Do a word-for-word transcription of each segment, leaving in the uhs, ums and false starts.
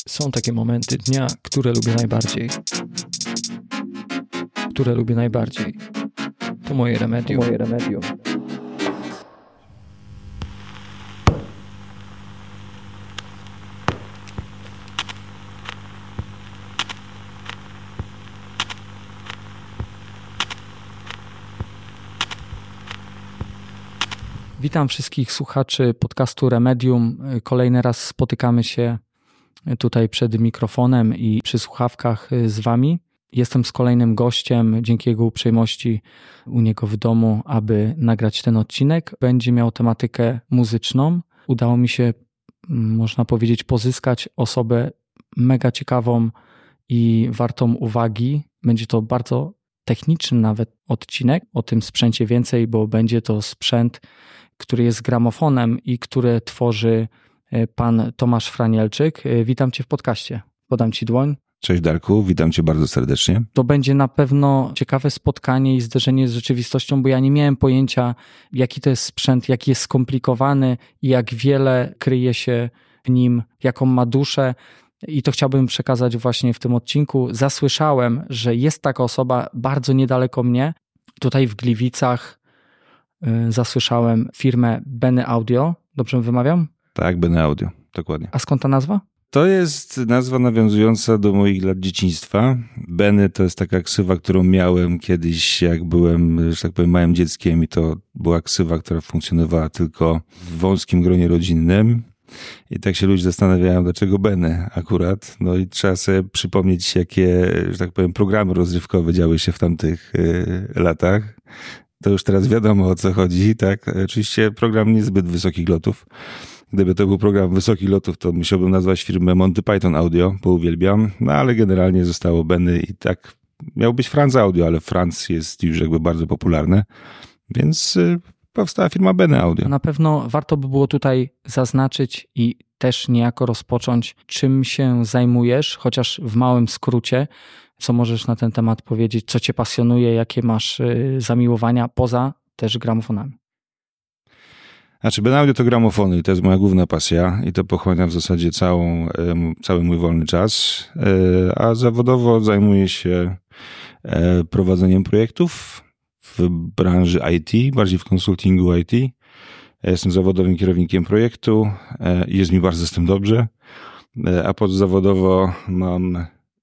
Są takie momenty dnia, które lubię najbardziej. Które lubię najbardziej. To moje remedium. To moje remedium. Witam wszystkich słuchaczy podcastu Remedium. Kolejny raz spotykamy się tutaj przed mikrofonem i przy słuchawkach z wami. Jestem z kolejnym gościem, dzięki jego uprzejmości u niego w domu, aby nagrać ten odcinek. Będzie miał tematykę muzyczną. Udało mi się, można powiedzieć, pozyskać osobę mega ciekawą i wartą uwagi. Będzie to bardzo techniczny nawet odcinek, o tym sprzęcie więcej, bo będzie to sprzęt, który jest gramofonem i który tworzy pan Tomasz Franielczyk. Witam cię w podcaście. Podam ci dłoń. Cześć Darku, witam cię bardzo serdecznie. To będzie na pewno ciekawe spotkanie i zderzenie z rzeczywistością, bo ja nie miałem pojęcia, jaki to jest sprzęt, jaki jest skomplikowany i jak wiele kryje się w nim, jaką ma duszę. I to chciałbym przekazać właśnie w tym odcinku. Zasłyszałem, że jest taka osoba bardzo niedaleko mnie, tutaj w Gliwicach. Zasłyszałem firmę Benny Audio. Dobrze wymawiam? Tak, Benny Audio, dokładnie. A skąd ta nazwa? To jest nazwa nawiązująca do moich lat dzieciństwa. Benny to jest taka ksywa, którą miałem kiedyś, jak byłem, że tak powiem, małym dzieckiem i to była ksywa, która funkcjonowała tylko w wąskim gronie rodzinnym. I tak się ludzie zastanawiają, dlaczego Benny akurat. No i trzeba sobie przypomnieć, jakie, że tak powiem, programy rozrywkowe działy się w tamtych y, latach. To już teraz wiadomo, o co chodzi, tak? Oczywiście program niezbyt wysokich lotów. Gdyby to był program wysokich lotów, to musiałbym nazwać firmę Monty Python Audio, bo uwielbiam. No ale generalnie zostało Benny i tak miał być Franz Audio, ale Franz jest już jakby bardzo popularny, więc powstała firma Benny Audio. Na pewno warto by było tutaj zaznaczyć i też niejako rozpocząć, czym się zajmujesz, chociaż w małym skrócie. Co możesz na ten temat powiedzieć? Co cię pasjonuje? Jakie masz zamiłowania poza też gramofonami? Znaczy, Benny Audio to gramofony i to jest moja główna pasja i to pochłania w zasadzie całą, cały mój wolny czas, a zawodowo zajmuję się prowadzeniem projektów w branży I T, bardziej w konsultingu I T. Jestem zawodowym kierownikiem projektu i jest mi bardzo z tym dobrze, a podzawodowo mam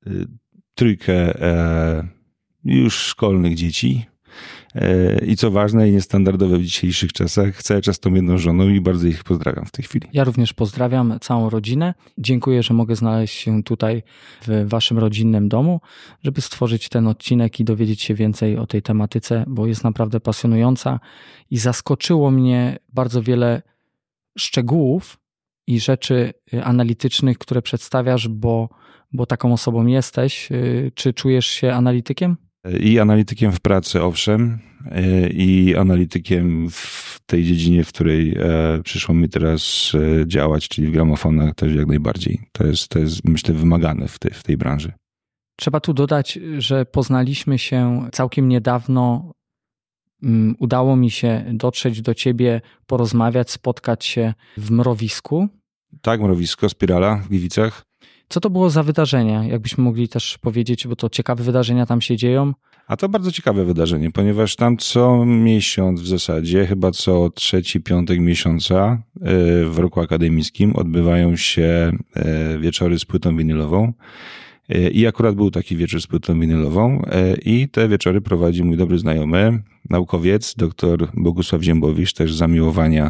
trójkę e, już szkolnych dzieci e, i co ważne i niestandardowe w dzisiejszych czasach, cały czas tą jedną żoną i bardzo ich pozdrawiam w tej chwili. Ja również pozdrawiam całą rodzinę. Dziękuję, że mogę znaleźć się tutaj w waszym rodzinnym domu, żeby stworzyć ten odcinek i dowiedzieć się więcej o tej tematyce, bo jest naprawdę pasjonująca i zaskoczyło mnie bardzo wiele szczegółów i rzeczy analitycznych, które przedstawiasz, bo bo taką osobą jesteś. Czy czujesz się analitykiem? I analitykiem w pracy, owszem, i analitykiem w tej dziedzinie, w której przyszło mi teraz działać, czyli w gramofonach też jak najbardziej. To jest, to jest myślę, wymagane w tej, w tej branży. Trzeba tu dodać, że poznaliśmy się całkiem niedawno. Udało mi się dotrzeć do ciebie, porozmawiać, spotkać się w Mrowisku. Tak, Mrowisko, Spirala w Gliwicach. Co to było za wydarzenia? Jakbyśmy mogli też powiedzieć, bo to ciekawe wydarzenia tam się dzieją. A to bardzo ciekawe wydarzenie, ponieważ tam co miesiąc w zasadzie, chyba co trzeci piątek miesiąca w roku akademickim odbywają się wieczory z płytą winylową. I akurat był taki wieczór z płytą winylową i te wieczory prowadzi mój dobry znajomy, naukowiec, dr Bogusław Ziębowicz, też z zamiłowania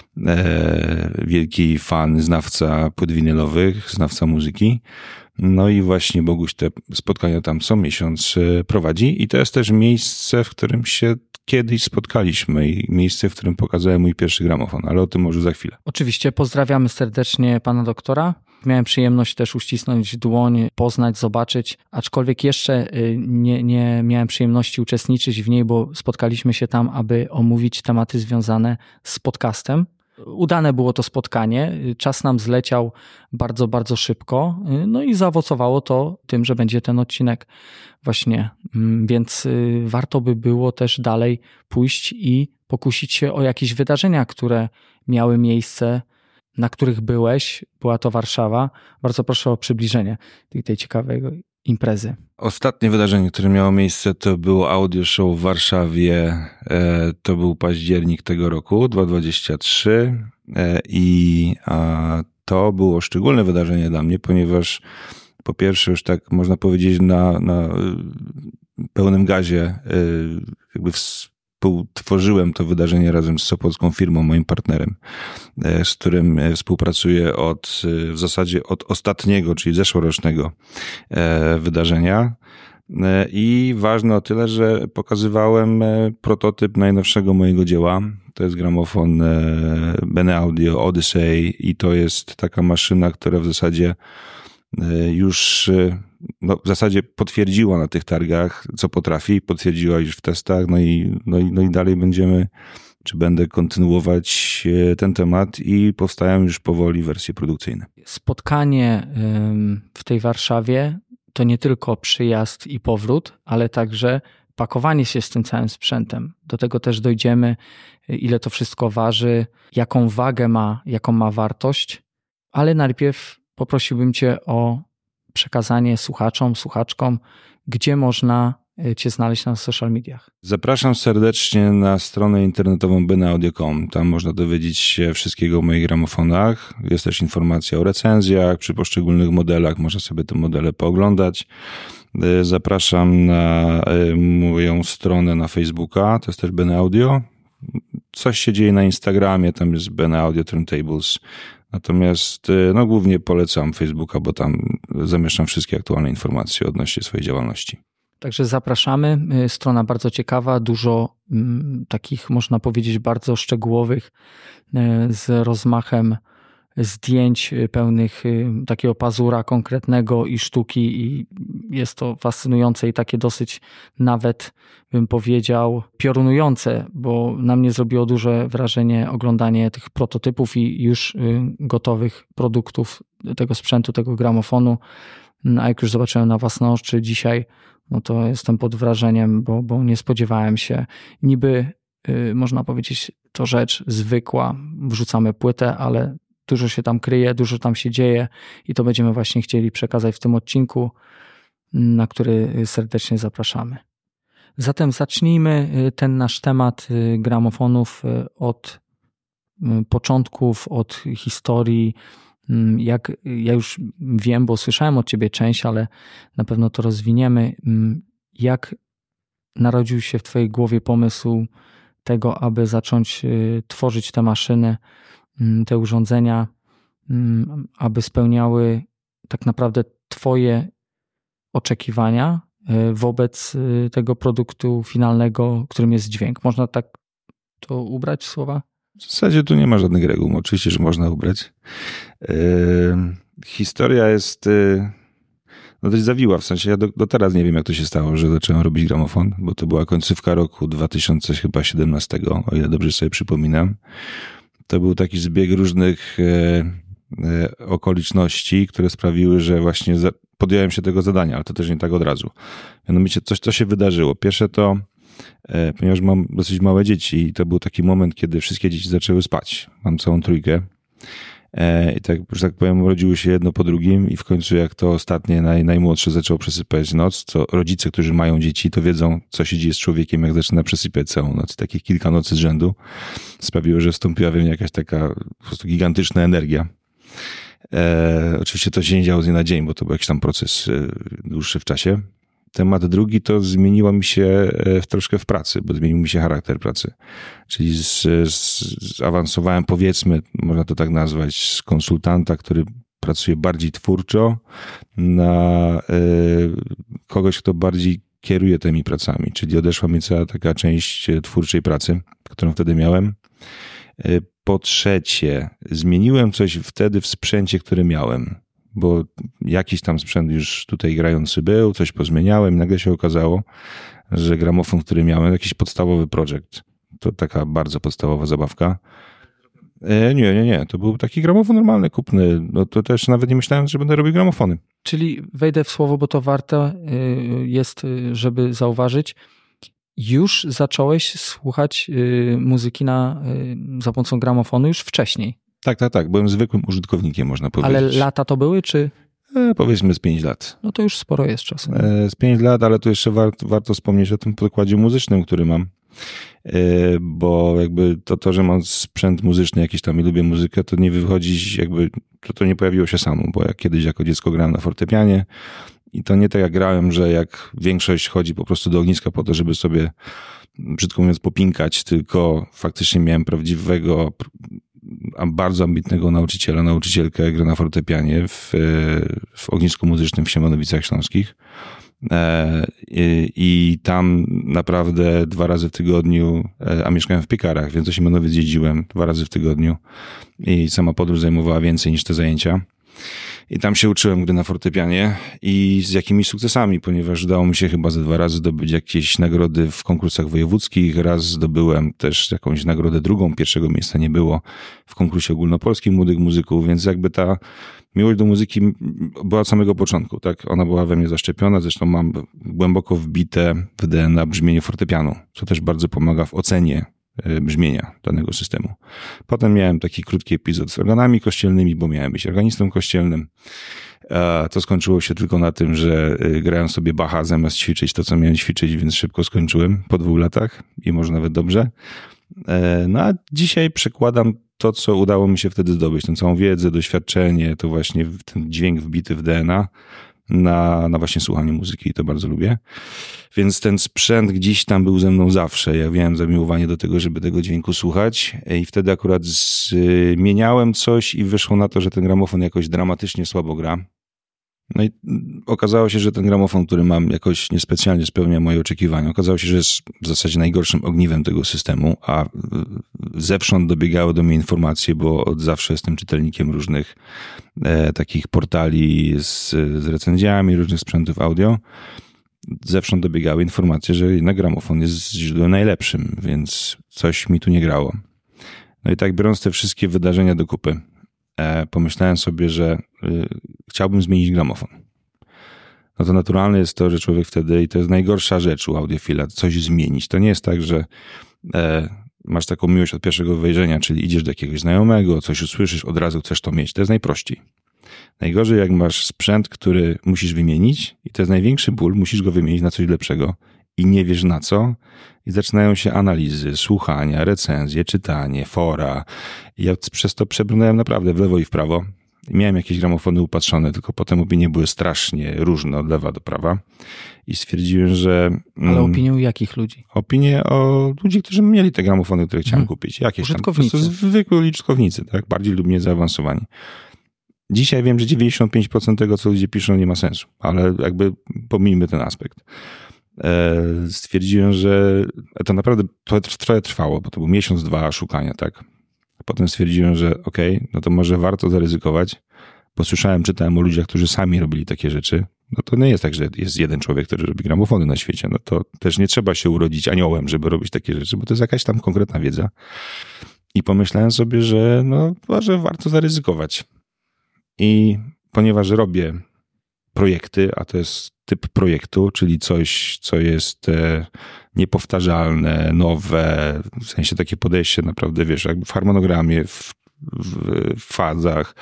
wielki fan, znawca płyt winylowych, znawca muzyki. No i właśnie Boguś te spotkania tam co miesiąc prowadzi i to jest też miejsce, w którym się kiedyś spotkaliśmy i miejsce, w którym pokazałem mój pierwszy gramofon, ale o tym może za chwilę. Oczywiście pozdrawiamy serdecznie pana doktora. Miałem przyjemność też uścisnąć dłoń, poznać, zobaczyć, aczkolwiek jeszcze nie, nie miałem przyjemności uczestniczyć w niej, bo spotkaliśmy się tam, aby omówić tematy związane z podcastem. Udane było to spotkanie, czas nam zleciał bardzo, bardzo szybko, no i zaowocowało to tym, że będzie ten odcinek właśnie, więc warto by było też dalej pójść i pokusić się o jakieś wydarzenia, które miały miejsce na których byłeś, była to Warszawa. Bardzo proszę o przybliżenie tej, tej ciekawej imprezy. Ostatnie wydarzenie, które miało miejsce, to było audio show w Warszawie. To był październik tego roku, dwa tysiące dwudziesty trzeci, i to było szczególne wydarzenie dla mnie, ponieważ po pierwsze już tak można powiedzieć na, na pełnym gazie jakby współtworzyłem to wydarzenie razem z sopocką firmą, moim partnerem, z którym współpracuję od, w zasadzie od ostatniego, czyli zeszłorocznego wydarzenia. I ważne o tyle, że pokazywałem prototyp najnowszego mojego dzieła. To jest gramofon Bene Audio Odyssey i to jest taka maszyna, która w zasadzie już no, w zasadzie potwierdziła na tych targach, co potrafi, potwierdziła już w testach, no i, no i, no i dalej będziemy, czy będę kontynuować ten temat i powstają już powoli wersje produkcyjne. Spotkanie w tej Warszawie to nie tylko przyjazd i powrót, ale także pakowanie się z tym całym sprzętem. Do tego też dojdziemy, ile to wszystko waży, jaką wagę ma, jaką ma wartość, ale najpierw poprosiłbym Cię o przekazanie słuchaczom, słuchaczkom, gdzie można Cię znaleźć na social mediach. Zapraszam serdecznie na stronę internetową bene audio kropka com. Tam można dowiedzieć się wszystkiego o moich gramofonach. Jest też informacja o recenzjach przy poszczególnych modelach. Można sobie te modele pooglądać. Zapraszam na moją stronę na Facebooka. To jest też Bene Audio. Coś się dzieje na Instagramie. Tam jest Bene Audio Turntables. Natomiast no, głównie polecam Facebooka, bo tam zamieszczam wszystkie aktualne informacje odnośnie swojej działalności. Także zapraszamy. Strona bardzo ciekawa, dużo m, takich, można powiedzieć, bardzo szczegółowych, z rozmachem zdjęć pełnych takiego pazura konkretnego i sztuki, i jest to fascynujące i takie dosyć nawet, bym powiedział, piorunujące, bo na mnie zrobiło duże wrażenie oglądanie tych prototypów i już gotowych produktów tego sprzętu, tego gramofonu. A jak już zobaczyłem na własne oczy dzisiaj, no to jestem pod wrażeniem, bo, bo nie spodziewałem się. Niby yy, można powiedzieć, to rzecz zwykła, wrzucamy płytę, ale dużo się tam kryje, dużo tam się dzieje i to będziemy właśnie chcieli przekazać w tym odcinku, na który serdecznie zapraszamy. Zatem zacznijmy ten nasz temat gramofonów od początków, od historii. Jak ja już wiem, bo słyszałem od Ciebie część, ale na pewno to rozwiniemy. Jak narodził się w Twojej głowie pomysł tego, aby zacząć tworzyć te maszyny, te urządzenia, aby spełniały tak naprawdę Twoje oczekiwania wobec tego produktu finalnego, którym jest dźwięk. Można tak to ubrać słowa? W zasadzie tu nie ma żadnych reguł. Oczywiście, że można ubrać. Yy, historia jest yy, no dość zawiła. W sensie ja do, do teraz nie wiem, jak to się stało, że zacząłem robić gramofon, bo to była końcówka roku dwa tysiące siedemnastego, o ile dobrze sobie przypominam. To był taki zbieg różnych yy, yy, okoliczności, które sprawiły, że właśnie za, podjąłem się tego zadania, ale to też nie tak od razu. Mianowicie coś, co się wydarzyło. Pierwsze to ponieważ mam dosyć małe dzieci i to był taki moment, kiedy wszystkie dzieci zaczęły spać. Mam całą trójkę i tak, że tak powiem, urodziły się jedno po drugim i w końcu jak to ostatnie, naj, najmłodsze zaczęło przesypać noc, co rodzice, którzy mają dzieci, to wiedzą, co się dzieje z człowiekiem, jak zaczyna przesypiać całą noc. Takich kilka nocy z rzędu sprawiło, że wstąpiła we mnie jakaś taka po prostu gigantyczna energia. E, oczywiście to się nie działo z dnia na dzień, bo to był jakiś tam proces e, dłuższy w czasie. Temat drugi to zmieniło mi się w, troszkę w pracy, bo zmienił mi się charakter pracy. Czyli z, z, zaawansowałem, powiedzmy, można to tak nazwać, z konsultanta, który pracuje bardziej twórczo, na y, kogoś, kto bardziej kieruje tymi pracami. Czyli odeszła mi cała taka część twórczej pracy, którą wtedy miałem. Y, po trzecie, zmieniłem coś wtedy w sprzęcie, który miałem. Bo jakiś tam sprzęt już tutaj grający był, coś pozmieniałem i nagle się okazało, że gramofon, który miałem, jakiś podstawowy projekt, to taka bardzo podstawowa zabawka. E, nie, nie, nie, to był taki gramofon normalny, kupny, no to też nawet nie myślałem, że będę robił gramofony. Czyli wejdę w słowo, bo to warte jest, żeby zauważyć, już zacząłeś słuchać muzyki na, za pomocą gramofonu już wcześniej. Tak, tak, tak. Byłem zwykłym użytkownikiem, można powiedzieć. Ale lata to były, czy? E, powiedzmy z pięć lat. No to już sporo jest czasu. E, z pięć lat, ale tu jeszcze warto, warto wspomnieć o tym podkładzie muzycznym, który mam. E, bo jakby to, to, że mam sprzęt muzyczny jakiś tam i lubię muzykę, to nie wychodzi jakby, to, to nie pojawiło się samo, bo ja kiedyś jako dziecko grałem na fortepianie i to nie tak jak grałem, że jak większość chodzi po prostu do ogniska po to, żeby sobie, brzydko mówiąc, popinkać, tylko faktycznie miałem prawdziwego, bardzo ambitnego nauczyciela, nauczycielkę gry na fortepianie w, w ognisku muzycznym w Siemianowicach Śląskich. I, I tam naprawdę dwa razy w tygodniu, a mieszkałem w Piekarach, więc do Siemianowic jeździłem dwa razy w tygodniu i sama podróż zajmowała więcej niż te zajęcia. I tam się uczyłem gry na fortepianie i z jakimiś sukcesami, ponieważ udało mi się chyba ze dwa razy zdobyć jakieś nagrody w konkursach wojewódzkich. Raz zdobyłem też jakąś nagrodę drugą, pierwszego miejsca nie było w konkursie ogólnopolskim młodych muzyków, więc jakby ta miłość do muzyki była od samego początku, tak? Ona była we mnie zaszczepiona, zresztą mam głęboko wbite w D N A brzmienie fortepianu, co też bardzo pomaga w ocenie brzmienia danego systemu. Potem miałem taki krótki epizod z organami kościelnymi, bo miałem być organistą kościelnym. To skończyło się tylko na tym, że grałem sobie Bacha zamiast ćwiczyć to, co miałem ćwiczyć, więc szybko skończyłem po dwóch latach i może nawet dobrze. No a dzisiaj przekładam to, co udało mi się wtedy zdobyć, tę całą wiedzę, doświadczenie, to właśnie ten dźwięk wbity w D N A na, na właśnie słuchanie muzyki i to bardzo lubię. Więc ten sprzęt gdzieś tam był ze mną zawsze. Ja miałem zamiłowanie do tego, żeby tego dźwięku słuchać i wtedy akurat zmieniałem coś i wyszło na to, że ten gramofon jakoś dramatycznie słabo gra. No i okazało się, że ten gramofon, który mam, jakoś niespecjalnie spełnia moje oczekiwania. Okazało się, że jest w zasadzie najgorszym ogniwem tego systemu, a zewsząd dobiegały do mnie informacje, bo od zawsze jestem czytelnikiem różnych e, takich portali z, z recenzjami różnych sprzętów audio. Zewsząd dobiegały informacje, że jednak gramofon jest źródłem najlepszym, więc coś mi tu nie grało. No i tak biorąc te wszystkie wydarzenia do kupy, pomyślałem sobie, że chciałbym zmienić gramofon. No to naturalne jest to, że człowiek wtedy, i to jest najgorsza rzecz u audiofila, coś zmienić. To nie jest tak, że masz taką miłość od pierwszego wejrzenia, czyli idziesz do jakiegoś znajomego, coś usłyszysz, od razu chcesz to mieć. To jest najprościej. Najgorzej, jak masz sprzęt, który musisz wymienić i to jest największy ból, musisz go wymienić na coś lepszego i nie wiesz na co i zaczynają się analizy, słuchania, recenzje, czytanie, fora. I ja przez to przebrnąłem naprawdę w lewo i w prawo. I miałem jakieś gramofony upatrzone, tylko potem opinie były strasznie różne od lewa do prawa i stwierdziłem, że... Ale opinie u jakich ludzi? Opinie o ludzi, którzy mieli te gramofony, które chciałem hmm. kupić. Jakieś tam po prostu zwykłe użytkownicy, tak? Bardziej lub mniej zaawansowani. Dzisiaj wiem, że dziewięćdziesiąt pięć procent tego, co ludzie piszą, nie ma sensu, ale jakby pomijmy ten aspekt. Stwierdziłem, że to naprawdę trochę trwało, bo to był miesiąc, dwa szukania, tak. Potem stwierdziłem, że okej, okay, no to może warto zaryzykować. Posłyszałem, czytałem o ludziach, którzy sami robili takie rzeczy. No to nie jest tak, że jest jeden człowiek, który robi gramofony na świecie. No to też nie trzeba się urodzić aniołem, żeby robić takie rzeczy, bo to jest jakaś tam konkretna wiedza. I pomyślałem sobie, że no może warto zaryzykować. I ponieważ robię projekty, a to jest typ projektu, czyli coś, co jest niepowtarzalne, nowe, w sensie takie podejście naprawdę, wiesz, jakby w harmonogramie, w, w, w fazach.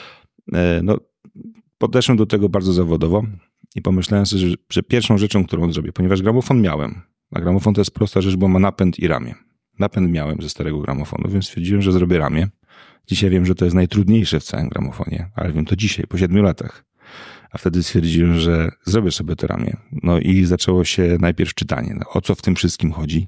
No, podeszłem do tego bardzo zawodowo i pomyślałem sobie, że, że pierwszą rzeczą, którą zrobię, ponieważ gramofon miałem, a gramofon to jest prosta rzecz, bo ma napęd i ramię. Napęd miałem ze starego gramofonu, więc stwierdziłem, że zrobię ramię. Dzisiaj wiem, że to jest najtrudniejsze w całym gramofonie, ale wiem to dzisiaj, po siedmiu latach. A wtedy stwierdziłem, że zrobię sobie to ramię. No i zaczęło się najpierw czytanie. No, o co w tym wszystkim chodzi?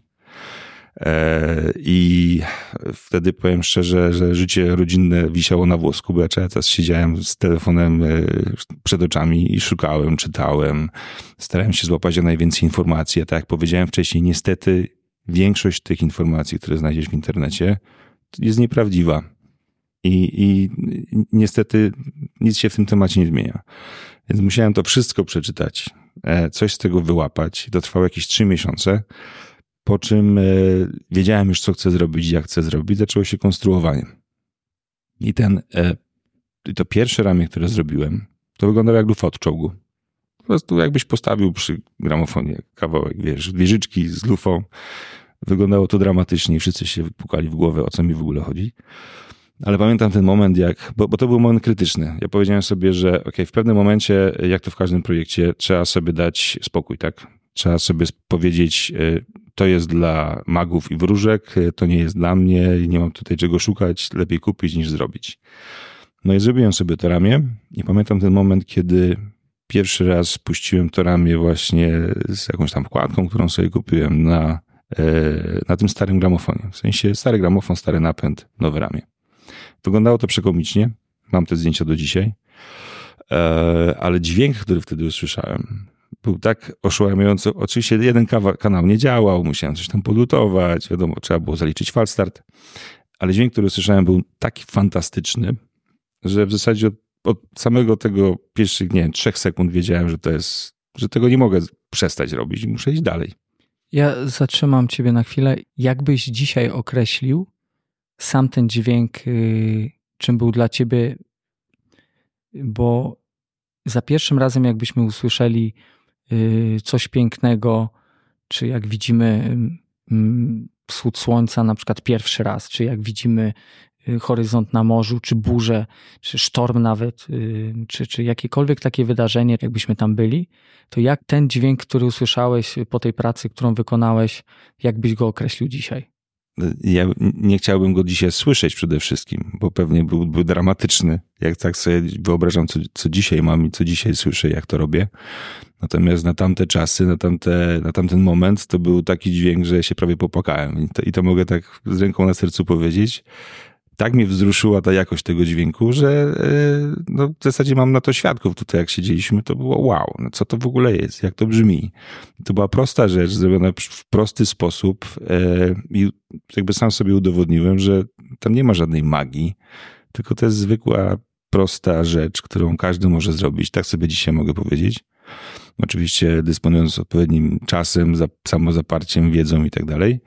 Eee, I wtedy powiem szczerze, że życie rodzinne wisiało na włosku, bo ja cały czas siedziałem z telefonem przed oczami i szukałem, czytałem. Starałem się złapać jak najwięcej informacji. A tak jak powiedziałem wcześniej, niestety większość tych informacji, które znajdziesz w internecie, jest nieprawdziwa. I, I niestety nic się w tym temacie nie zmienia. Więc musiałem to wszystko przeczytać, coś z tego wyłapać. To trwało jakieś trzy miesiące, po czym wiedziałem już, co chcę zrobić, jak chcę zrobić. Zaczęło się konstruowanie. I ten, to pierwsze ramię, które zrobiłem, to wyglądało jak lufa od czołgu. Po prostu jakbyś postawił przy gramofonie kawałek, wiesz, wieżyczki z lufą. Wyglądało to dramatycznie. Wszyscy się pukali w głowę, o co mi w ogóle chodzi. Ale pamiętam ten moment, jak, bo, bo to był moment krytyczny. Ja powiedziałem sobie, że okay, w pewnym momencie, jak to w każdym projekcie, trzeba sobie dać spokój, tak? Trzeba sobie powiedzieć, to jest dla magów i wróżek, to nie jest dla mnie, nie mam tutaj czego szukać, lepiej kupić niż zrobić. No i zrobiłem sobie to ramię i pamiętam ten moment, kiedy pierwszy raz puściłem to ramię właśnie z jakąś tam wkładką, którą sobie kupiłem na, na tym starym gramofonie. W sensie stary gramofon, stary napęd, nowe ramię. Wyglądało to przekomicznie, mam te zdjęcia do dzisiaj, ale dźwięk, który wtedy usłyszałem, był tak oszałamiający. Oczywiście jeden kanał nie działał, musiałem coś tam polutować, wiadomo, trzeba było zaliczyć falstart, ale dźwięk, który usłyszałem, był taki fantastyczny, że w zasadzie od, od samego tego pierwszych, nie wiem, trzech sekund wiedziałem, że to jest, że tego nie mogę przestać robić i muszę iść dalej. Ja zatrzymam ciebie na chwilę. Jakbyś dzisiaj określił sam ten dźwięk, czym był dla ciebie, bo za pierwszym razem jakbyśmy usłyszeli coś pięknego, czy jak widzimy wschód słońca na przykład pierwszy raz, czy jak widzimy horyzont na morzu, czy burzę, czy sztorm nawet, czy, czy jakiekolwiek takie wydarzenie, jakbyśmy tam byli, to jak ten dźwięk, który usłyszałeś po tej pracy, którą wykonałeś, jak byś go określił dzisiaj? Ja nie chciałbym go dzisiaj słyszeć przede wszystkim, bo pewnie byłby dramatyczny. Jak tak sobie wyobrażam, co, co dzisiaj mam i co dzisiaj słyszę, jak to robię. Natomiast na tamte czasy, na, tamte, na tamten moment to był taki dźwięk, że się prawie popłakałem. I to, i to mogę tak z ręką na sercu powiedzieć. Tak mnie wzruszyła ta jakość tego dźwięku, że no, w zasadzie mam na to świadków. Tutaj jak siedzieliśmy, to było wow, no co to w ogóle jest, jak to brzmi. To była prosta rzecz, zrobiona w prosty sposób i jakby sam sobie udowodniłem, że tam nie ma żadnej magii, tylko to jest zwykła, prosta rzecz, którą każdy może zrobić. Tak sobie dzisiaj mogę powiedzieć. Oczywiście dysponując odpowiednim czasem, samozaparciem, wiedzą i tak dalej.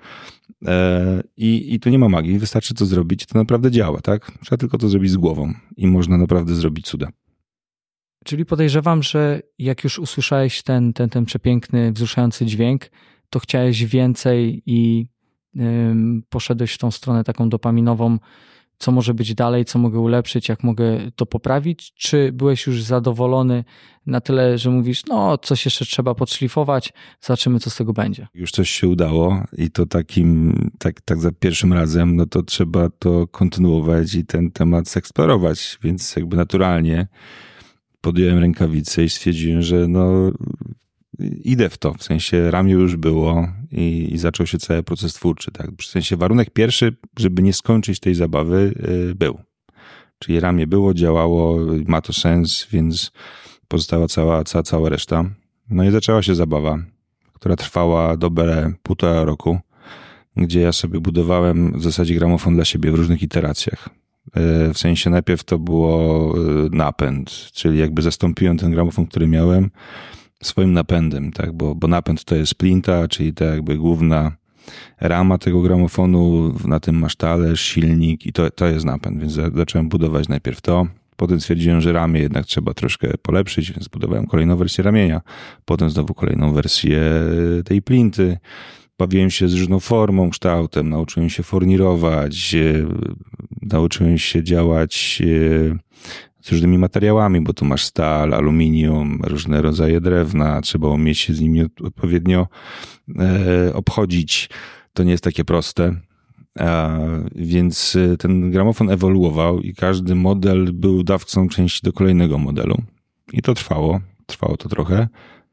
I, I tu nie ma magii, wystarczy to zrobić, to naprawdę działa, tak? Trzeba tylko to zrobić z głową i można naprawdę zrobić cuda. Czyli podejrzewam, że jak już usłyszałeś ten, ten, ten przepiękny, wzruszający dźwięk, to chciałeś więcej i ym, poszedłeś w tą stronę taką dopaminową, co może być dalej, co mogę ulepszyć, jak mogę to poprawić, czy byłeś już zadowolony na tyle, że mówisz, no coś jeszcze trzeba podszlifować, zobaczymy, co z tego będzie. Już coś się udało i to takim, tak, tak za pierwszym razem, no to trzeba to kontynuować i ten temat zeksplorować, więc jakby naturalnie podjąłem rękawice i stwierdziłem, że no idę w to, w sensie ramię już było i, i zaczął się cały proces twórczy, tak? W sensie warunek pierwszy, żeby nie skończyć tej zabawy, yy, był. Czyli ramię było, działało, ma to sens, więc pozostała cała, cała, cała reszta. No i zaczęła się zabawa, która trwała dobre półtora roku, gdzie ja sobie budowałem w zasadzie gramofon dla siebie w różnych iteracjach. Yy, w sensie najpierw to było napęd, czyli jakby zastąpiłem ten gramofon, który miałem, swoim napędem, tak, bo, bo napęd to jest plinta, czyli ta jakby główna rama tego gramofonu, na tym masz talerz, silnik i to, to jest napęd, więc zacząłem budować najpierw to, potem stwierdziłem, że ramię jednak trzeba troszkę polepszyć, więc budowałem kolejną wersję ramienia, potem znowu kolejną wersję tej plinty, bawiłem się z różną formą, kształtem, nauczyłem się fornirować, nauczyłem się działać z różnymi materiałami, bo tu masz stal, aluminium, różne rodzaje drewna, trzeba umieć się z nimi odpowiednio e, obchodzić. To nie jest takie proste. E, więc ten gramofon ewoluował i każdy model był dawcą części do kolejnego modelu. I to trwało. Trwało to trochę.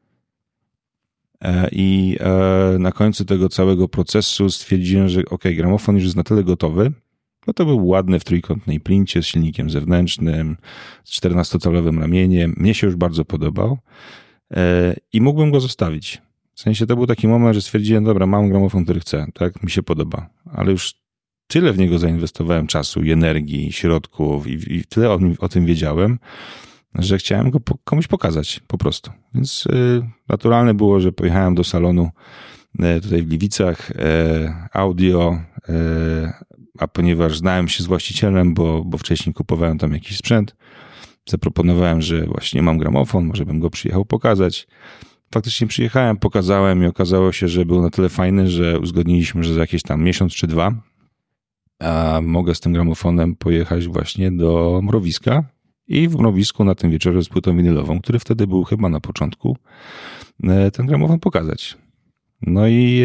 E, I e, na końcu tego całego procesu stwierdziłem, że ok, gramofon już jest na tyle gotowy. No to był ładny w trójkątnej plincie z silnikiem zewnętrznym, z czternastocalowym ramieniem. Mnie się już bardzo podobał i mógłbym go zostawić. W sensie to był taki moment, że stwierdziłem, dobra, mam gramofon, który chcę, tak, mi się podoba, ale już tyle w niego zainwestowałem czasu i energii, środków i, i tyle o, o tym wiedziałem, że chciałem go po, komuś pokazać po prostu. Więc y, naturalne było, że pojechałem do salonu y, tutaj w Gliwicach, y, audio, y, a ponieważ znałem się z właścicielem, bo, bo wcześniej kupowałem tam jakiś sprzęt, zaproponowałem, że właśnie mam gramofon, może bym go przyjechał pokazać. Faktycznie przyjechałem, pokazałem i okazało się, że był na tyle fajny, że uzgodniliśmy, że za jakieś tam miesiąc czy dwa a mogę z tym gramofonem pojechać właśnie do mrowiska i w mrowisku na tym wieczorze z płytą winylową, który wtedy był chyba na początku, ten gramofon pokazać. No i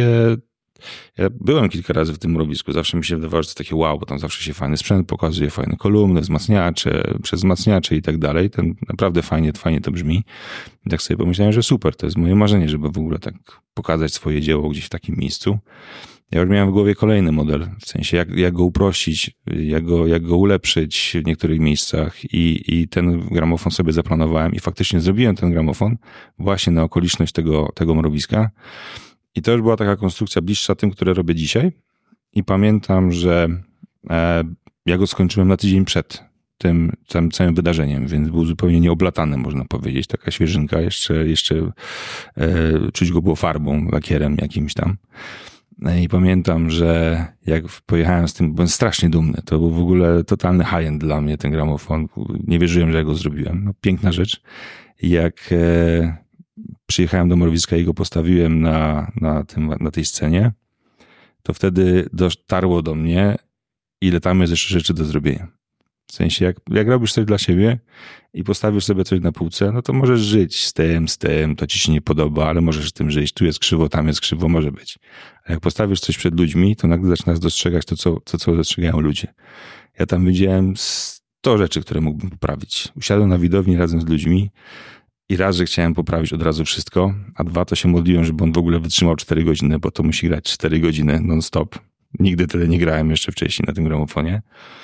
ja byłem kilka razy w tym mrowisku, zawsze mi się wydawało, że to takie wow, bo tam zawsze się fajny sprzęt pokazuje, fajne kolumny, wzmacniacze, przez wzmacniacze i tak dalej. Ten naprawdę fajnie, fajnie to brzmi. I tak sobie pomyślałem, że super, to jest moje marzenie, żeby w ogóle tak pokazać swoje dzieło gdzieś w takim miejscu. Ja już miałem w głowie kolejny model, w sensie jak, jak go uprościć, jak go, jak go ulepszyć w niektórych miejscach i, i ten gramofon sobie zaplanowałem i faktycznie zrobiłem ten gramofon właśnie na okoliczność tego, tego mrowiska. I to już była taka konstrukcja bliższa tym, które robię dzisiaj. I pamiętam, że e, ja go skończyłem na tydzień przed tym, tym całym wydarzeniem, więc był zupełnie nieoblatany, można powiedzieć. Taka świeżynka, jeszcze, jeszcze e, czuć go było farbą, lakierem jakimś tam. I pamiętam, że jak pojechałem z tym, byłem strasznie dumny. To był w ogóle totalny high-end dla mnie ten gramofon. Nie wierzyłem, że ja go zrobiłem. No, piękna rzecz. Jak e, przyjechałem do mrowiska i go postawiłem na, na, tym, na tej scenie, to wtedy dotarło do mnie, ile tam jest jeszcze rzeczy do zrobienia. W sensie, jak, jak robisz coś dla siebie i postawisz sobie coś na półce, no to możesz żyć z tym, z tym, to ci się nie podoba, ale możesz z tym żyć. Tu jest krzywo, tam jest krzywo, może być. A jak postawisz coś przed ludźmi, to nagle zaczynasz dostrzegać to, co, to, co dostrzegają ludzie. Ja tam widziałem sto rzeczy, które mógłbym poprawić. Usiadłem na widowni razem z ludźmi i raz, że chciałem poprawić od razu wszystko, a dwa, to się modliłem, żeby on w ogóle wytrzymał cztery godziny, bo to musi grać cztery godziny non-stop. Nigdy tyle nie grałem jeszcze wcześniej na tym gramofonie.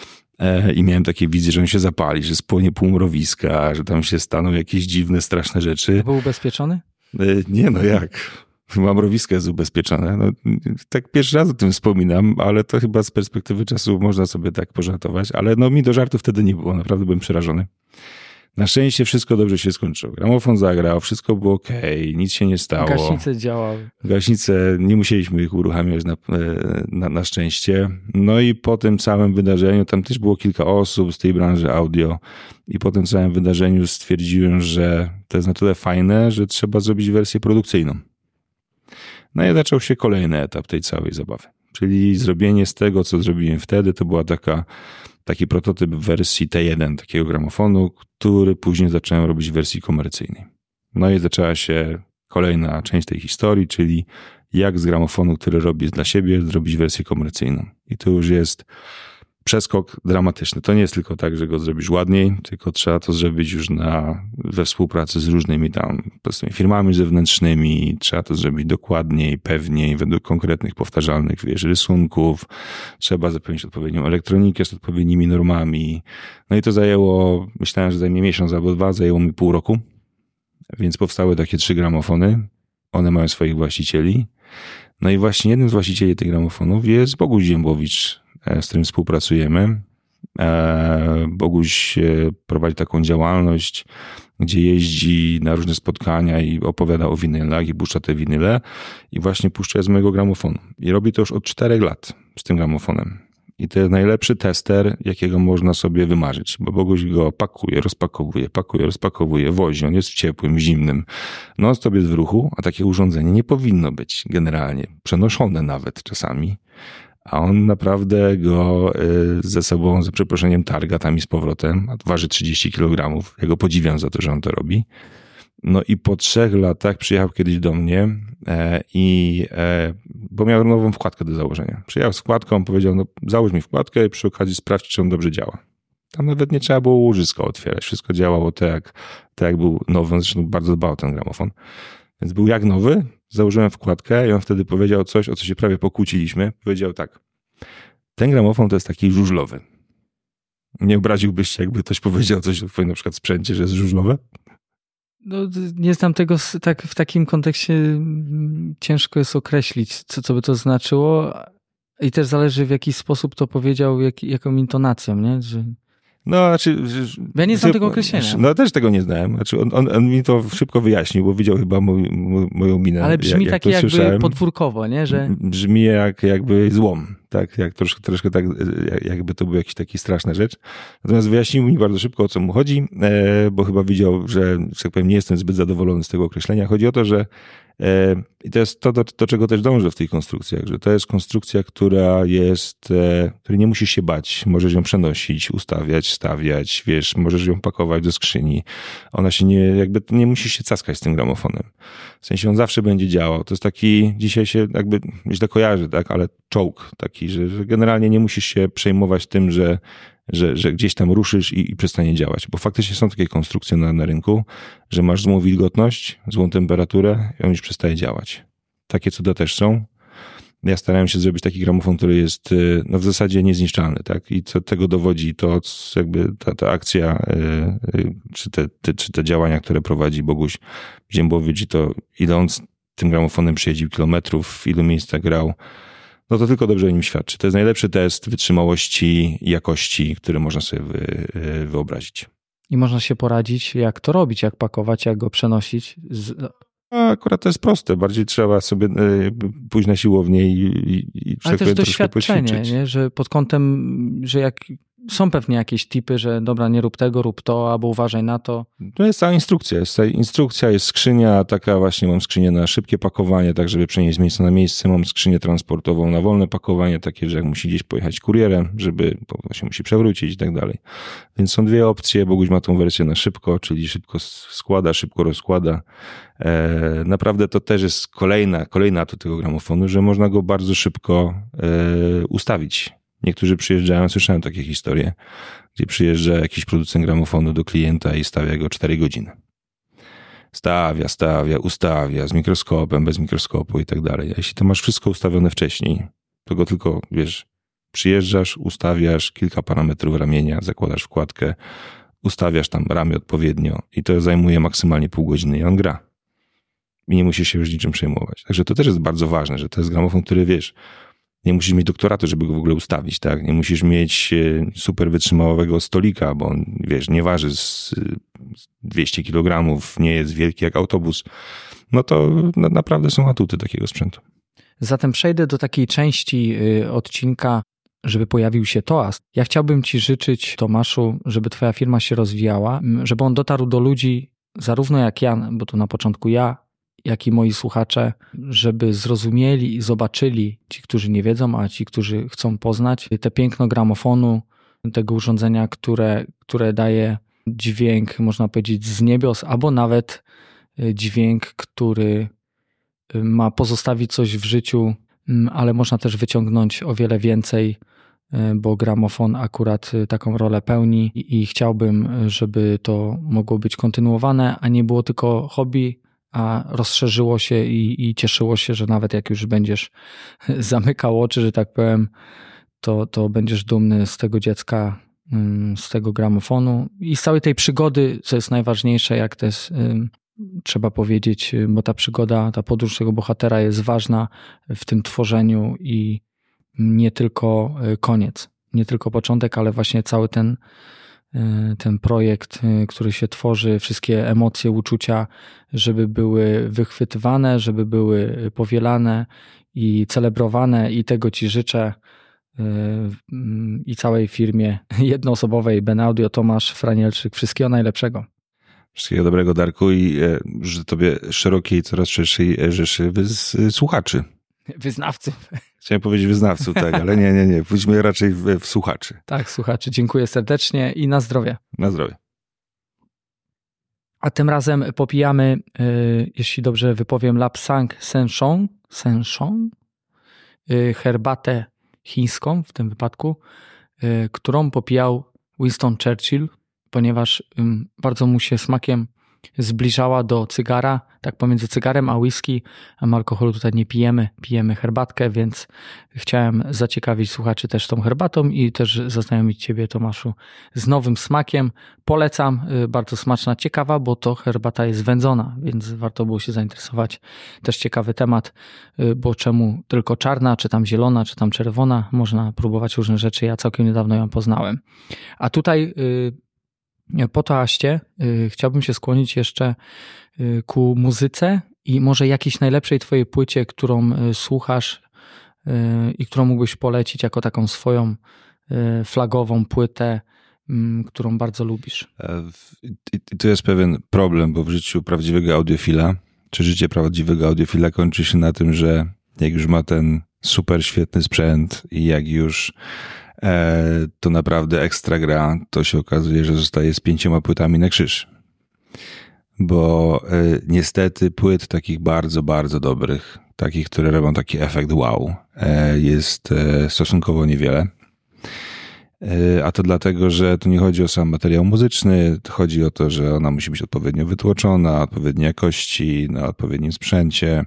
I miałem takie wizje, że on się zapali, że spłonie pół mrowiska, że tam się staną jakieś dziwne, straszne rzeczy. Był ubezpieczony? Nie, no jak? Chyba mrowisko jest ubezpieczone. No, tak pierwszy raz o tym wspominam, ale to chyba z perspektywy czasu można sobie tak pożartować, ale no mi do żartu wtedy nie było, naprawdę byłem przerażony. Na szczęście wszystko dobrze się skończyło. Gramofon zagrał, wszystko było okej, nic się nie stało. Gaśnice działały. Gaśnice, nie musieliśmy ich uruchamiać na, na, na szczęście. No i po tym całym wydarzeniu, tam też było kilka osób z tej branży audio i po tym całym wydarzeniu stwierdziłem, że to jest na tyle fajne, że trzeba zrobić wersję produkcyjną. No i zaczął się kolejny etap tej całej zabawy. Czyli zrobienie z tego, co zrobiłem wtedy, to była taka taki prototyp w wersji T jeden takiego gramofonu, który później zacząłem robić w wersji komercyjnej. No i zaczęła się kolejna część tej historii, czyli jak z gramofonu, który robię dla siebie, zrobić wersję komercyjną. I to już jest przeskok dramatyczny. To nie jest tylko tak, że go zrobisz ładniej, tylko trzeba to zrobić już na, we współpracy z różnymi tam firmami zewnętrznymi. Trzeba to zrobić dokładniej, pewniej, według konkretnych, powtarzalnych, wiesz, rysunków. Trzeba zapewnić odpowiednią elektronikę z odpowiednimi normami. No i to zajęło, myślałem, że zajmie miesiąc albo dwa, zajęło mi pół roku. Więc powstały takie trzy gramofony. One mają swoich właścicieli. No i właśnie jednym z właścicieli tych gramofonów jest Boguś Ziębowicz, z którym współpracujemy. Boguś prowadzi taką działalność, gdzie jeździ na różne spotkania i opowiada o winylach i puszcza te winyle i właśnie puszcza z mojego gramofonu. I robi to już od czterech lat z tym gramofonem. I to jest najlepszy tester, jakiego można sobie wymarzyć, bo Boguś go pakuje, rozpakowuje, pakuje, rozpakowuje, wozi. On jest w ciepłym, zimnym. Non stop jest w ruchu, a takie urządzenie nie powinno być generalnie przenoszone nawet czasami. A on naprawdę go ze sobą, za przeproszeniem, targa tam i z powrotem, a waży trzydzieści kilogramów. Ja go podziwiam za to, że on to robi. No i po trzech latach przyjechał kiedyś do mnie i, bo miał nową wkładkę do założenia. Przyjechał z wkładką, powiedział, no załóż mi wkładkę i przy okazji sprawdź, czy on dobrze działa. Tam nawet nie trzeba było łożyska otwierać. Wszystko działało tak, jak, tak jak był nowy. Zresztą bardzo dbał o ten gramofon. Więc był jak nowy. Założyłem wkładkę i on wtedy powiedział coś, o co się prawie pokłóciliśmy. Powiedział tak, ten gramofon to jest taki żużlowy. Nie obraziłbyś się, jakby ktoś powiedział coś o twoim na przykład sprzęcie, że jest żużlowe? No, nie znam tego tak, w takim kontekście ciężko jest określić, co, co by to znaczyło i też zależy, w jaki sposób to powiedział, jak, jaką intonacją, nie? Że... No, znaczy... Ja nie znam tego określenia. No, też tego nie znałem. Znaczy, on, on, on mi to szybko wyjaśnił, bo widział chyba mój, moją minę. Ale brzmi jak, takie jak jakby słyszałem. podwórkowo, nie? Że... Brzmi jak, jakby złom. tak, jak troszkę, troszkę tak, jakby to była jakaś taka straszna rzecz. Natomiast wyjaśnił mi bardzo szybko, o co mu chodzi, bo chyba widział, że, że tak powiem, nie jestem zbyt zadowolony z tego określenia. Chodzi o to, że i to jest to, do, do czego też dążę w tych konstrukcjach, że to jest konstrukcja, która jest, której nie musisz się bać. Możesz ją przenosić, ustawiać, stawiać, wiesz, możesz ją pakować do skrzyni. Ona się nie, jakby nie musisz się caskać z tym gramofonem. W sensie on zawsze będzie działał. To jest taki, dzisiaj się jakby źle kojarzy, tak, ale czołg taki, że, że generalnie nie musisz się przejmować tym, że Że, że gdzieś tam ruszysz i, i przestanie działać. Bo faktycznie są takie konstrukcje na, na rynku, że masz złą wilgotność, złą temperaturę i on już przestaje działać. Takie cuda też są. Ja starałem się zrobić taki gramofon, który jest no, w zasadzie niezniszczalny, tak? I co tego dowodzi, to jakby ta, ta akcja, yy, czy, te, te, czy te działania, które prowadzi Boguś Ziębowicz, i to ile on z tym gramofonem przejeździł kilometrów, w ilu miejscach grał, no to tylko dobrze o nim świadczy. To jest najlepszy test wytrzymałości i jakości, który można sobie wy, wyobrazić. I można się poradzić, jak to robić, jak pakować, jak go przenosić. Z... A akurat to jest proste. Bardziej trzeba sobie pójść na siłownię i, i, i ale też doświadczenie, nie? Że pod kątem, że jak są pewnie jakieś tipy, że dobra, nie rób tego, rób to, albo uważaj na to. To jest cała instrukcja. Jest instrukcja, jest skrzynia, taka właśnie mam skrzynię na szybkie pakowanie, tak żeby przenieść z miejsca na miejsce. Mam skrzynię transportową na wolne pakowanie, takie, że jak musi gdzieś pojechać kurierem, żeby właśnie musi przewrócić i tak dalej. Więc są dwie opcje. Boguś ma tą wersję na szybko, czyli szybko składa, szybko rozkłada. E, naprawdę to też jest kolejna, kolejna atut tego gramofonu, że można go bardzo szybko e, ustawić. Niektórzy przyjeżdżają, słyszałem takie historie, gdzie przyjeżdża jakiś producent gramofonu do klienta i stawia go cztery godziny. Stawia, stawia, ustawia, z mikroskopem, bez mikroskopu i tak dalej. A jeśli to masz wszystko ustawione wcześniej, to go tylko, wiesz, przyjeżdżasz, ustawiasz kilka parametrów ramienia, zakładasz wkładkę, ustawiasz tam ramię odpowiednio i to zajmuje maksymalnie pół godziny i on gra. I nie musisz się już niczym przejmować. Także to też jest bardzo ważne, że to jest gramofon, który, wiesz, nie musisz mieć doktoratu, żeby go w ogóle ustawić, tak? Nie musisz mieć super wytrzymałego stolika, bo on, wiesz, nie waży z dwieście kilogramów, nie jest wielki jak autobus. No to naprawdę są atuty takiego sprzętu. Zatem przejdę do takiej części odcinka, żeby pojawił się Toast. Ja chciałbym Ci życzyć, Tomaszu, żeby Twoja firma się rozwijała, żeby on dotarł do ludzi zarówno jak ja, bo to na początku ja, jak i moi słuchacze, żeby zrozumieli i zobaczyli, ci, którzy nie wiedzą, a ci, którzy chcą poznać, te piękno gramofonu, tego urządzenia, które, które daje dźwięk, można powiedzieć, z niebios, albo nawet dźwięk, który ma pozostawić coś w życiu, ale można też wyciągnąć o wiele więcej, bo gramofon akurat taką rolę pełni i chciałbym, żeby to mogło być kontynuowane, a nie było tylko hobby, a rozszerzyło się i, i cieszyło się, że nawet jak już będziesz zamykał oczy, że tak powiem, to, to będziesz dumny z tego dziecka, z tego gramofonu i z całej tej przygody, co jest najważniejsze, jak też trzeba powiedzieć, bo ta przygoda, ta podróż tego bohatera jest ważna w tym tworzeniu i nie tylko koniec, nie tylko początek, ale właśnie cały ten ten projekt, który się tworzy, wszystkie emocje, uczucia, żeby były wychwytywane, żeby były powielane i celebrowane i tego Ci życzę i całej firmie jednoosobowej Ben Audio. Tomasz Franielczyk, wszystkiego najlepszego. Wszystkiego dobrego, Darku, i życzę Tobie szerokiej, coraz szerszej rzeszy słuchaczy. Wyznawców. Chciałem powiedzieć wyznawców, tak, ale nie, nie, nie. Pójdźmy raczej w, w słuchaczy. Tak, słuchaczy. Dziękuję serdecznie i na zdrowie. Na zdrowie. A tym razem popijamy, y, jeśli dobrze wypowiem, Lapsang Senchong, Senchong, y, herbatę chińską w tym wypadku, y, którą popijał Winston Churchill, ponieważ y, bardzo mu się smakiem zbliżała do cygara, tak pomiędzy cygarem a whisky, a alkoholu tutaj nie pijemy, pijemy herbatkę, więc chciałem zaciekawić słuchaczy też tą herbatą i też zaznajomić Ciebie, Tomaszu, z nowym smakiem. Polecam, bardzo smaczna, ciekawa, bo to herbata jest wędzona, więc warto było się zainteresować. Też ciekawy temat, bo czemu tylko czarna, czy tam zielona, czy tam czerwona, można próbować różne rzeczy, ja całkiem niedawno ją poznałem. A tutaj po toaście y, chciałbym się skłonić jeszcze y, ku muzyce i może jakiejś najlepszej Twojej płycie, którą y, słuchasz i którą mógłbyś polecić jako taką swoją flagową płytę, którą bardzo lubisz? I to jest pewien problem, bo w życiu prawdziwego audiofila, czy życie prawdziwego audiofila kończy się na tym, że jak już ma ten super świetny sprzęt i jak już e, to naprawdę ekstra gra, to się okazuje, że zostaje z pięcioma płytami na krzyż. Bo e, niestety płyt takich bardzo, bardzo dobrych, takich, które robią taki efekt wow, e, jest e, stosunkowo niewiele. A to dlatego, że tu nie chodzi o sam materiał muzyczny, chodzi o to, że ona musi być odpowiednio wytłoczona, odpowiedniej jakości, na odpowiednim sprzęcie.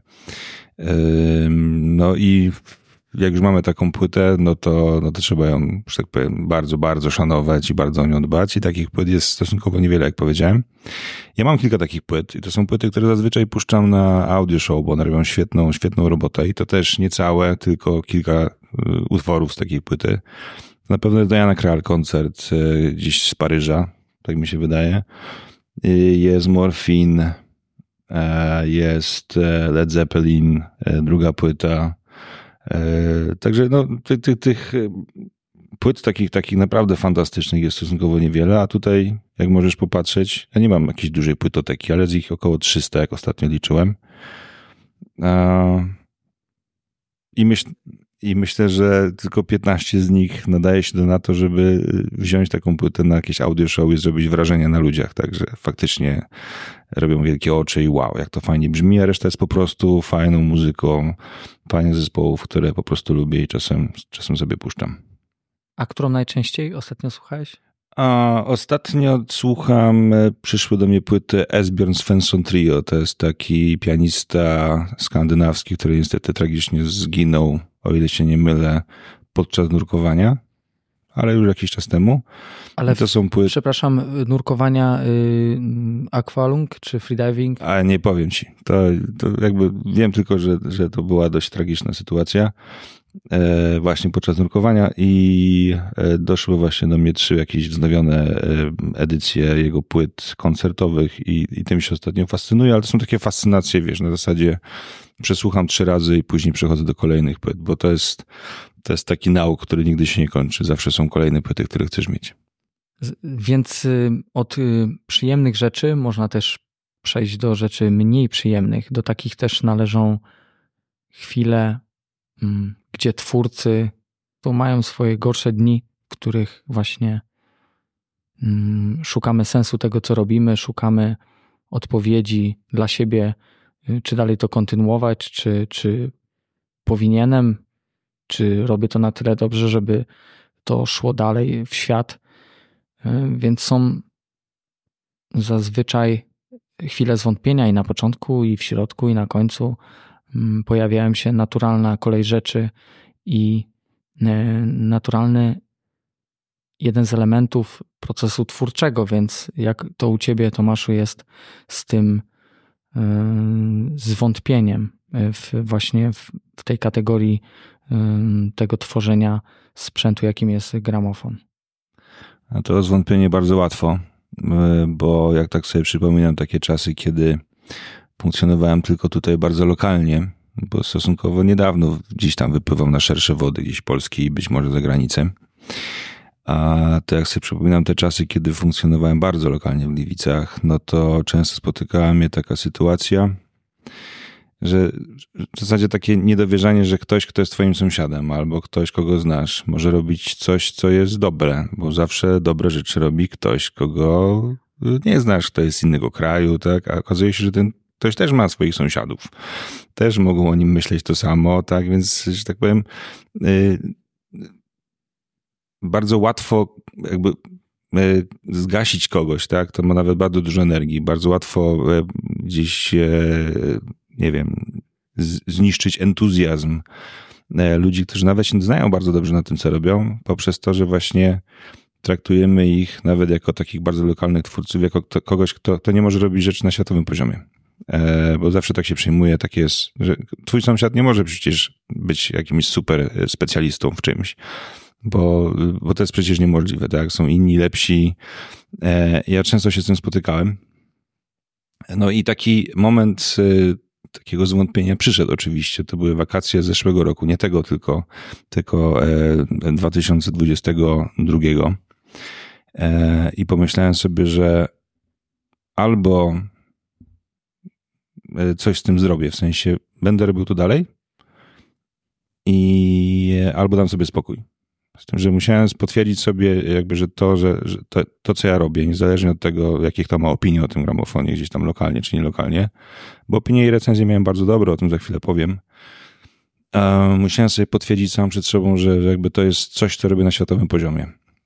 No i jak już mamy taką płytę, no to, no to trzeba ją, że tak powiem, bardzo, bardzo szanować i bardzo o nią dbać. I takich płyt jest stosunkowo niewiele, jak powiedziałem. Ja mam kilka takich płyt i to są płyty, które zazwyczaj puszczam na audio show, bo one robią świetną, świetną robotę i to też nie całe, tylko kilka utworów z takiej płyty. Na pewno jest Diana Krall koncert gdzieś z Paryża, tak mi się wydaje. Jest Morphine, jest Led Zeppelin, druga płyta. Także no, tych, tych, tych płyt takich, takich naprawdę fantastycznych jest stosunkowo niewiele, a tutaj jak możesz popatrzeć, ja nie mam jakiejś dużej płytoteki, ale z ich około trzysta, jak ostatnio liczyłem. I myśl, I myślę, że tylko piętnaście z nich nadaje się do na to, żeby wziąć taką płytę na jakieś audio show i zrobić wrażenie na ludziach. Także faktycznie robią wielkie oczy i wow, jak to fajnie brzmi, a reszta jest po prostu fajną muzyką, fajnych zespołów, które po prostu lubię i czasem, czasem sobie puszczam. A którą najczęściej ostatnio słuchałeś? A ostatnio słucham, przyszły do mnie płyty Esbjörn Svensson Trio. To jest taki pianista skandynawski, który niestety tragicznie zginął, o ile się nie mylę, podczas nurkowania, ale już jakiś czas temu. Ale to są płyty... Przepraszam, nurkowania y, aqualung czy freediving? A nie powiem ci. To, to jakby wiem tylko, że, że to była dość tragiczna sytuacja. E, właśnie podczas nurkowania i e, doszły właśnie do mnie trzy jakieś wznowione e, edycje jego płyt koncertowych i, i tym się ostatnio fascynuje, ale to są takie fascynacje, wiesz, na zasadzie przesłucham trzy razy i później przechodzę do kolejnych płyt, bo to jest, to jest taki nauk, który nigdy się nie kończy. Zawsze są kolejne płyty, które chcesz mieć. Więc od przyjemnych rzeczy można też przejść do rzeczy mniej przyjemnych. Do takich też należą chwile, gdzie twórcy to mają swoje gorsze dni, w których właśnie szukamy sensu tego, co robimy, szukamy odpowiedzi dla siebie, czy dalej to kontynuować, czy, czy powinienem, czy robię to na tyle dobrze, żeby to szło dalej w świat. Więc są zazwyczaj chwile zwątpienia i na początku, i w środku, i na końcu pojawiają się naturalna kolej rzeczy i naturalny jeden z elementów procesu twórczego, więc jak to u ciebie, Tomaszu, jest z tym zwątpieniem w, właśnie w, w tej kategorii tego tworzenia sprzętu, jakim jest gramofon? A to zwątpienie bardzo łatwo, bo jak tak sobie przypominam takie czasy, kiedy funkcjonowałem tylko tutaj bardzo lokalnie, bo stosunkowo niedawno gdzieś tam wypływam na szersze wody, gdzieś Polski i być może za granicę. A to jak sobie przypominam te czasy, kiedy funkcjonowałem bardzo lokalnie w Gliwicach, no to często spotykała mnie taka sytuacja, że w zasadzie takie niedowierzanie, że ktoś, kto jest twoim sąsiadem albo ktoś, kogo znasz, może robić coś, co jest dobre, bo zawsze dobre rzeczy robi ktoś, kogo nie znasz, kto jest z innego kraju, tak? A okazuje się, że ten ktoś też ma swoich sąsiadów. Też mogą o nim myśleć to samo, tak? Więc, że tak powiem, yy, bardzo łatwo jakby yy, zgasić kogoś, tak? To ma nawet bardzo dużo energii. Bardzo łatwo yy, gdzieś, yy, nie wiem, z, zniszczyć entuzjazm yy, ludzi, którzy nawet się znają bardzo dobrze na tym, co robią, poprzez to, że właśnie traktujemy ich nawet jako takich bardzo lokalnych twórców, jako kto, kogoś, kto, kto nie może robić rzeczy na światowym poziomie. Bo zawsze tak się przyjmuje, tak jest, że twój sąsiad nie może przecież być jakimś super specjalistą w czymś, bo, bo to jest przecież niemożliwe, tak? Są inni, lepsi. Ja często się z tym spotykałem. No i taki moment takiego zwątpienia przyszedł oczywiście. To były wakacje z zeszłego roku, nie tego tylko, tylko dwa tysiące dwudziestego drugiego. I pomyślałem sobie, że albo coś z tym zrobię, w sensie będę robił to dalej i albo dam sobie spokój. Z tym, że musiałem potwierdzić sobie jakby, że to, że, że to, to, co ja robię, niezależnie od tego, jakie kto ma opinie o tym gramofonie, gdzieś tam lokalnie czy nielokalnie, bo opinie i recenzje miałem bardzo dobre, o tym za chwilę powiem. Musiałem sobie potwierdzić sam przed sobą, że, że jakby to jest coś, co robię na światowym poziomie.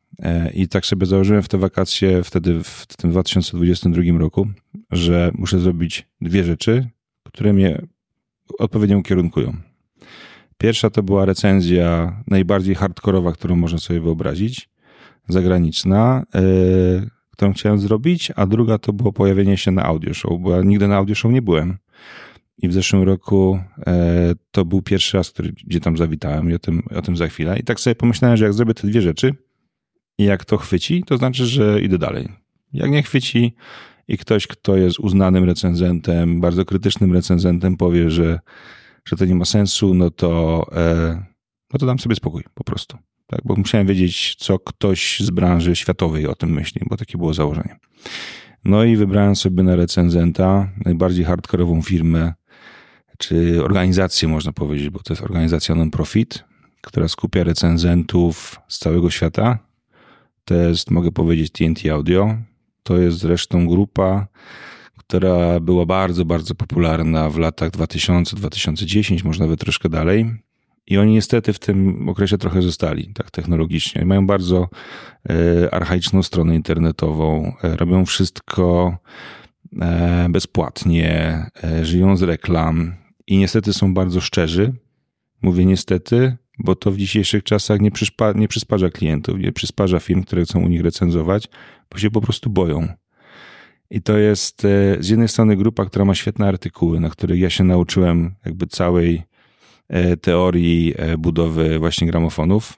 I tak sobie założyłem w te wakacje wtedy w tym dwa tysiące dwudziestym drugim roku, że muszę zrobić dwie rzeczy, które mnie odpowiednio ukierunkują. Pierwsza to była recenzja najbardziej hardkorowa, którą można sobie wyobrazić, zagraniczna, yy, którą chciałem zrobić, a druga to było pojawienie się na audio show, bo ja nigdy na audio show nie byłem. I w zeszłym roku yy, to był pierwszy raz, który, gdzie tam zawitałem i o tym, o tym za chwilę. I tak sobie pomyślałem, że jak zrobię te dwie rzeczy i jak to chwyci, to znaczy, że idę dalej. Jak nie chwyci i ktoś, kto jest uznanym recenzentem, bardzo krytycznym recenzentem, powie, że że to nie ma sensu, no to, e, no to dam sobie spokój po prostu. Tak? Bo musiałem wiedzieć, co ktoś z branży światowej o tym myśli, bo takie było założenie. No i wybrałem sobie na recenzenta najbardziej hardkorową firmę, czy organizację można powiedzieć, bo to jest organizacja non-profit, która skupia recenzentów z całego świata. To jest, mogę powiedzieć, T N T Audio. To jest zresztą grupa, która była bardzo, bardzo popularna w latach dwa tysiące do dwa tysiące dziesiątego, może nawet troszkę dalej. I oni niestety w tym okresie trochę zostali, tak technologicznie. Mają bardzo e, archaiczną stronę internetową, e, robią wszystko e, bezpłatnie, e, żyją z reklam i niestety są bardzo szczerzy. Mówię niestety, bo to w dzisiejszych czasach nie, przyspa- nie przysparza klientów, nie przysparza firm, które chcą u nich recenzować, bo się po prostu boją. I to jest z jednej strony grupa, która ma świetne artykuły, na których ja się nauczyłem jakby całej teorii budowy właśnie gramofonów.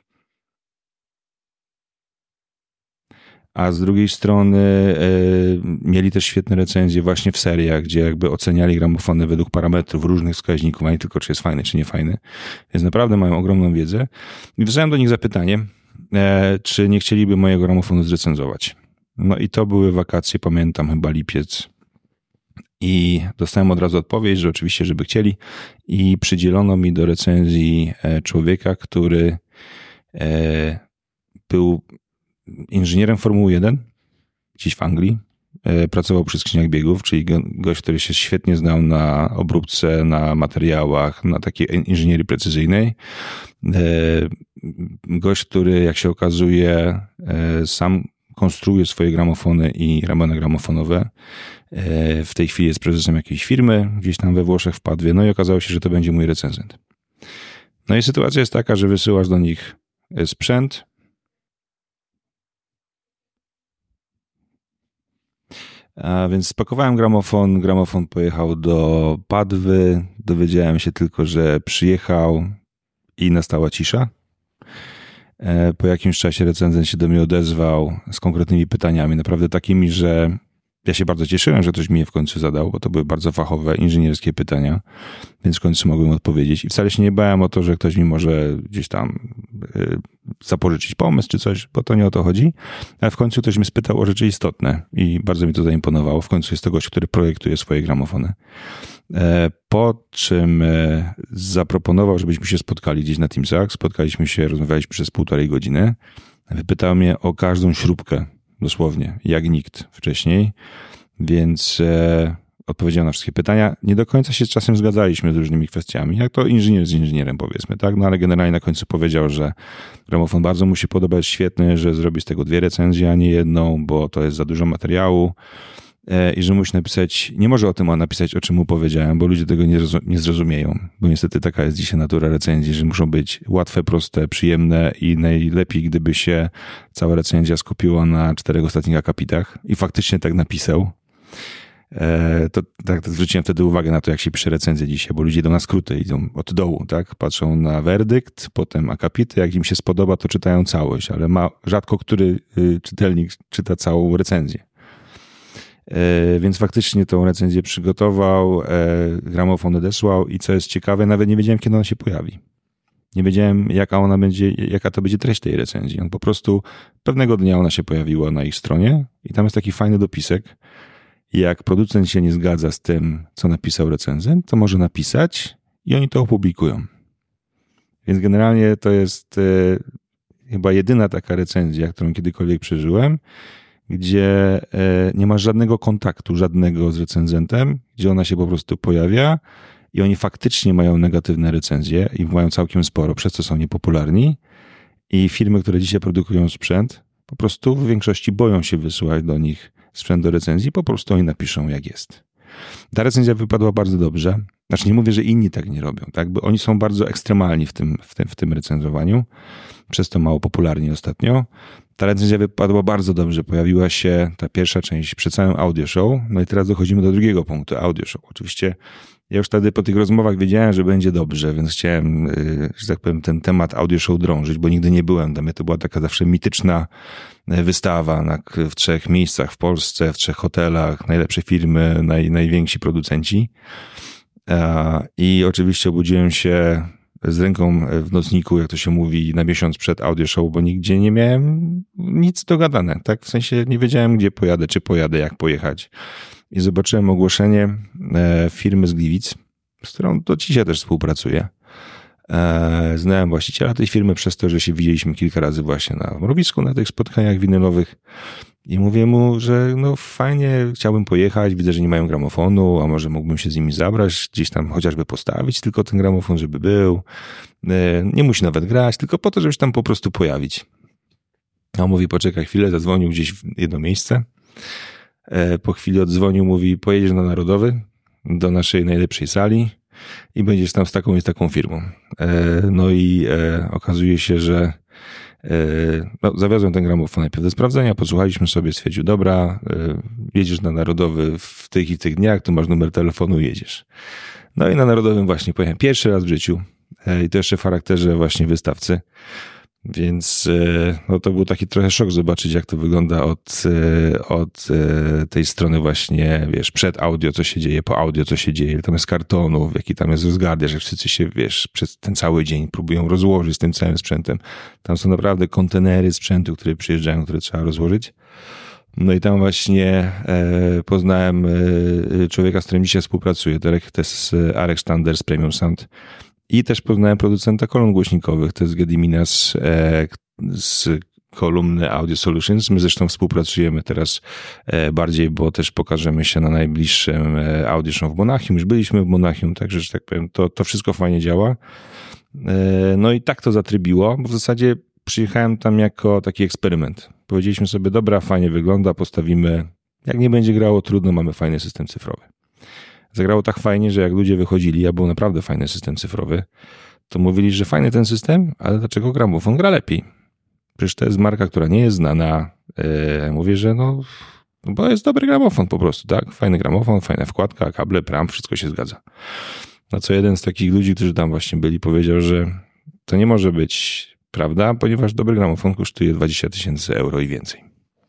A z drugiej strony mieli też świetne recenzje właśnie w seriach, gdzie jakby oceniali gramofony według parametrów różnych wskaźników, a nie tylko czy jest fajny, czy nie fajny. Więc naprawdę mają ogromną wiedzę. I wysłałem do nich zapytanie, czy nie chcieliby mojego gramofonu zrecenzować. No i to były wakacje, pamiętam, chyba lipiec. I dostałem od razu odpowiedź, że oczywiście, żeby chcieli. I przydzielono mi do recenzji człowieka, który był inżynierem Formuły jeden, gdzieś w Anglii. Pracował przy skrzyniach biegów, czyli gość, który się świetnie znał na obróbce, na materiałach, na takiej inżynierii precyzyjnej. Gość, który, jak się okazuje, sam konstruuje swoje gramofony i ramiona gramofonowe. W tej chwili jest prezesem jakiejś firmy, gdzieś tam we Włoszech w Padwie, no i okazało się, że to będzie mój recenzent. No i sytuacja jest taka, że wysyłasz do nich sprzęt, a więc spakowałem gramofon, gramofon pojechał do Padwy, dowiedziałem się tylko, że przyjechał i nastała cisza. Po jakimś czasie recenzent się do mnie odezwał z konkretnymi pytaniami, naprawdę takimi, że ja się bardzo cieszyłem, że ktoś mi je w końcu zadał, bo to były bardzo fachowe, inżynierskie pytania, więc w końcu mogłem odpowiedzieć. I wcale się nie bałem o to, że ktoś mi może gdzieś tam zapożyczyć pomysł czy coś, bo to nie o to chodzi. Ale w końcu ktoś mnie spytał o rzeczy istotne i bardzo mi to zaimponowało. W końcu jest to gość, który projektuje swoje gramofony. Po czym zaproponował, żebyśmy się spotkali gdzieś na Teamsach. Spotkaliśmy się, rozmawialiśmy przez półtorej godziny. Wypytał mnie o każdą śrubkę, dosłownie, jak nikt wcześniej, więc e, odpowiedziałem na wszystkie pytania. Nie do końca się z czasem zgadzaliśmy z różnymi kwestiami, jak to inżynier z inżynierem, powiedzmy, tak? No ale generalnie na końcu powiedział, że gramofon bardzo mu się podoba, jest świetny, że zrobi z tego dwie recenzje, a nie jedną, bo to jest za dużo materiału e, i że musi napisać, nie może o tym napisać, o czym mu powiedziałem, bo ludzie tego nie, nie zrozumieją, bo niestety taka jest dzisiaj natura recenzji, że muszą być łatwe, proste, przyjemne i najlepiej, gdyby się cała recenzja skupiła na czterech ostatnich akapitach i faktycznie tak napisał. E, to tak to zwróciłem wtedy uwagę na to, jak się pisze recenzję dzisiaj, bo ludzie idą na skróty, idą od dołu, tak? Patrzą na werdykt, potem akapity, jak im się spodoba, to czytają całość, ale ma rzadko który y, czytelnik czyta całą recenzję. Więc faktycznie tą recenzję przygotował, gramofon odesłał i co jest ciekawe, nawet nie wiedziałem, kiedy ona się pojawi. Nie wiedziałem, jaka ona będzie, jaka to będzie treść tej recenzji. On po prostu pewnego dnia ona się pojawiła na ich stronie i tam jest taki fajny dopisek. Jak producent się nie zgadza z tym, co napisał recenzent, to może napisać i oni to opublikują. Więc generalnie to jest e, chyba jedyna taka recenzja, którą kiedykolwiek przeżyłem, gdzie e, nie ma żadnego kontaktu, żadnego z recenzentem, gdzie ona się po prostu pojawia i oni faktycznie mają negatywne recenzje i mają całkiem sporo, przez co są niepopularni. I firmy, które dzisiaj produkują sprzęt, po prostu w większości boją się wysyłać do nich sprzęt do recenzji, po prostu oni napiszą jak jest. Ta recenzja wypadła bardzo dobrze. Znaczy nie mówię, że inni tak nie robią, tak? Bo oni są bardzo ekstremalni w tym, w tym, w tym recenzowaniu, przez to mało popularni ostatnio. Ta recenzja wypadła bardzo dobrze. Pojawiła się ta pierwsza część przed całym audio show. No i teraz dochodzimy do drugiego punktu, audio show. Oczywiście ja już wtedy po tych rozmowach wiedziałem, że będzie dobrze, więc chciałem, że tak powiem, ten temat audio show drążyć, bo nigdy nie byłem tam. To była taka zawsze mityczna wystawa na, w trzech miejscach w Polsce, w trzech hotelach, najlepsze firmy, naj, najwięksi producenci. I oczywiście obudziłem się z ręką w nocniku, jak to się mówi, na miesiąc przed audio show, bo nigdzie nie miałem nic dogadane, tak? W sensie nie wiedziałem, gdzie pojadę, czy pojadę, jak pojechać. I zobaczyłem ogłoszenie firmy z Gliwic, z którą do dzisiaj też współpracuję. Znałem właściciela tej firmy przez to, że się widzieliśmy kilka razy właśnie na mrowisku, na tych spotkaniach winylowych. I mówię mu, że no fajnie, chciałbym pojechać, widzę, że nie mają gramofonu, a może mógłbym się z nimi zabrać, gdzieś tam chociażby postawić tylko ten gramofon, żeby był. Nie musi nawet grać, tylko po to, żeby się tam po prostu pojawić. A on mówi, poczekaj chwilę, zadzwonił gdzieś w jedno miejsce. Po chwili oddzwonił, mówi, pojedziesz na Narodowy, do naszej najlepszej sali i będziesz tam z taką i z taką firmą. No i okazuje się, że no, zawiozłem ten gramofon najpierw do sprawdzenia, posłuchaliśmy sobie, stwierdził, dobra, jedziesz na Narodowy w tych i w tych dniach, tu masz numer telefonu, jedziesz. No i na Narodowym właśnie pojechałem pierwszy raz w życiu i to jeszcze w charakterze właśnie wystawcy. Więc no, to był taki trochę szok zobaczyć, jak to wygląda od, od tej strony właśnie, wiesz, przed audio, co się dzieje, po audio, co się dzieje, ile tam jest kartonów, jaki tam jest rozgardiaż, jak wszyscy się, wiesz, przez ten cały dzień próbują rozłożyć z tym całym sprzętem. Tam są naprawdę kontenery sprzętu, które przyjeżdżają, które trzeba rozłożyć. No i tam właśnie e, poznałem e, człowieka, z którym dzisiaj współpracuję, to jest Arek Sztander z Premium Sound. I też poznałem producenta kolumn głośnikowych, to jest Gediminas e, z kolumny Audio Solutions. My zresztą współpracujemy teraz e, bardziej, bo też pokażemy się na najbliższym e, Audio Show w Monachium. Już byliśmy w Monachium, także, że tak powiem, to, to wszystko fajnie działa. E, no i tak to zatrybiło, bo w zasadzie przyjechałem tam jako taki eksperyment. Powiedzieliśmy sobie, dobra, fajnie wygląda, postawimy, jak nie będzie grało, trudno, mamy fajny system cyfrowy. Zagrało tak fajnie, że jak ludzie wychodzili, a był naprawdę fajny system cyfrowy, to mówili, że fajny ten system, ale dlaczego gramofon gra lepiej? Przecież to jest marka, która nie jest znana. Yy, mówię, że no, bo jest dobry gramofon po prostu, tak? Fajny gramofon, fajna wkładka, kable, pram, wszystko się zgadza. Na co jeden z takich ludzi, którzy tam właśnie byli, powiedział, że to nie może być prawda, ponieważ dobry gramofon kosztuje dwadzieścia tysięcy euro i więcej.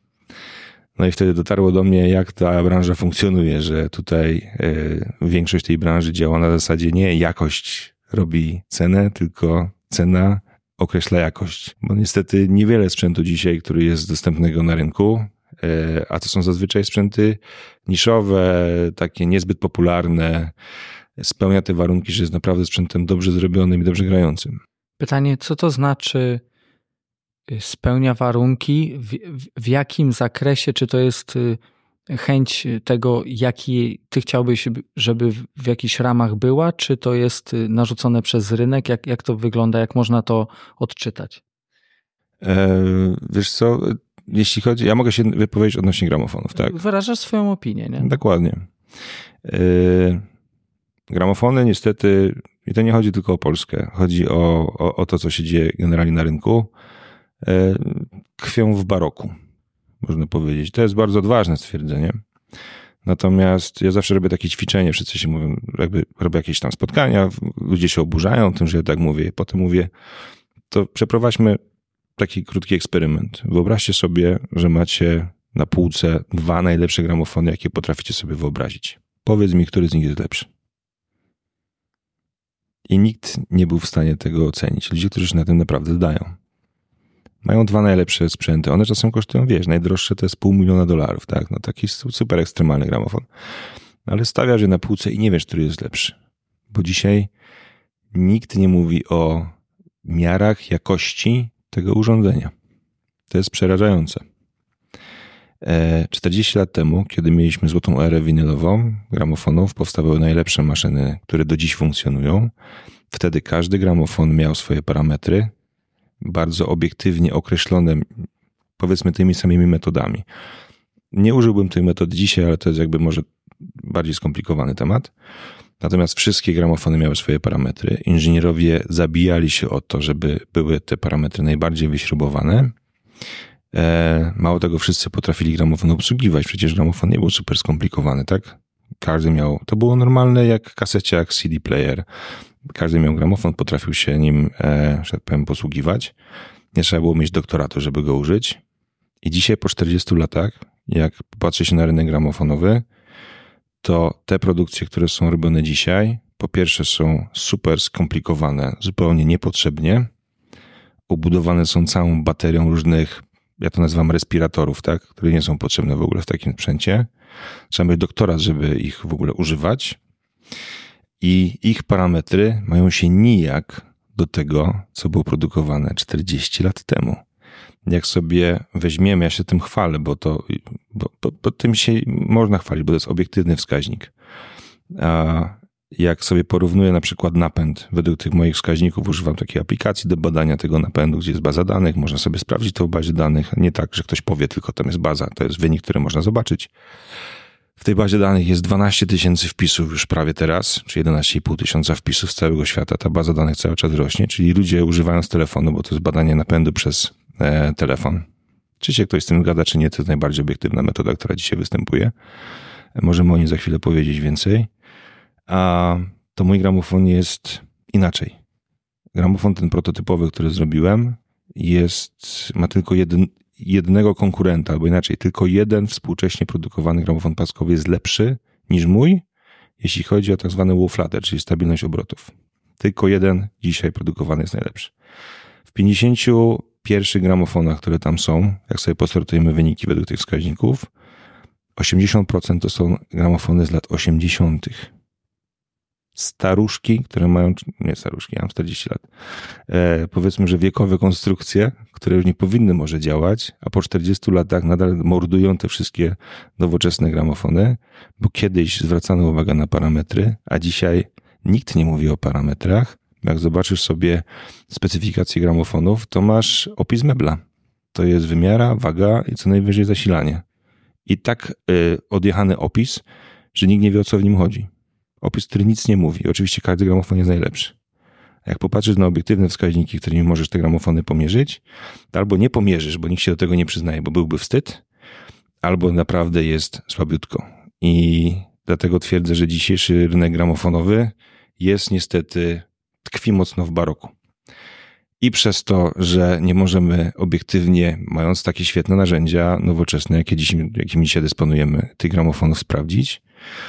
No i wtedy dotarło do mnie, jak ta branża funkcjonuje, że tutaj y, większość tej branży działa na zasadzie nie jakość robi cenę, tylko cena określa jakość. Bo niestety niewiele sprzętu dzisiaj, który jest dostępnego na rynku, y, a to są zazwyczaj sprzęty niszowe, takie niezbyt popularne, spełnia te warunki, że jest naprawdę sprzętem dobrze zrobionym i dobrze grającym. Pytanie, co to znaczy spełnia warunki, w, w jakim zakresie, czy to jest chęć tego, jaki ty chciałbyś, żeby w jakichś ramach była, czy to jest narzucone przez rynek, jak, jak to wygląda, jak można to odczytać? E, wiesz co, jeśli chodzi, ja mogę się wypowiedzieć odnośnie gramofonów, tak? Wyrażasz swoją opinię, nie? Dokładnie. E, gramofony niestety, i to nie chodzi tylko o Polskę, chodzi o, o, o to, co się dzieje generalnie na rynku, tkwią w baroku, można powiedzieć. To jest bardzo odważne stwierdzenie. Natomiast ja zawsze robię takie ćwiczenie, wszyscy się mówią, jakby robię jakieś tam spotkania, ludzie się oburzają tym, że ja tak mówię. Potem mówię, to przeprowadźmy taki krótki eksperyment. Wyobraźcie sobie, że macie na półce dwa najlepsze gramofony, jakie potraficie sobie wyobrazić. Powiedz mi, który z nich jest lepszy. I nikt nie był w stanie tego ocenić. Ludzie, którzy się na tym naprawdę zdają. Mają dwa najlepsze sprzęty. One czasem kosztują, wiesz, najdroższe to jest pół miliona dolarów, tak? No taki super ekstremalny gramofon. Ale stawiasz je na półce i nie wiesz, który jest lepszy. Bo dzisiaj nikt nie mówi o miarach jakości tego urządzenia. To jest przerażające. czterdzieści lat temu, kiedy mieliśmy złotą erę winylową gramofonów, powstawały najlepsze maszyny, które do dziś funkcjonują. Wtedy każdy gramofon miał swoje parametry, bardzo obiektywnie określone, powiedzmy, tymi samymi metodami. Nie użyłbym tej metody dzisiaj, ale to jest jakby może bardziej skomplikowany temat. Natomiast wszystkie gramofony miały swoje parametry. Inżynierowie zabijali się o to, żeby były te parametry najbardziej wyśrubowane. E, mało tego, wszyscy potrafili gramofon obsługiwać. Przecież gramofon nie był super skomplikowany, tak? Każdy miał, to było normalne jak kaseciak, C D player. Każdy miał gramofon, potrafił się nim, e, że tak powiem, posługiwać. Nie trzeba było mieć doktoratu, żeby go użyć. I dzisiaj po czterdziestu latach, jak popatrzy się na rynek gramofonowy, to te produkcje, które są robione dzisiaj, po pierwsze są super skomplikowane, zupełnie niepotrzebnie. Obudowane są całą baterią różnych, ja to nazywam respiratorów, tak, które nie są potrzebne w ogóle w takim sprzęcie. Trzeba mieć doktorat, żeby ich w ogóle używać. I ich parametry mają się nijak do tego, co było produkowane czterdzieści lat temu. Jak sobie weźmiemy, ja się tym chwalę, bo to, bo, bo, bo tym się można chwalić, bo to jest obiektywny wskaźnik. A jak sobie porównuję na przykład napęd według tych moich wskaźników, używam takiej aplikacji do badania tego napędu, gdzie jest baza danych, można sobie sprawdzić to w bazie danych, nie tak, że ktoś powie, tylko tam jest baza, to jest wynik, który można zobaczyć. W tej bazie danych jest dwanaście tysięcy wpisów już prawie teraz, czy jedenaście i pół tysiąca wpisów z całego świata. Ta baza danych cały czas rośnie, czyli ludzie używając telefonu, bo to jest badanie napędu przez e, telefon. Czy się ktoś z tym zgadza, czy nie, to jest najbardziej obiektywna metoda, która dzisiaj występuje. Możemy o niej za chwilę powiedzieć więcej. A to mój gramofon jest inaczej. Gramofon ten prototypowy, który zrobiłem, jest, ma tylko jeden, jednego konkurenta, albo inaczej, tylko jeden współcześnie produkowany gramofon paskowy jest lepszy niż mój, jeśli chodzi o tak zwany wow flutter, czyli stabilność obrotów. Tylko jeden dzisiaj produkowany jest najlepszy. W pięćdziesięciu pierwszych gramofonach, które tam są, jak sobie posortujemy wyniki według tych wskaźników, osiemdziesiąt procent to są gramofony z lat osiemdziesiątych. Staruszki, które mają, nie staruszki, ja mam czterdzieści lat, e, powiedzmy, że wiekowe konstrukcje, które już nie powinny może działać, a po czterdziestu latach nadal mordują te wszystkie nowoczesne gramofony, bo kiedyś zwracano uwagę na parametry, a dzisiaj nikt nie mówi o parametrach. Jak zobaczysz sobie specyfikację gramofonów, to masz opis mebla. To jest wymiara, waga i co najwyżej zasilanie. I tak y, odjechany opis, że nikt nie wie, o co w nim chodzi. Opis, który nic nie mówi. Oczywiście każdy gramofon jest najlepszy. Jak popatrzysz na obiektywne wskaźniki, którymi możesz te gramofony pomierzyć, to albo nie pomierzysz, bo nikt się do tego nie przyznaje, bo byłby wstyd, albo naprawdę jest słabiutko. I dlatego twierdzę, że dzisiejszy rynek gramofonowy jest niestety, tkwi mocno w baroku. I przez to, że nie możemy obiektywnie, mając takie świetne narzędzia nowoczesne, jakie dziś, jakimi dzisiaj dysponujemy, tych gramofonów sprawdzić,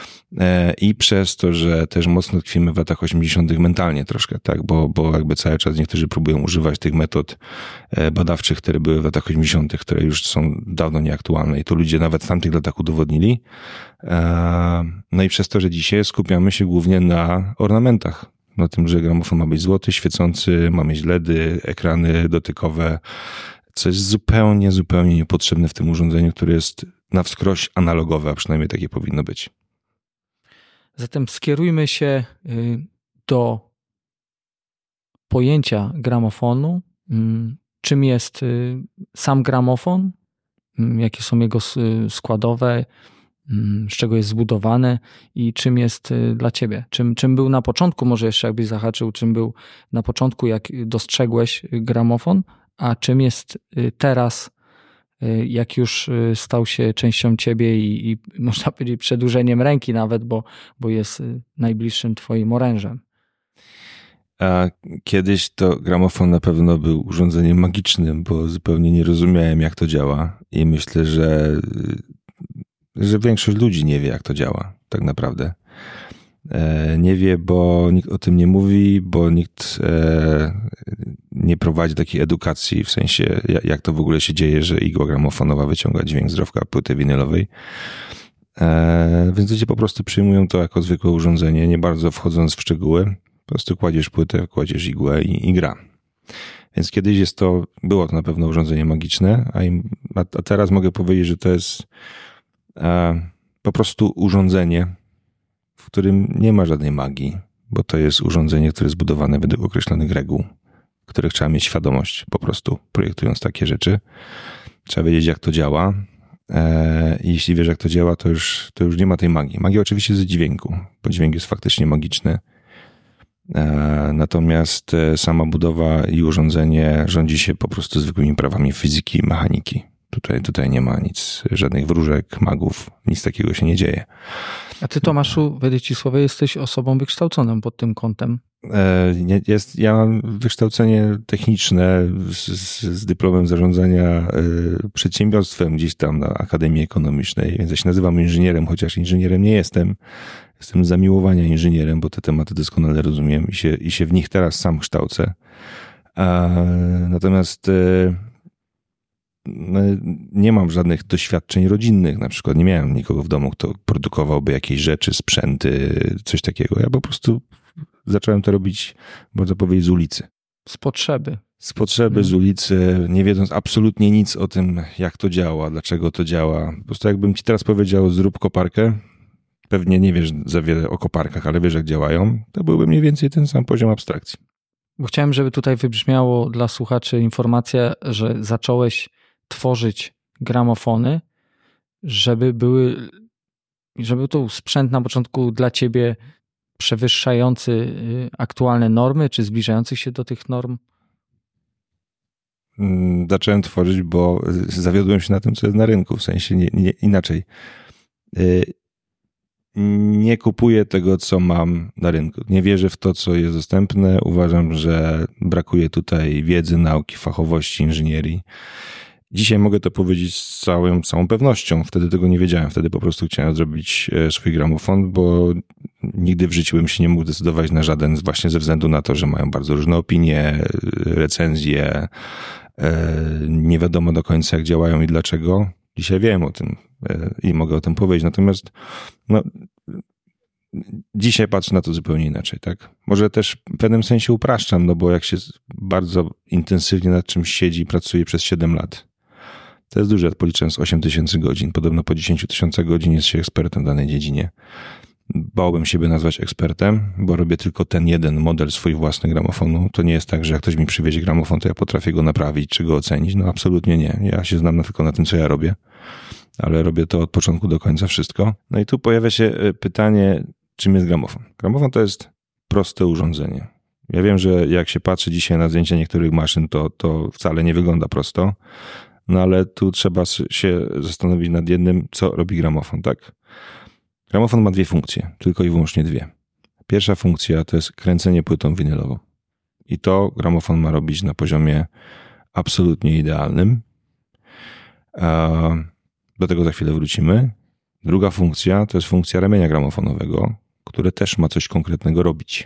i przez to, że też mocno tkwimy w latach osiemdziesiątych mentalnie troszkę, tak, bo, bo jakby cały czas niektórzy próbują używać tych metod badawczych, które były w latach osiemdziesiątych, które już są dawno nieaktualne i to ludzie nawet w tamtych latach udowodnili. No i przez to, że dzisiaj skupiamy się głównie na ornamentach, na tym, że gramofon ma być złoty, świecący, ma mieć LEDy, ekrany dotykowe, co jest zupełnie, zupełnie niepotrzebne w tym urządzeniu, które jest na wskroś analogowe, a przynajmniej takie powinno być. Zatem skierujmy się do pojęcia gramofonu. Czym jest sam gramofon? Jakie są jego składowe? Z czego jest zbudowany? I czym jest dla ciebie? Czym, czym był na początku? Może jeszcze jakbyś zahaczył, czym był na początku, jak dostrzegłeś gramofon? A czym jest teraz, jak już stał się częścią ciebie i, i można powiedzieć przedłużeniem ręki nawet, bo, bo jest najbliższym twoim orężem? A kiedyś to gramofon na pewno był urządzeniem magicznym, bo zupełnie nie rozumiałem, jak to działa i myślę, że, że większość ludzi nie wie, jak to działa tak naprawdę. Nie wie, bo nikt o tym nie mówi, bo nikt nie prowadzi takiej edukacji, w sensie jak to w ogóle się dzieje, że igła gramofonowa wyciąga dźwięk z rowka płyty winylowej. Więc ludzie po prostu przyjmują to jako zwykłe urządzenie, nie bardzo wchodząc w szczegóły. Po prostu kładziesz płytę, kładziesz igłę i, i gra. Więc kiedyś jest to, było to na pewno urządzenie magiczne, a, im, a, a teraz mogę powiedzieć, że to jest e, po prostu urządzenie, w którym nie ma żadnej magii, bo to jest urządzenie, które jest zbudowane według określonych reguł, których trzeba mieć świadomość po prostu, projektując takie rzeczy. Trzeba wiedzieć, jak to działa. E, I jeśli wiesz, jak to działa, to już, to już nie ma tej magii. Magia oczywiście jest z dźwięku, bo dźwięk jest faktycznie magiczny. Natomiast sama budowa i urządzenie rządzi się po prostu zwykłymi prawami fizyki i mechaniki. Tutaj, tutaj nie ma nic, żadnych wróżek, magów, nic takiego się nie dzieje. A ty, Tomaszu, wejdę ci słowo, jesteś osobą wykształconą pod tym kątem. Jest, ja mam wykształcenie techniczne z, z dyplomem zarządzania przedsiębiorstwem gdzieś tam na Akademii Ekonomicznej, więc ja się nazywam inżynierem, chociaż inżynierem nie jestem. Jestem z zamiłowania inżynierem, bo te tematy doskonale rozumiem i się, i się w nich teraz sam kształcę. A, natomiast no, nie mam żadnych doświadczeń rodzinnych. Na przykład nie miałem nikogo w domu, kto produkowałby jakieś rzeczy, sprzęty, coś takiego. Ja po prostu zacząłem to robić, można powiedzieć, z ulicy. Z potrzeby. Z potrzeby, z ulicy, nie wiedząc absolutnie nic o tym, jak to działa, dlaczego to działa. Po prostu jakbym ci teraz powiedział, zrób koparkę, pewnie nie wiesz za wiele o koparkach, ale wiesz, jak działają, to byłby mniej więcej ten sam poziom abstrakcji. Bo chciałem, żeby tutaj wybrzmiało dla słuchaczy informacja, że zacząłeś tworzyć gramofony, żeby były, żeby to sprzęt na początku dla ciebie przewyższający aktualne normy, czy zbliżających się do tych norm? Zacząłem tworzyć, bo zawiodłem się na tym, co jest na rynku, w sensie nie, nie, inaczej. Nie kupuję tego, co mam na rynku. Nie wierzę w to, co jest dostępne. Uważam, że brakuje tutaj wiedzy, nauki, fachowości, inżynierii. Dzisiaj mogę to powiedzieć z całą, całą pewnością. Wtedy tego nie wiedziałem. Wtedy po prostu chciałem zrobić swój gramofon, bo nigdy w życiu bym się nie mógł decydować na żaden, właśnie ze względu na to, że mają bardzo różne opinie, recenzje. Nie wiadomo do końca, jak działają i dlaczego. Dzisiaj wiem o tym i mogę o tym powiedzieć. Natomiast no, dzisiaj patrzę na to zupełnie inaczej, tak? Może też w pewnym sensie upraszczam, no bo jak się bardzo intensywnie nad czymś siedzi i pracuje przez siedem lat, to jest dużo, jak policzyłem z osiem tysięcy godzin. Podobno po dziesięć tysięcy godzin jest się ekspertem w danej dziedzinie. Bałbym siebie nazwać ekspertem, bo robię tylko ten jeden model swój własny gramofonu. To nie jest tak, że jak ktoś mi przywiezie gramofon, to ja potrafię go naprawić czy go ocenić. No absolutnie nie. Ja się znam tylko na tym, co ja robię, ale robię to od początku do końca wszystko. No i tu pojawia się pytanie, czym jest gramofon? Gramofon to jest proste urządzenie. Ja wiem, że jak się patrzy dzisiaj na zdjęcia niektórych maszyn, to, to wcale nie wygląda prosto, no ale tu trzeba się zastanowić nad jednym, co robi gramofon, tak? Gramofon ma dwie funkcje, tylko i wyłącznie dwie. Pierwsza funkcja to jest kręcenie płytą winylową. I to gramofon ma robić na poziomie absolutnie idealnym. Do tego za chwilę wrócimy. Druga funkcja to jest funkcja ramienia gramofonowego, które też ma coś konkretnego robić.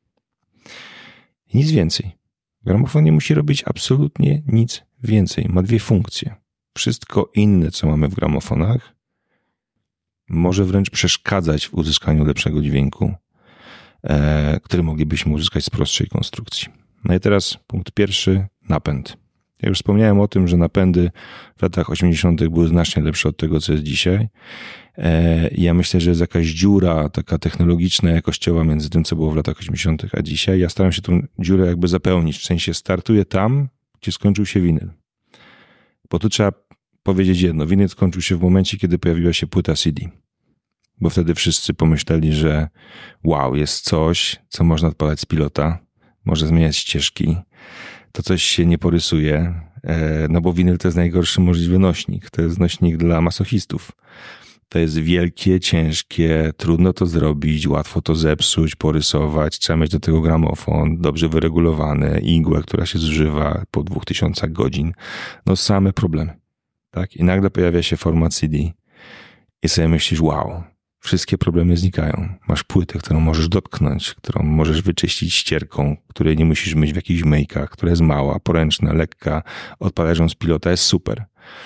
I nic więcej. Gramofon nie musi robić absolutnie nic więcej. Ma dwie funkcje. Wszystko inne, co mamy w gramofonach, może wręcz przeszkadzać w uzyskaniu lepszego dźwięku, e, który moglibyśmy uzyskać z prostszej konstrukcji. No i teraz punkt pierwszy, napęd. Ja już wspomniałem o tym, że napędy w latach osiemdziesiątych były znacznie lepsze od tego, co jest dzisiaj. E, ja myślę, że jest jakaś dziura taka technologiczna, jakościowa między tym, co było w latach osiemdziesiątych a dzisiaj. Ja staram się tą dziurę jakby zapełnić, w sensie startuję tam, gdzie skończył się winyl. Bo tu trzeba powiedzieć jedno, winyl skończył się w momencie, kiedy pojawiła się płyta C D. Bo wtedy wszyscy pomyśleli, że wow, jest coś, co można odpalać z pilota, może zmieniać ścieżki, to coś się nie porysuje, no bo winyl to jest najgorszy możliwy nośnik, to jest nośnik dla masochistów. To jest wielkie, ciężkie, trudno to zrobić, łatwo to zepsuć, porysować. Trzeba mieć do tego gramofon dobrze wyregulowany, igłę, która się zużywa po dwóch tysiącach godzin. No same problemy. Tak? I nagle pojawia się format C D i sobie myślisz, wow, wszystkie problemy znikają. Masz płytę, którą możesz dotknąć, którą możesz wyczyścić ścierką, której nie musisz myć w jakichś myjkach, która jest mała, poręczna, lekka, odpalasz ją z pilota, jest super.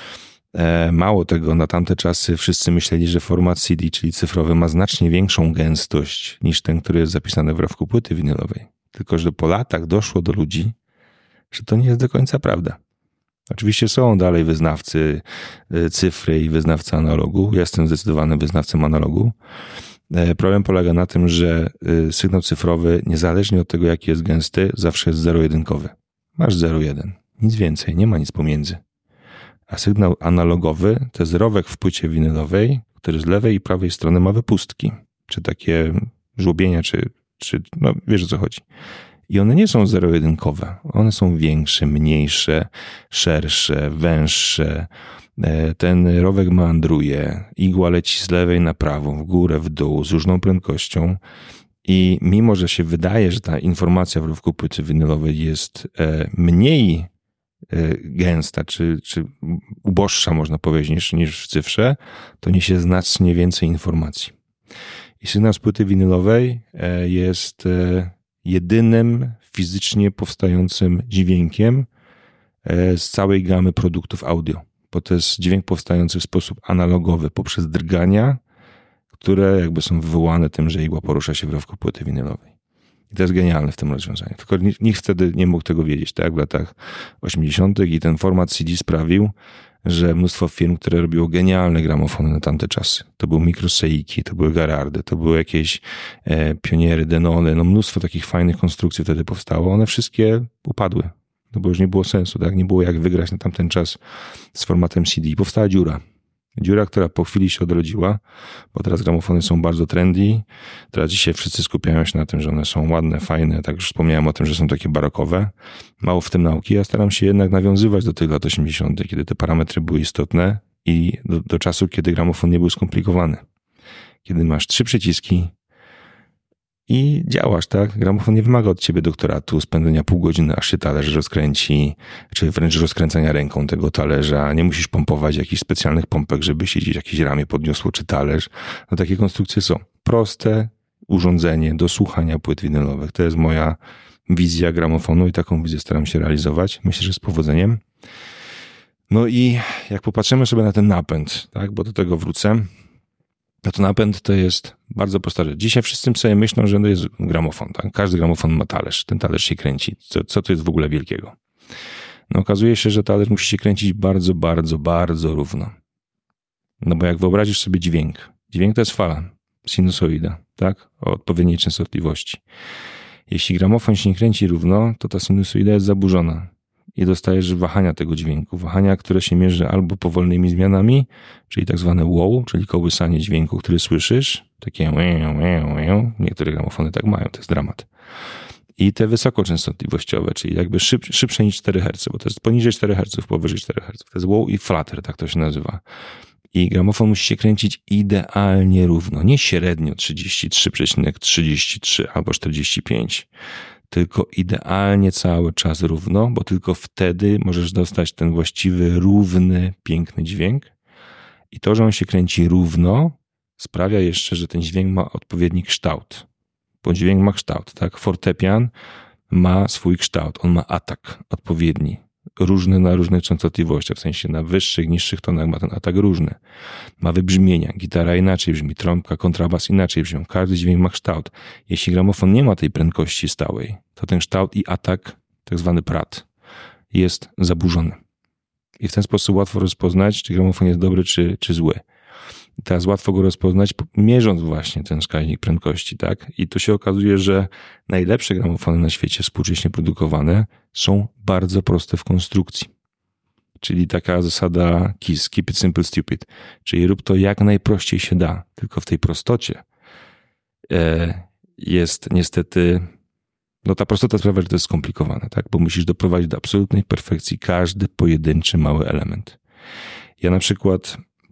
Mało tego, na tamte czasy wszyscy myśleli, że format C D, czyli cyfrowy, ma znacznie większą gęstość niż ten, który jest zapisany w rowku płyty winylowej. Tylko że po latach doszło do ludzi, że to nie jest do końca prawda. Oczywiście są dalej wyznawcy cyfry i wyznawcy analogu. Ja jestem zdecydowanym wyznawcą analogu. Problem polega na tym, że sygnał cyfrowy, niezależnie od tego, jaki jest gęsty, zawsze jest zero-jedynkowy. Masz zero jeden. Nic więcej, nie ma nic pomiędzy. A sygnał analogowy to jest rowek w płycie winylowej, który z lewej i prawej strony ma wypustki, czy takie żłobienia, czy, czy no wiesz o co chodzi. I one nie są zero-jedynkowe. One są większe, mniejsze, szersze, węższe. Ten rowek meandruje, igła leci z lewej na prawą, w górę, w dół, z różną prędkością. I mimo, że się wydaje, że ta informacja w rowku płyty winylowej jest mniej gęsta, czy, czy uboższa, można powiedzieć, niż, niż w cyfrze, to niesie znacznie więcej informacji. I sygnał z płyty winylowej jest jedynym fizycznie powstającym dźwiękiem z całej gamy produktów audio, bo to jest dźwięk powstający w sposób analogowy poprzez drgania, które jakby są wywołane tym, że igła porusza się w rowku płyty winylowej. I to jest genialne w tym rozwiązaniu. Tylko nikt wtedy nie mógł tego wiedzieć, tak? W latach osiemdziesiątych i ten format C D sprawił, że mnóstwo firm, które robiło genialne gramofony na tamte czasy. To były Microseiki, to były Garardy, to były jakieś e, Pioniery, Denony, no mnóstwo takich fajnych konstrukcji wtedy powstało. One wszystkie upadły, no bo już nie było sensu, tak? Nie było jak wygrać na tamten czas z formatem C D. I powstała dziura. Dziura, która po chwili się odrodziła, bo teraz gramofony są bardzo trendy. Teraz dzisiaj wszyscy skupiają się na tym, że one są ładne, fajne. Tak już wspomniałem o tym, że są takie barokowe. Mało w tym nauki. Ja staram się jednak nawiązywać do tych lat osiemdziesiątych, kiedy te parametry były istotne i do, do czasu, kiedy gramofon nie był skomplikowany. Kiedy masz trzy przyciski i działasz, tak? Gramofon nie wymaga od ciebie doktoratu, spędzenia pół godziny, aż się talerz rozkręci, czy wręcz rozkręcania ręką tego talerza. Nie musisz pompować jakichś specjalnych pompek, żeby się gdzieś jakieś ramię podniosło, czy talerz. No takie konstrukcje są. Proste urządzenie do słuchania płyt winylowych. To jest moja wizja gramofonu i taką wizję staram się realizować. Myślę, że z powodzeniem. No i jak popatrzymy sobie na ten napęd, tak? Bo do tego wrócę. No to napęd to jest bardzo prosta rzecz. Dzisiaj wszyscy sobie myślą, że to jest gramofon. Tak? Każdy gramofon ma talerz. Ten talerz się kręci. Co, co to jest w ogóle wielkiego? No okazuje się, że talerz musi się kręcić bardzo, bardzo, bardzo równo. No bo jak wyobrazisz sobie dźwięk. Dźwięk to jest fala, sinusoida, tak? O odpowiedniej częstotliwości. Jeśli gramofon się nie kręci równo, to ta sinusoida jest zaburzona. I dostajesz wahania tego dźwięku. Wahania, które się mierzy albo powolnymi zmianami, czyli tak zwane wow, czyli kołysanie dźwięku, który słyszysz. Takie niektóre gramofony tak mają, to jest dramat. I te wysokoczęstotliwościowe, czyli jakby szyb, szybsze niż cztery herce, bo to jest poniżej czterech herców, powyżej czterech herców. To jest wow i flutter, tak to się nazywa. I gramofon musi się kręcić idealnie równo. Nie średnio trzydzieści trzy przecinek trzydzieści trzy albo czterdzieści pięć. Tylko idealnie cały czas równo, bo tylko wtedy możesz dostać ten właściwy, równy, piękny dźwięk. I to, że on się kręci równo, sprawia jeszcze, że ten dźwięk ma odpowiedni kształt. Bo dźwięk ma kształt, tak? Fortepian ma swój kształt, on ma atak odpowiedni. Różny na różnych częstotliwościach, w sensie na wyższych, niższych tonach ma ten atak różny. Ma wybrzmienia, gitara inaczej brzmi, trąbka, kontrabas inaczej brzmią. Każdy dźwięk ma kształt. Jeśli gramofon nie ma tej prędkości stałej, to ten kształt i atak, tak zwany prat, jest zaburzony. I w ten sposób łatwo rozpoznać, czy gramofon jest dobry, czy, czy zły. Teraz łatwo go rozpoznać, mierząc właśnie ten wskaźnik prędkości, tak? I tu się okazuje, że najlepsze gramofony na świecie współcześnie produkowane są bardzo proste w konstrukcji. Czyli taka zasada KISS, keep it simple, stupid. Czyli rób to jak najprościej się da. Tylko w tej prostocie jest niestety, no ta prostota sprawia, że to jest skomplikowane, tak? Bo musisz doprowadzić do absolutnej perfekcji każdy pojedynczy mały element. Ja na przykład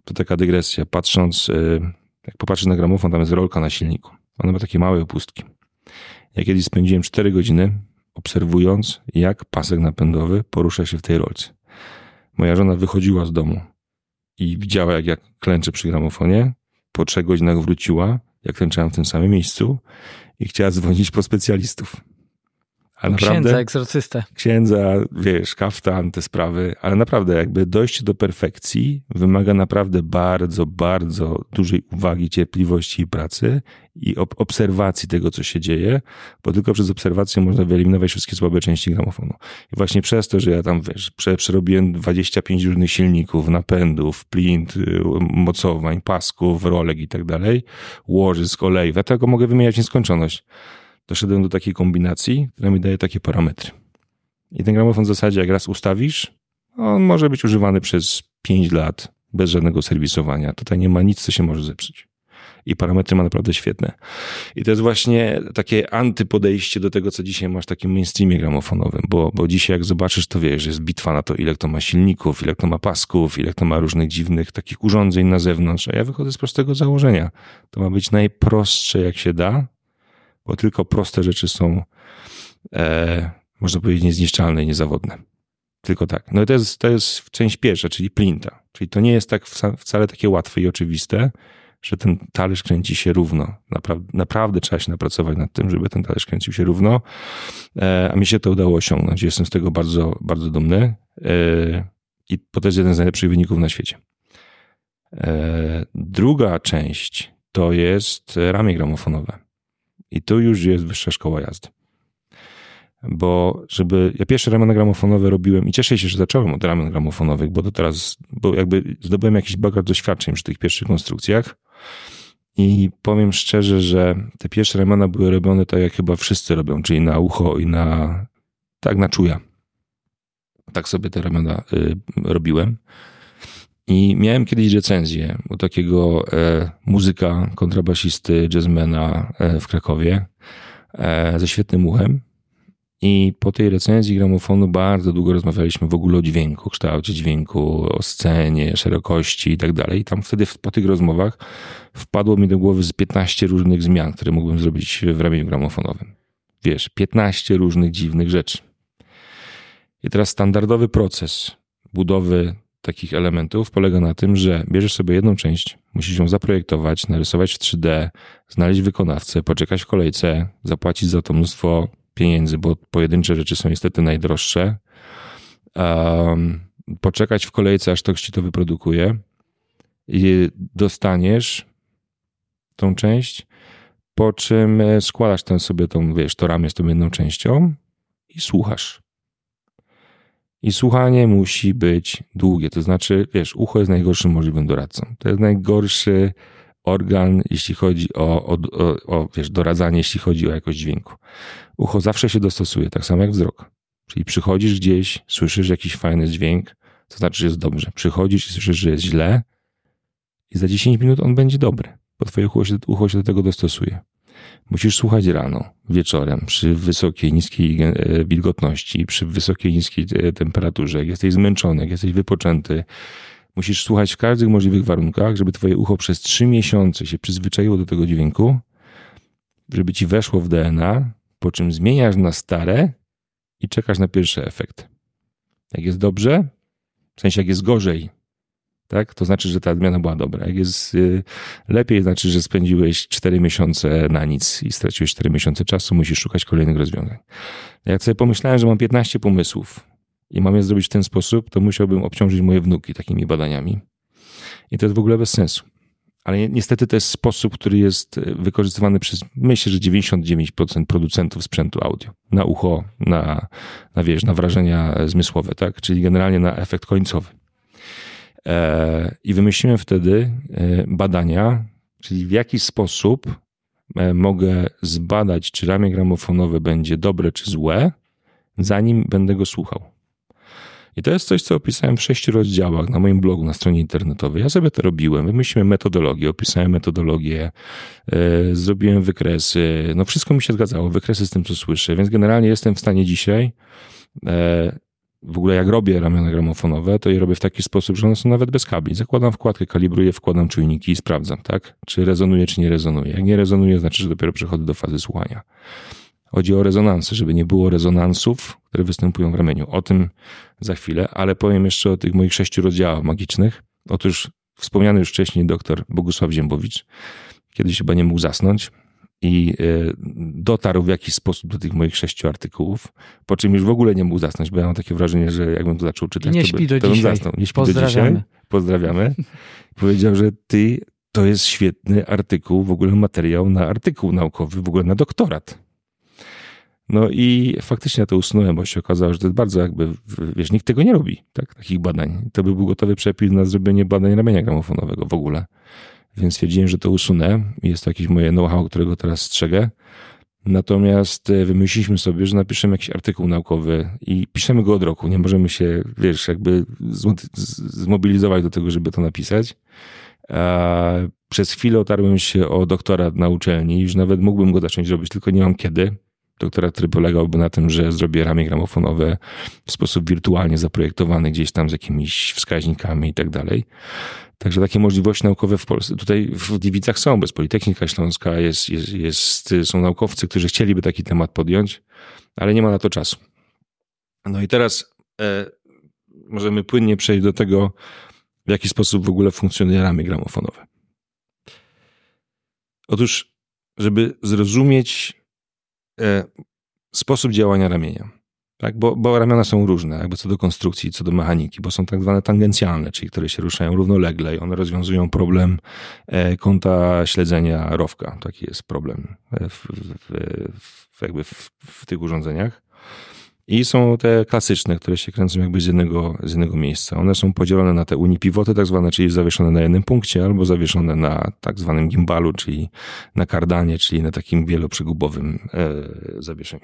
to taka dygresja. Patrząc, jak popatrzysz na gramofon, tam jest rolka na silniku. Ona ma takie małe opustki. Ja kiedyś spędziłem cztery godziny obserwując, jak pasek napędowy porusza się w tej rolce. Moja żona wychodziła z domu i widziała, jak ja klęczę przy gramofonie. Po trzech godzinach wróciła, jak klęczałem w tym samym miejscu i chciała dzwonić po specjalistów. A naprawdę, księdza, egzorcystę. Księdza, wiesz, kaftan, te sprawy, ale naprawdę jakby dojście do perfekcji wymaga naprawdę bardzo, bardzo dużej uwagi, cierpliwości i pracy i ob- obserwacji tego, co się dzieje, bo tylko przez obserwację można wyeliminować wszystkie słabe części gramofonu. I właśnie przez to, że ja tam, wiesz, prze- przerobiłem dwadzieścia pięć różnych silników, napędów, plint, mocowań, pasków, rolek i tak dalej, łożysk, olejów, ja tego mogę wymieniać w nieskończoność. Doszedłem do takiej kombinacji, która mi daje takie parametry. I ten gramofon w zasadzie, jak raz ustawisz, on może być używany przez pięć lat bez żadnego serwisowania. Tutaj nie ma nic, co się może zepsuć. I parametry ma naprawdę świetne. I to jest właśnie takie antypodejście do tego, co dzisiaj masz w takim mainstreamie gramofonowym, bo, bo dzisiaj jak zobaczysz, to wiesz, że jest bitwa na to, ile to ma silników, ile to ma pasków, ile to ma różnych dziwnych takich urządzeń na zewnątrz. A ja wychodzę z prostego założenia. To ma być najprostsze, jak się da, bo tylko proste rzeczy są, e, można powiedzieć, niezniszczalne i niezawodne. Tylko tak. No i to jest, to jest część pierwsza, czyli plinta. Czyli to nie jest tak wcale takie łatwe i oczywiste, że ten talerz kręci się równo. Naprawdę, naprawdę trzeba się napracować nad tym, żeby ten talerz kręcił się równo. E, a mi się to udało osiągnąć. Jestem z tego bardzo, bardzo dumny. E, I to jest jeden z najlepszych wyników na świecie. E, druga część to jest ramię gramofonowe. I tu już jest wyższa szkoła jazdy. Bo żeby, ja pierwsze ramiona gramofonowe robiłem i cieszę się, że zacząłem od ramion gramofonowych, bo to teraz, bo jakby zdobyłem jakiś bagaż doświadczeń przy tych pierwszych konstrukcjach i powiem szczerze, że te pierwsze ramiona były robione tak, jak chyba wszyscy robią, czyli na ucho i na, tak na czuja. Tak sobie te ramiona y, robiłem. I miałem kiedyś recenzję u takiego e, muzyka, kontrabasisty, jazzmana e, w Krakowie e, ze świetnym uchem. I po tej recenzji gramofonu bardzo długo rozmawialiśmy w ogóle o dźwięku, kształcie dźwięku, o scenie, szerokości i tak dalej. I tam wtedy po tych rozmowach wpadło mi do głowy z piętnaście różnych zmian, które mógłbym zrobić w ramieniu gramofonowym. Wiesz, piętnaście różnych dziwnych rzeczy. I teraz standardowy proces budowy takich elementów polega na tym, że bierzesz sobie jedną część, musisz ją zaprojektować, narysować w trzy D, znaleźć wykonawcę, poczekać w kolejce, zapłacić za to mnóstwo pieniędzy, bo pojedyncze rzeczy są niestety najdroższe, um, poczekać w kolejce, aż ktoś ci to wyprodukuje i dostaniesz tą część, po czym składasz ten sobie tą, wiesz, to ramię z tą jedną częścią i słuchasz. I słuchanie musi być długie, to znaczy, wiesz, ucho jest najgorszym możliwym doradcą. To jest najgorszy organ, jeśli chodzi o, o, o, o wiesz, doradzanie, jeśli chodzi o jakość dźwięku. Ucho zawsze się dostosuje, tak samo jak wzrok. Czyli przychodzisz gdzieś, słyszysz jakiś fajny dźwięk, to znaczy, że jest dobrze. Przychodzisz i słyszysz, że jest źle i za dziesięć minut on będzie dobry, bo twoje ucho się, ucho się do tego dostosuje. Musisz słuchać rano, wieczorem, przy wysokiej, niskiej wilgotności, przy wysokiej, niskiej temperaturze, jak jesteś zmęczony, jak jesteś wypoczęty. Musisz słuchać w każdych możliwych warunkach, żeby twoje ucho przez trzy miesiące się przyzwyczaiło do tego dźwięku, żeby ci weszło w D N A, po czym zmieniasz na stare i czekasz na pierwszy efekt. Jak jest dobrze, w sensie jak jest gorzej, tak, to znaczy, że ta zmiana była dobra. Jak jest y, lepiej, znaczy, że spędziłeś cztery miesiące na nic i straciłeś cztery miesiące czasu, musisz szukać kolejnych rozwiązań. Jak sobie pomyślałem, że mam piętnaście pomysłów i mam je zrobić w ten sposób, to musiałbym obciążyć moje wnuki takimi badaniami. I to jest w ogóle bez sensu. Ale niestety to jest sposób, który jest wykorzystywany przez, myślę, że dziewięćdziesiąt dziewięć procent producentów sprzętu audio. Na ucho, na, na wiesz, na wrażenia zmysłowe, tak? Czyli generalnie na efekt końcowy. I wymyśliłem wtedy badania, czyli w jaki sposób mogę zbadać, czy ramię gramofonowe będzie dobre czy złe, zanim będę go słuchał. I to jest coś, co opisałem w sześciu rozdziałach na moim blogu, na stronie internetowej. Ja sobie to robiłem, wymyśliłem metodologię, opisałem metodologię, yy, zrobiłem wykresy, no wszystko mi się zgadzało, wykresy z tym, co słyszę, więc generalnie jestem w stanie dzisiaj yy, w ogóle jak robię ramiona gramofonowe, to je robię w taki sposób, że one są nawet bez kabli. Zakładam wkładkę, kalibruję, wkładam czujniki i sprawdzam, tak? Czy rezonuje, czy nie rezonuje. Jak nie rezonuje, znaczy, że dopiero przechodzę do fazy słuchania. Chodzi o rezonansy, żeby nie było rezonansów, które występują w ramieniu. O tym za chwilę, ale powiem jeszcze o tych moich sześciu rozdziałach magicznych. Otóż wspomniany już wcześniej doktor Bogusław Ziębowicz kiedyś chyba nie mógł zasnąć i dotarł w jakiś sposób do tych moich sześciu artykułów, po czym już w ogóle nie mógł zasnąć, bo ja mam takie wrażenie, że jakbym to zaczął czytać, nie to, śpi by, do to bym dzisiaj. zasnął. Nie śpi do dzisiaj. Pozdrawiamy. Powiedział, że ty, to jest świetny artykuł, w ogóle materiał na artykuł naukowy, w ogóle na doktorat. No i faktycznie ja to usunąłem, bo się okazało, że to jest bardzo jakby, wiesz, nikt tego nie robi, tak, takich badań. To by był gotowy przepis na zrobienie badań ramienia gramofonowego w ogóle. Więc stwierdziłem, że to usunę. Jest to jakieś moje know-how, którego teraz strzegę. Natomiast wymyśliliśmy sobie, że napiszemy jakiś artykuł naukowy i piszemy go od roku. Nie możemy się, wiesz, jakby zmobilizować do tego, żeby to napisać. A przez chwilę otarłem się o doktorat na uczelni. Już nawet mógłbym go zacząć robić, tylko nie mam kiedy. Doktorat, który polegałby na tym, że zrobię ramię gramofonowe w sposób wirtualnie zaprojektowany gdzieś tam z jakimiś wskaźnikami i tak dalej. Także takie możliwości naukowe w Polsce, tutaj w Gliwicach są, bo jest Politechnika Śląska, jest, jest, jest, są naukowcy, którzy chcieliby taki temat podjąć, ale nie ma na to czasu. No i teraz e, możemy płynnie przejść do tego, w jaki sposób w ogóle funkcjonuje ramię gramofonowe. Otóż, żeby zrozumieć e, sposób działania ramienia, tak, bo, bo ramiona są różne, jakby co do konstrukcji, co do mechaniki, bo są tak zwane tangencjalne, czyli które się ruszają równolegle i one rozwiązują problem kąta śledzenia rowka. Taki jest problem w, w, w, jakby w, w tych urządzeniach. I są te klasyczne, które się kręcą jakby z jednego, z jednego miejsca. One są podzielone na te unipivoty tak zwane, czyli zawieszone na jednym punkcie, albo zawieszone na tak zwanym gimbalu, czyli na kardanie, czyli na takim wieloprzegubowym e, zawieszeniu.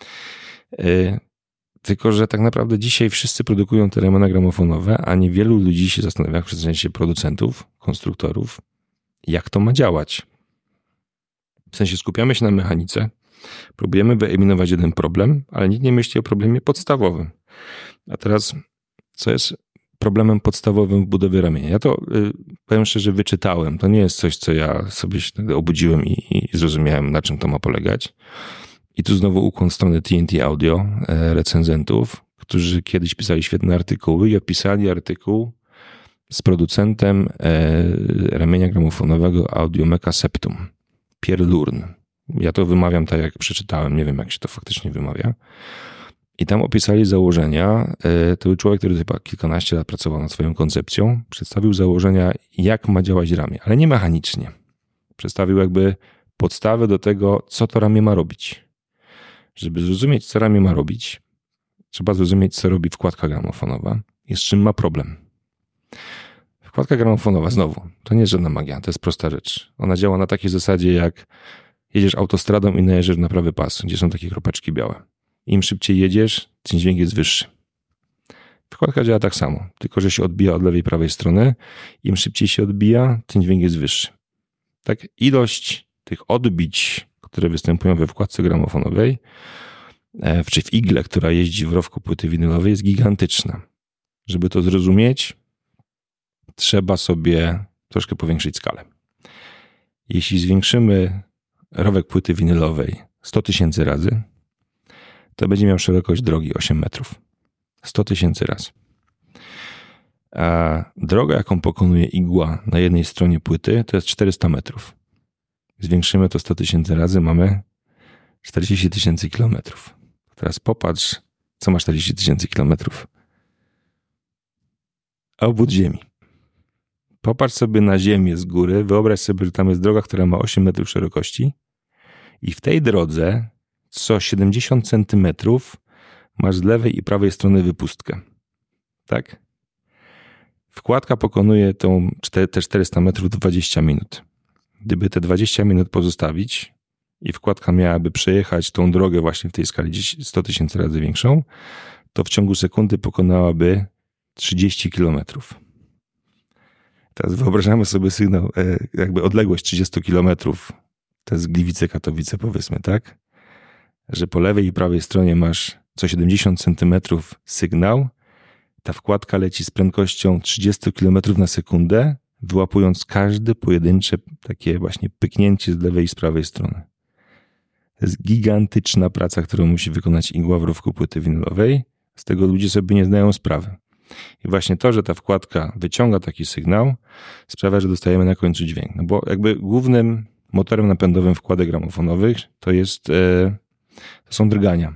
E, Tylko że tak naprawdę dzisiaj wszyscy produkują te ramiona gramofonowe, a niewielu ludzi się zastanawia, w sensie producentów, konstruktorów, jak to ma działać. W sensie skupiamy się na mechanice, próbujemy wyeliminować jeden problem, ale nikt nie myśli o problemie podstawowym. A teraz, co jest problemem podstawowym w budowie ramienia? Ja to, powiem szczerze, wyczytałem. To nie jest coś, co ja sobie się obudziłem i, i zrozumiałem, na czym to ma polegać. I tu znowu ukłon strony T N T Audio, recenzentów, którzy kiedyś pisali świetne artykuły i opisali artykuł z producentem ramienia gramofonowego Audiomeca Septum, Pierre Lurn. Ja to wymawiam tak, jak przeczytałem, nie wiem, jak się to faktycznie wymawia. I tam opisali założenia. To był człowiek, który chyba kilkanaście lat pracował nad swoją koncepcją. Przedstawił założenia, jak ma działać ramię, ale nie mechanicznie. Przedstawił jakby podstawę do tego, co to ramię ma robić. Żeby zrozumieć, co ramię ma robić, trzeba zrozumieć, co robi wkładka gramofonowa i z czym ma problem. Wkładka gramofonowa, znowu, to nie jest żadna magia, to jest prosta rzecz. Ona działa na takiej zasadzie, jak jedziesz autostradą i najeżdżasz na prawy pas, gdzie są takie kropeczki białe. Im szybciej jedziesz, tym dźwięk jest wyższy. Wkładka działa tak samo, tylko że się odbija od lewej i prawej strony. Im szybciej się odbija, tym dźwięk jest wyższy. Tak, ilość tych odbić, które występują we wkładce gramofonowej, czy w igle, która jeździ w rowku płyty winylowej, jest gigantyczna. Żeby to zrozumieć, trzeba sobie troszkę powiększyć skalę. Jeśli zwiększymy rowek płyty winylowej sto tysięcy razy, to będzie miał szerokość drogi osiem metrów. sto tysięcy razy. A droga, jaką pokonuje igła na jednej stronie płyty, to jest czterysta metrów. Zwiększymy to sto tysięcy razy, mamy czterdzieści tysięcy kilometrów. Teraz popatrz, co ma czterdzieści tysięcy kilometrów. Obwód Ziemi. Popatrz sobie na Ziemię z góry, wyobraź sobie, że tam jest droga, która ma osiem metrów szerokości i w tej drodze co siedemdziesiąt centymetrów masz z lewej i prawej strony wypustkę. Tak? Wkładka pokonuje tą, te czterysta metrów dwadzieścia minut. Gdyby te dwadzieścia minut pozostawić i wkładka miałaby przejechać tą drogę właśnie w tej skali sto tysięcy razy większą, to w ciągu sekundy pokonałaby trzydzieści kilometrów. Teraz wyobrażamy sobie sygnał, jakby odległość trzydzieści kilometrów, to jest Gliwice, Katowice powiedzmy, tak? Że po lewej i prawej stronie masz co siedemdziesiąt centymetrów sygnał, ta wkładka leci z prędkością trzydzieści kilometrów na sekundę, wyłapując każde pojedyncze takie właśnie pyknięcie z lewej i z prawej strony. To jest gigantyczna praca, którą musi wykonać igła w rowku płyty winylowej. Z tego ludzie sobie nie zdają sprawy. I właśnie to, że ta wkładka wyciąga taki sygnał, sprawia, że dostajemy na końcu dźwięk. No bo jakby głównym motorem napędowym wkładek gramofonowych to jest, e, to są drgania.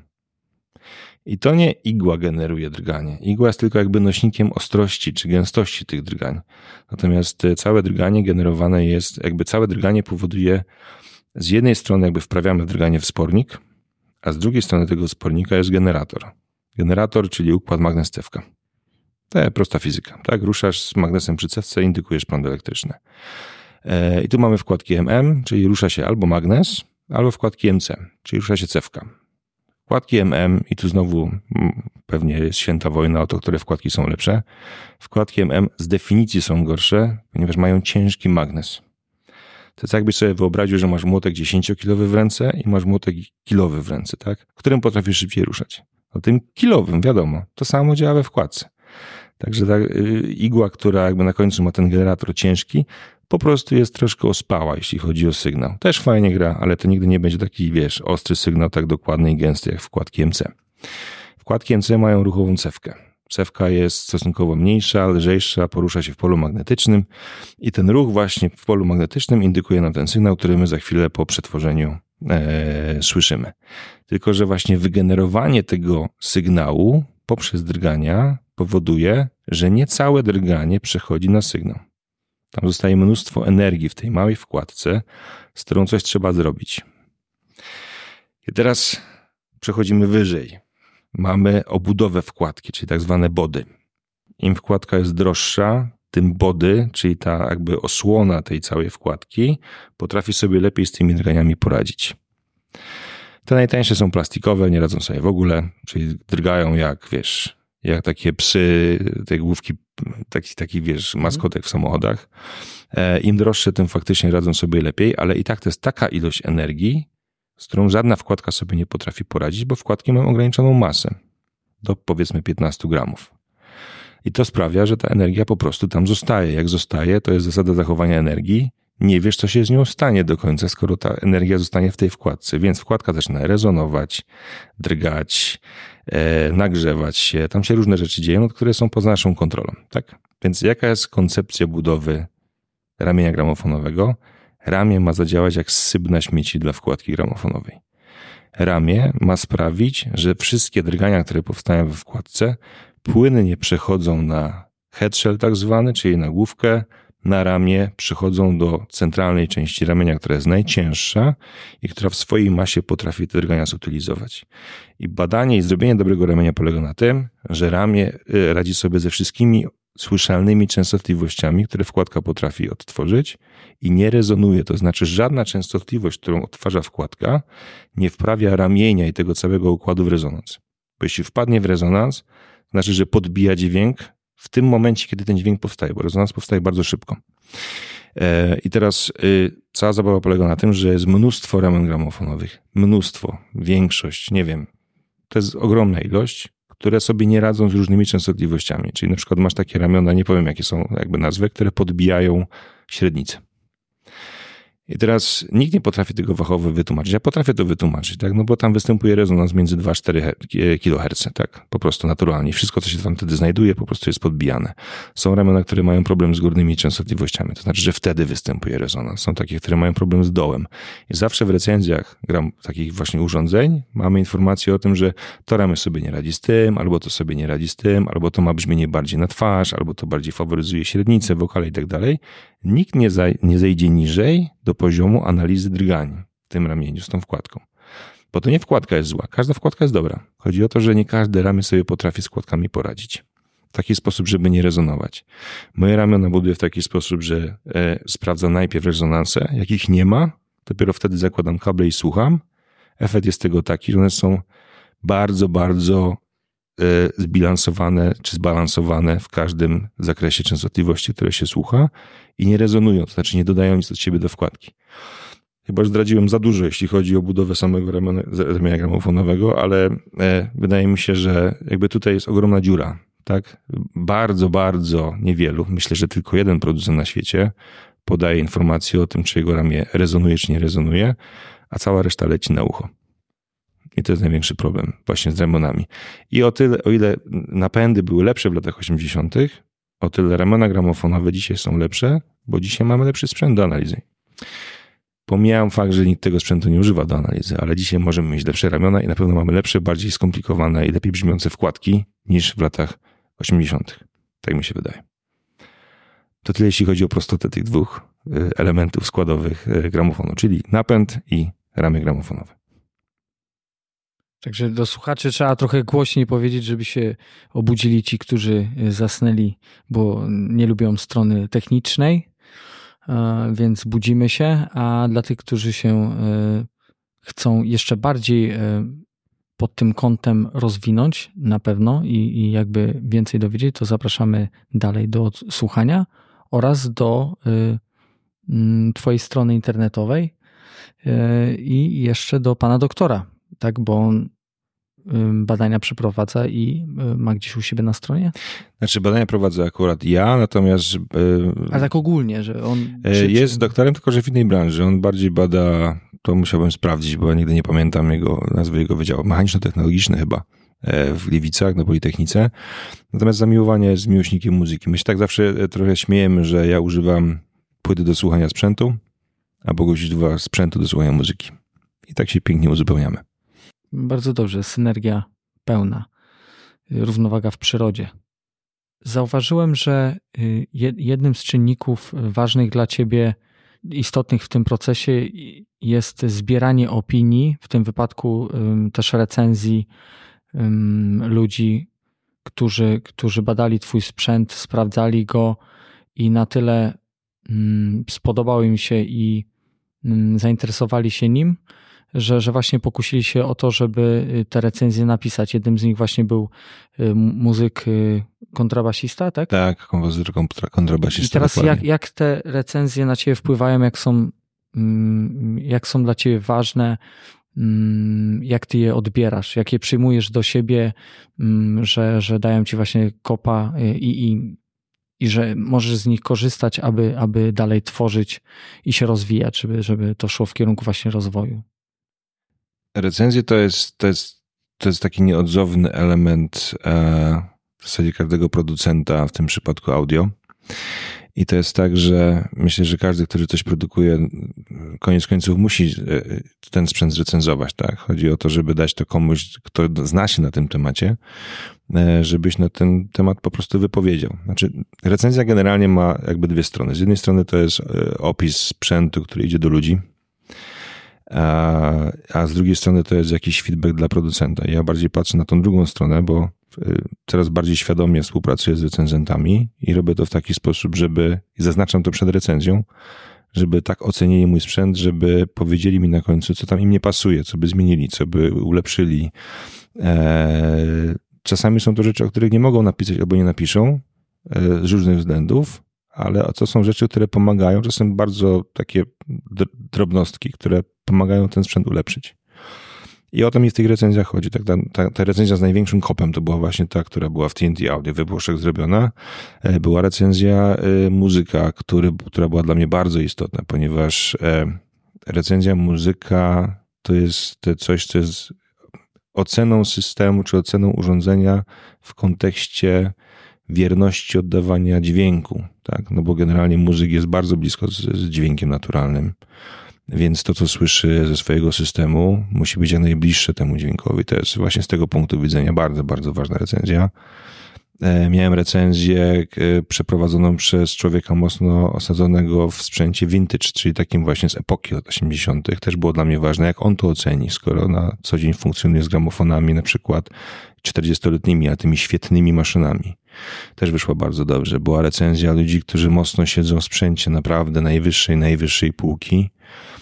I to nie igła generuje drganie. Igła jest tylko jakby nośnikiem ostrości czy gęstości tych drgań. Natomiast całe drganie generowane jest, jakby całe drganie powoduje, z jednej strony jakby wprawiamy drganie w spornik, a z drugiej strony tego spornika jest generator. Generator, czyli układ magnes-cewka. To jest prosta fizyka. Tak, ruszasz z magnesem przy cewce, indykujesz prąd elektryczny. I tu mamy wkładki M M, czyli rusza się albo magnes, albo wkładki M C, czyli rusza się cewka. Wkładki M M, i tu znowu pewnie jest święta wojna o to, które wkładki są lepsze. Wkładki M M z definicji są gorsze, ponieważ mają ciężki magnes. To jest jakbyś sobie wyobraził, że masz młotek dziesięciokilowy w ręce i masz młotek kilowy w ręce, tak? Którym potrafisz szybciej ruszać. O tym kilowym, wiadomo, to samo działa we wkładce. Także ta igła, która jakby na końcu ma ten generator ciężki, po prostu jest troszkę ospała, jeśli chodzi o sygnał. Też fajnie gra, ale to nigdy nie będzie taki, wiesz, ostry sygnał, tak dokładny i gęsty jak wkładki M C. Wkładki M C mają ruchową cewkę. Cewka jest stosunkowo mniejsza, lżejsza, porusza się w polu magnetycznym i ten ruch właśnie w polu magnetycznym indykuje nam ten sygnał, który my za chwilę po przetworzeniu e, słyszymy. Tylko że właśnie wygenerowanie tego sygnału poprzez drgania powoduje, że nie całe drganie przechodzi na sygnał. Tam zostaje mnóstwo energii w tej małej wkładce, z którą coś trzeba zrobić. I teraz przechodzimy wyżej. Mamy obudowę wkładki, czyli tak zwane body. Im wkładka jest droższa, tym body, czyli ta jakby osłona tej całej wkładki, potrafi sobie lepiej z tymi drganiami poradzić. Te najtańsze są plastikowe, nie radzą sobie w ogóle, czyli drgają jak, wiesz, jak takie psy, te główki, taki, taki wiesz, maskotek w samochodach. Im droższe, tym faktycznie radzą sobie lepiej, ale i tak to jest taka ilość energii, z którą żadna wkładka sobie nie potrafi poradzić, bo wkładki mają ograniczoną masę, do powiedzmy piętnaście gramów. I to sprawia, że ta energia po prostu tam zostaje. Jak zostaje, to jest zasada zachowania energii. Nie wiesz, co się z nią stanie do końca, skoro ta energia zostanie w tej wkładce. Więc wkładka zaczyna rezonować, drgać, e, nagrzewać się. Tam się różne rzeczy dzieją, które są poza naszą kontrolą. Tak? Więc jaka jest koncepcja budowy ramienia gramofonowego? Ramię ma zadziałać jak syp na śmieci dla wkładki gramofonowej. Ramię ma sprawić, że wszystkie drgania, które powstają we wkładce, płynnie przechodzą na headshell tak zwany, czyli na główkę, na ramię, przychodzą do centralnej części ramienia, która jest najcięższa i która w swojej masie potrafi te drgania zutylizować. I badanie i zrobienie dobrego ramienia polega na tym, że ramię radzi sobie ze wszystkimi słyszalnymi częstotliwościami, które wkładka potrafi odtworzyć i nie rezonuje. To znaczy żadna częstotliwość, którą odtwarza wkładka, nie wprawia ramienia i tego całego układu w rezonans. Bo jeśli wpadnie w rezonans, to znaczy, że podbija dźwięk w tym momencie, kiedy ten dźwięk powstaje, bo rezonans powstaje bardzo szybko. I teraz cała zabawa polega na tym, że jest mnóstwo ramion gramofonowych. Mnóstwo, większość, nie wiem, to jest ogromna ilość, które sobie nie radzą z różnymi częstotliwościami. Czyli na przykład masz takie ramiona, nie powiem jakie są jakby nazwy, które podbijają średnicę. I teraz nikt nie potrafi tego fachowo wytłumaczyć. Ja potrafię to wytłumaczyć, tak? No bo tam występuje rezonans między dwa a cztery kiloherce, tak? Po prostu naturalnie. Wszystko, co się tam wtedy znajduje, po prostu jest podbijane. Są ramiona, które mają problem z górnymi częstotliwościami. To znaczy, że wtedy występuje rezonans. Są takie, które mają problem z dołem. I zawsze w recenzjach gram takich właśnie urządzeń mamy informację o tym, że to ramię sobie nie radzi z tym, albo to sobie nie radzi z tym, albo to ma brzmienie bardziej na twarz, albo to bardziej faworyzuje średnicę, wokale i tak dalej. Nikt nie, zaj- nie zejdzie niżej do poziomu analizy drgań w tym ramieniu z tą wkładką. Bo to nie wkładka jest zła, każda wkładka jest dobra. Chodzi o to, że nie każde ramię sobie potrafi z wkładkami poradzić. W taki sposób, żeby nie rezonować. Moje ramiona buduję w taki sposób, że e, sprawdzam najpierw rezonanse, jakich nie ma, dopiero wtedy zakładam kable i słucham. Efekt jest tego taki, że one są bardzo, bardzo e, zbilansowane czy zbalansowane w każdym zakresie częstotliwości, które się słucha i nie rezonują, to znaczy nie dodają nic od siebie do wkładki. Chyba zdradziłem za dużo, jeśli chodzi o budowę samego ramienia gramofonowego, ale e, wydaje mi się, że jakby tutaj jest ogromna dziura, tak? Bardzo, bardzo niewielu, myślę, że tylko jeden producent na świecie podaje informacje o tym, czy jego ramię rezonuje, czy nie rezonuje, a cała reszta leci na ucho. I to jest największy problem właśnie z ramionami. I o tyle, o ile napędy były lepsze w latach osiemdziesiątych, o tyle ramiona gramofonowe dzisiaj są lepsze, bo dzisiaj mamy lepszy sprzęt do analizy. Pomijam fakt, że nikt tego sprzętu nie używa do analizy, ale dzisiaj możemy mieć lepsze ramiona i na pewno mamy lepsze, bardziej skomplikowane i lepiej brzmiące wkładki niż w latach osiemdziesiątych. Tak mi się wydaje. To tyle, jeśli chodzi o prostotę tych dwóch elementów składowych gramofonu, czyli napęd i ramię gramofonowe. Także do słuchaczy trzeba trochę głośniej powiedzieć, żeby się obudzili ci, którzy zasnęli, bo nie lubią strony technicznej, więc budzimy się, a dla tych, którzy się chcą jeszcze bardziej pod tym kątem rozwinąć na pewno i, i jakby więcej dowiedzieć, to zapraszamy dalej do słuchania oraz do twojej strony internetowej i jeszcze do pana doktora, tak, bo on badania przeprowadza i ma gdzieś u siebie na stronie? Znaczy badania prowadzę akurat ja, natomiast... Ale tak ogólnie, że on... Jest czy... doktorem, tylko że w innej branży. On bardziej bada, to musiałbym sprawdzić, bo ja nigdy nie pamiętam jego nazwy jego wydziału. Mechaniczno-technologiczny chyba w Gliwicach na Politechnice. Natomiast zamiłowanie jest miłośnikiem muzyki. My się tak zawsze trochę śmiejemy, że ja używam płyty do słuchania sprzętu, a Boguś używa sprzętu do słuchania muzyki. I tak się pięknie uzupełniamy. Bardzo dobrze, synergia pełna, równowaga w przyrodzie. Zauważyłem, że jednym z czynników ważnych dla ciebie, istotnych w tym procesie jest zbieranie opinii, w tym wypadku też recenzji ludzi, którzy, którzy badali twój sprzęt, sprawdzali go i na tyle spodobał im się i zainteresowali się nim, że, że właśnie pokusili się o to, żeby te recenzje napisać. Jednym z nich właśnie był muzyk kontrabasista, tak? Tak, kompozytor kontrabasista. I teraz jak, jak te recenzje na ciebie wpływają, jak są, jak są dla ciebie ważne, jak ty je odbierasz, jak je przyjmujesz do siebie, że, że dają ci właśnie kopa i, i, i że możesz z nich korzystać, aby, aby dalej tworzyć i się rozwijać, żeby, żeby to szło w kierunku właśnie rozwoju. Recenzje to jest, to jest, to jest taki nieodzowny element e, w zasadzie każdego producenta, w tym przypadku audio. I to jest tak, że myślę, że każdy, który coś produkuje, koniec końców musi ten sprzęt zrecenzować. Tak? Chodzi o to, żeby dać to komuś, kto zna się na tym temacie, żebyś na ten temat po prostu wypowiedział. Znaczy, recenzja generalnie ma jakby dwie strony. Z jednej strony to jest opis sprzętu, który idzie do ludzi, A, a z drugiej strony to jest jakiś feedback dla producenta. Ja bardziej patrzę na tą drugą stronę, bo coraz bardziej świadomie współpracuję z recenzentami i robię to w taki sposób, żeby, i zaznaczam to przed recenzją, żeby tak ocenili mój sprzęt, żeby powiedzieli mi na końcu, co tam im nie pasuje, co by zmienili, co by ulepszyli. Eee, czasami są to rzeczy, o których nie mogą napisać albo nie napiszą e, z różnych względów, ale to są rzeczy, które pomagają, czasem bardzo takie drobnostki, które pomagają ten sprzęt ulepszyć. I o to mi w tych recenzjach chodzi. Tak, ta, ta, ta recenzja z największym kopem to była właśnie ta, która była w T N T Audio, Wybłoszek zrobiona. Była recenzja muzyka, który, która była dla mnie bardzo istotna, ponieważ recenzja muzyka to jest coś, co jest oceną systemu, czy oceną urządzenia w kontekście wierności oddawania dźwięku, tak? No bo generalnie muzyk jest bardzo blisko z, z dźwiękiem naturalnym, więc to, co słyszy ze swojego systemu, musi być jak najbliższe temu dźwiękowi. To jest właśnie z tego punktu widzenia bardzo, bardzo ważna recenzja. Miałem recenzję przeprowadzoną przez człowieka mocno osadzonego w sprzęcie vintage, czyli takim właśnie z epoki lat osiemdziesiątych. Też było dla mnie ważne, jak on to oceni, skoro na co dzień funkcjonuje z gramofonami, na przykład czterdziestoletnimi, a tymi świetnymi maszynami. Też wyszła bardzo dobrze. Była recenzja ludzi, którzy mocno siedzą w sprzęcie naprawdę najwyższej, najwyższej półki.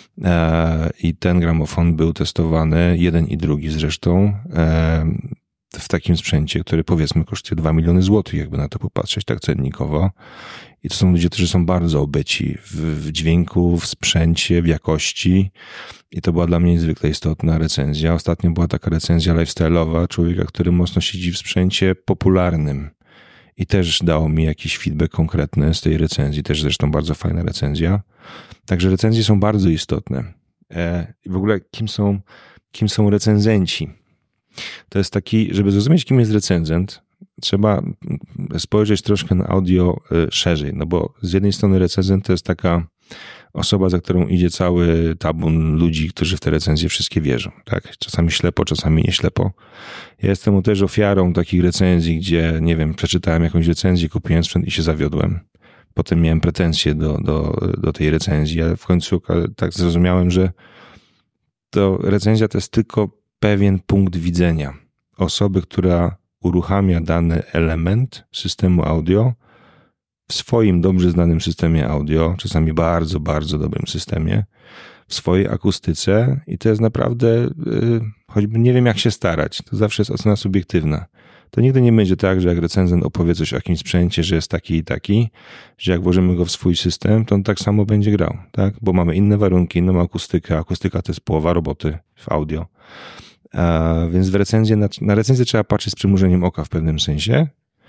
I ten gramofon był testowany, jeden i drugi zresztą, w takim sprzęcie, który powiedzmy kosztuje dwa miliony złotych, jakby na to popatrzeć tak cennikowo. I to są ludzie, którzy są bardzo obyci w, w dźwięku, w sprzęcie, w jakości. I to była dla mnie niezwykle istotna recenzja. Ostatnio była taka recenzja lifestyle'owa człowieka, który mocno siedzi w sprzęcie popularnym. I też dało mi jakiś feedback konkretny z tej recenzji. Też zresztą bardzo fajna recenzja. Także recenzje są bardzo istotne. I w ogóle kim są, kim są recenzenci? To jest taki, żeby zrozumieć, kim jest recenzent, trzeba spojrzeć troszkę na audio szerzej, no bo z jednej strony recenzent to jest taka osoba, za którą idzie cały tabun ludzi, którzy w te recenzje wszystkie wierzą, tak? Czasami ślepo, czasami nie ślepo. Ja jestem też ofiarą takich recenzji, gdzie, nie wiem, przeczytałem jakąś recenzję, kupiłem sprzęt i się zawiodłem. Potem miałem pretensje do, do, do tej recenzji, ale w końcu tak zrozumiałem, że to recenzja to jest tylko pewien punkt widzenia osoby, która uruchamia dany element systemu audio w swoim dobrze znanym systemie audio, czasami bardzo, bardzo dobrym systemie, w swojej akustyce i to jest naprawdę, choćby nie wiem jak się starać, to zawsze jest ocena subiektywna. To nigdy nie będzie tak, że jak recenzent opowie coś o jakimś sprzęcie, że jest taki i taki, że jak włożymy go w swój system, to on tak samo będzie grał, tak? Bo mamy inne warunki, inną akustykę. Akustyka to jest połowa roboty w audio. A więc w recenzję, na, na recenzję trzeba patrzeć z przymrużeniem oka w pewnym sensie.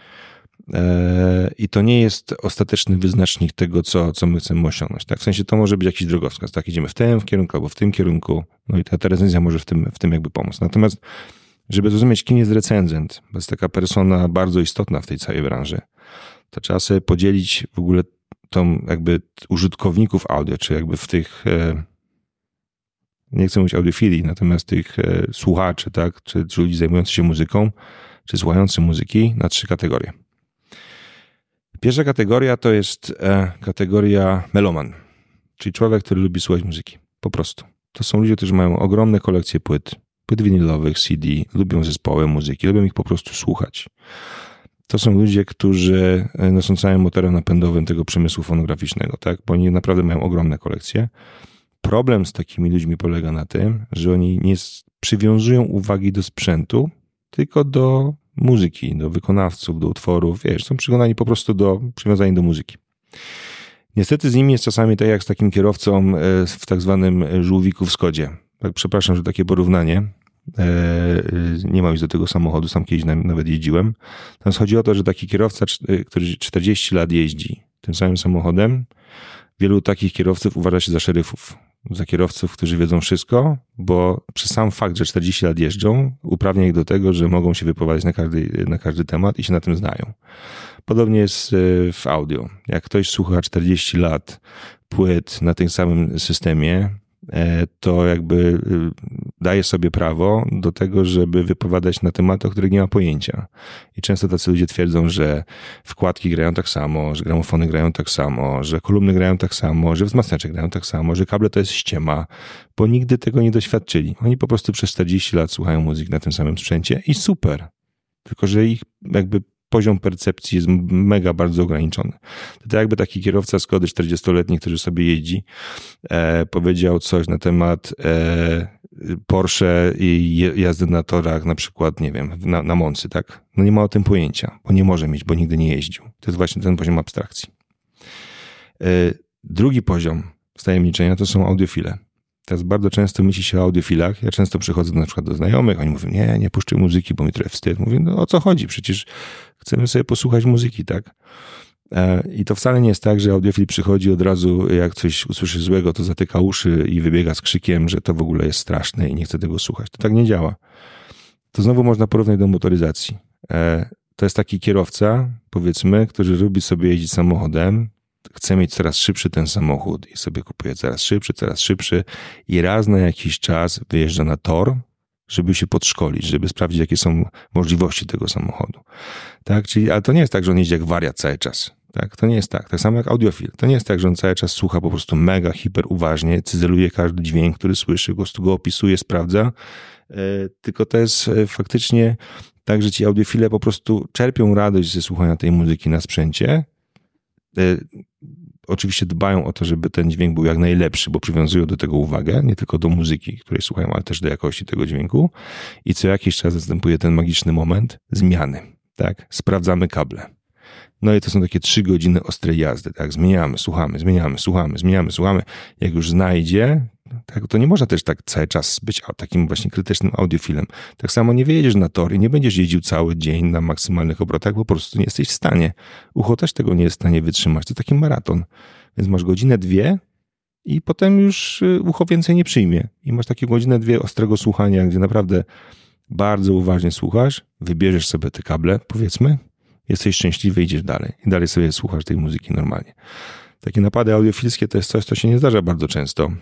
I to nie jest ostateczny wyznacznik tego, co, co my chcemy osiągnąć. Tak? W sensie to może być jakiś drogowskaz. Tak, idziemy w tym kierunku albo w tym kierunku. No i ta, ta recenzja może w tym, w tym jakby pomóc. Natomiast żeby zrozumieć, kim jest recenzent, bo jest taka persona bardzo istotna w tej całej branży, to trzeba sobie podzielić w ogóle tą jakby użytkowników audio, czy jakby w tych, nie chcę mówić audiofilii, natomiast tych słuchaczy, tak, czy, czy ludzi zajmujących się muzyką, czy słuchających muzyki na trzy kategorie. Pierwsza kategoria to jest kategoria meloman, czyli człowiek, który lubi słuchać muzyki, po prostu. To są ludzie, którzy mają ogromne kolekcje płyt, płyt winylowych, C D, lubią zespoły muzyki, lubią ich po prostu słuchać. To są ludzie, którzy no, są całym motorem napędowym tego przemysłu fonograficznego, tak? Bo oni naprawdę mają ogromne kolekcje. Problem z takimi ludźmi polega na tym, że oni nie przywiązują uwagi do sprzętu, tylko do muzyki, do wykonawców, do utworów, wiesz, są przywiązani po prostu do, przywiązani do muzyki. Niestety z nimi jest czasami tak jak z takim kierowcą w tak zwanym żółwiku w Skodzie. Tak, przepraszam, że takie porównanie. Nie mam już do tego samochodu, sam kiedyś nawet jeździłem. Natomiast chodzi o to, że taki kierowca, który czterdzieści lat jeździ tym samym samochodem, wielu takich kierowców uważa się za szeryfów, za kierowców, którzy wiedzą wszystko, bo przez sam fakt, że czterdzieści lat jeżdżą, uprawnia ich do tego, że mogą się wypowiadać na każdy, na każdy temat i się na tym znają. Podobnie jest w audio. Jak ktoś słucha czterdzieści lat płyt na tym samym systemie, to jakby daje sobie prawo do tego, żeby wypowiadać na tematy, o których nie ma pojęcia. I często tacy ludzie twierdzą, że wkładki grają tak samo, że gramofony grają tak samo, że kolumny grają tak samo, że wzmacniacze grają tak samo, że kable to jest ściema, bo nigdy tego nie doświadczyli. Oni po prostu przez czterdzieści lat słuchają muzyki na tym samym sprzęcie i super. Tylko że ich jakby poziom percepcji jest mega bardzo ograniczony. To tak jakby taki kierowca Skody czterdziestoletni, który sobie jeździ, e, powiedział coś na temat e, Porsche i jazdy na torach, na przykład, nie wiem, na, na Moncy, tak? No nie ma o tym pojęcia, bo nie może mieć, bo nigdy nie jeździł. To jest właśnie ten poziom abstrakcji. E, drugi poziom wtajemniczenia to są audiofile. Teraz bardzo często myśli się o audiofilach. Ja często przychodzę na przykład do znajomych, oni mówią, nie, nie puszczaj muzyki, bo mi trochę wstyd. Mówię, no o co chodzi? Przecież chcemy sobie posłuchać muzyki, tak? I to wcale nie jest tak, że audiofil przychodzi od razu, jak coś usłyszy złego, to zatyka uszy i wybiega z krzykiem, że to w ogóle jest straszne i nie chce tego słuchać. To tak nie działa. To znowu można porównać do motoryzacji. To jest taki kierowca, powiedzmy, który lubi sobie jeździć samochodem, chce mieć coraz szybszy ten samochód i sobie kupuje coraz szybszy, coraz szybszy i raz na jakiś czas wyjeżdża na tor, żeby się podszkolić, żeby sprawdzić, jakie są możliwości tego samochodu. Tak? Czyli, ale to nie jest tak, że on jeździ jak wariat cały czas. Tak? To nie jest tak. Tak samo jak audiofil. To nie jest tak, że on cały czas słucha po prostu mega, hiper uważnie, cyzeluje każdy dźwięk, który słyszy, po prostu go opisuje, sprawdza. Yy, tylko to jest yy, faktycznie tak, że ci audiofile po prostu czerpią radość ze słuchania tej muzyki na sprzęcie, oczywiście dbają o to, żeby ten dźwięk był jak najlepszy, bo przywiązują do tego uwagę, nie tylko do muzyki, której słuchają, ale też do jakości tego dźwięku. I co jakiś czas następuje ten magiczny moment zmiany, tak? Sprawdzamy kable. No i to są takie trzy godziny ostrej jazdy, tak? Zmieniamy, słuchamy, zmieniamy, słuchamy, zmieniamy, słuchamy. Jak już znajdzie, tak, to nie można też tak cały czas być takim właśnie krytycznym audiofilem. Tak samo nie wyjedziesz na tory, nie będziesz jeździł cały dzień na maksymalnych obrotach, bo po prostu nie jesteś w stanie. Ucho też tego nie jest w stanie wytrzymać. To taki maraton. Więc masz godzinę, dwie i potem już ucho więcej nie przyjmie. I masz takie godzinę, dwie ostrego słuchania, gdzie naprawdę bardzo uważnie słuchasz, wybierzesz sobie te kable, powiedzmy, jesteś szczęśliwy, idziesz dalej. I dalej sobie słuchasz tej muzyki normalnie. Takie napady audiofilskie to jest coś, co się nie zdarza bardzo często.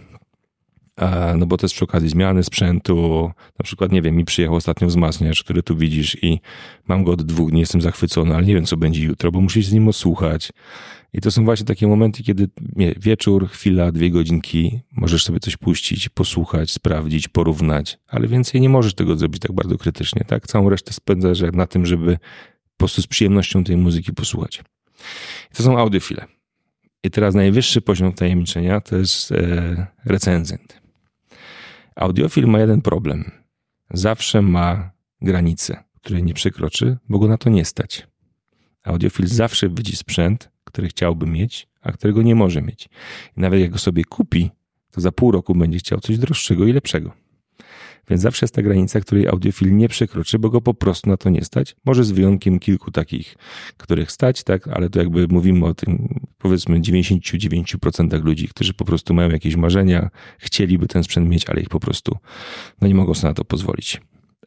No bo to jest przy okazji zmiany sprzętu. Na przykład, nie wiem, mi przyjechał ostatnio wzmacniacz, który tu widzisz i mam go od dwóch dni, jestem zachwycony, ale nie wiem, co będzie jutro, bo muszę się z nim odsłuchać. I to są właśnie takie momenty, kiedy nie, wieczór, chwila, dwie godzinki, możesz sobie coś puścić, posłuchać, sprawdzić, porównać, ale więcej nie możesz tego zrobić tak bardzo krytycznie, tak? Całą resztę spędzasz na tym, żeby po prostu z przyjemnością tej muzyki posłuchać. I to są audiofile. I teraz najwyższy poziom wtajemniczenia to jest e, recenzent. Audiofil ma jeden problem. Zawsze ma granicę, której nie przekroczy, bo go na to nie stać. Audiofil zawsze widzi sprzęt, który chciałby mieć, a którego nie może mieć. I nawet jak go sobie kupi, to za pół roku będzie chciał coś droższego i lepszego. Więc zawsze jest ta granica, której audiofil nie przekroczy, bo go po prostu na to nie stać. Może z wyjątkiem kilku takich, których stać, tak, ale to jakby mówimy o tym, powiedzmy, dziewięćdziesiąt dziewięć procent ludzi, którzy po prostu mają jakieś marzenia, chcieliby ten sprzęt mieć, ale ich po prostu no nie mogą sobie na to pozwolić.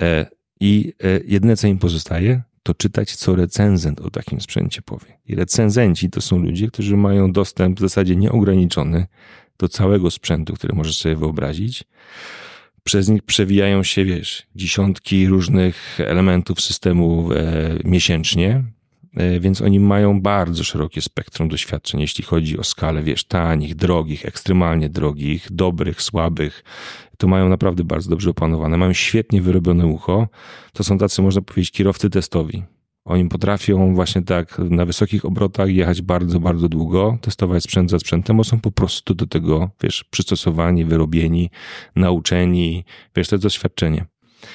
I jedyne, co im pozostaje, to czytać, co recenzent o takim sprzęcie powie. I recenzenci to są ludzie, którzy mają dostęp w zasadzie nieograniczony do całego sprzętu, który możesz sobie wyobrazić. Przez nich przewijają się, wiesz, dziesiątki różnych elementów systemu e, miesięcznie, e, więc oni mają bardzo szerokie spektrum doświadczeń, jeśli chodzi o skalę, wiesz, tanich, drogich, ekstremalnie drogich, dobrych, słabych. To mają naprawdę bardzo dobrze opanowane. Mają świetnie wyrobione ucho. To są tacy, można powiedzieć, kierowcy testowi. Oni potrafią właśnie tak na wysokich obrotach jechać bardzo, bardzo długo, testować sprzęt za sprzętem, bo są po prostu do tego, wiesz, przystosowani, wyrobieni, nauczeni, wiesz, to jest doświadczenie.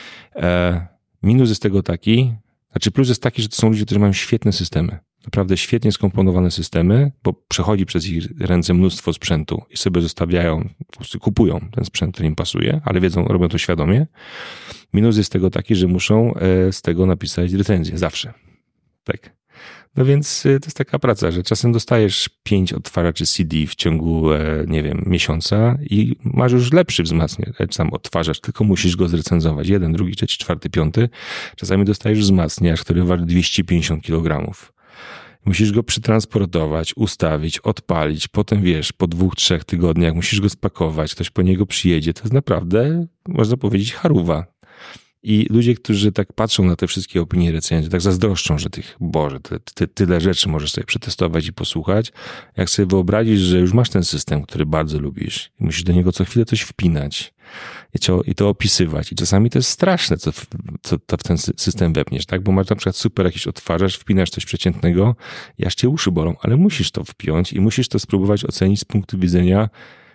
E, minus jest tego taki, znaczy plus jest taki, że to są ludzie, którzy mają świetne systemy, naprawdę świetnie skomponowane systemy, bo przechodzi przez ich ręce mnóstwo sprzętu i sobie zostawiają, po prostu kupują ten sprzęt, który im pasuje, ale wiedzą, robią to świadomie. Minus jest tego taki, że muszą z tego napisać recenzję, zawsze. Tak. No więc to jest taka praca, że czasem dostajesz pięć odtwarzaczy C D w ciągu, nie wiem, miesiąca i masz już lepszy wzmacniacz, sam odtwarzacz, tylko musisz go zrecenzować. Jeden, drugi, trzeci, czwarty, piąty. Czasami dostajesz wzmacniacz, który waży dwieście pięćdziesiąt kilogramów. Musisz go przytransportować, ustawić, odpalić, potem wiesz, po dwóch, trzech tygodniach musisz go spakować, ktoś po niego przyjedzie. To jest naprawdę, można powiedzieć, charówa. I ludzie, którzy tak patrzą na te wszystkie opinie recenzji, tak zazdroszczą, że tych, Boże, ty, ty, tyle rzeczy możesz sobie przetestować i posłuchać. Jak sobie wyobrazisz, że już masz ten system, który bardzo lubisz i musisz do niego co chwilę coś wpinać i to, i to opisywać. I czasami to jest straszne, co, co, co w ten system wepniesz, tak? Bo masz na przykład super jakiś odtwarzacz, wpinasz coś przeciętnego i aż cię uszy bolą, ale musisz to wpiąć i musisz to spróbować ocenić z punktu widzenia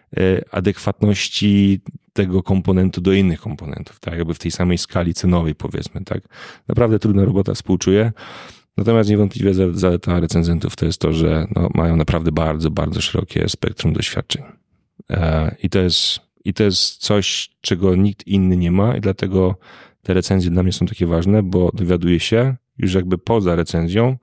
adekwatności tego komponentu do innych komponentów, tak, jakby w tej samej skali cenowej, powiedzmy, tak. Naprawdę trudna robota, współczuję. Natomiast niewątpliwie zaleta recenzentów to jest to, że no, mają naprawdę bardzo, bardzo szerokie spektrum doświadczeń. I to jest, i to jest coś, czego nikt inny nie ma i dlatego te recenzje dla mnie są takie ważne, bo dowiaduję się już jakby poza recenzją,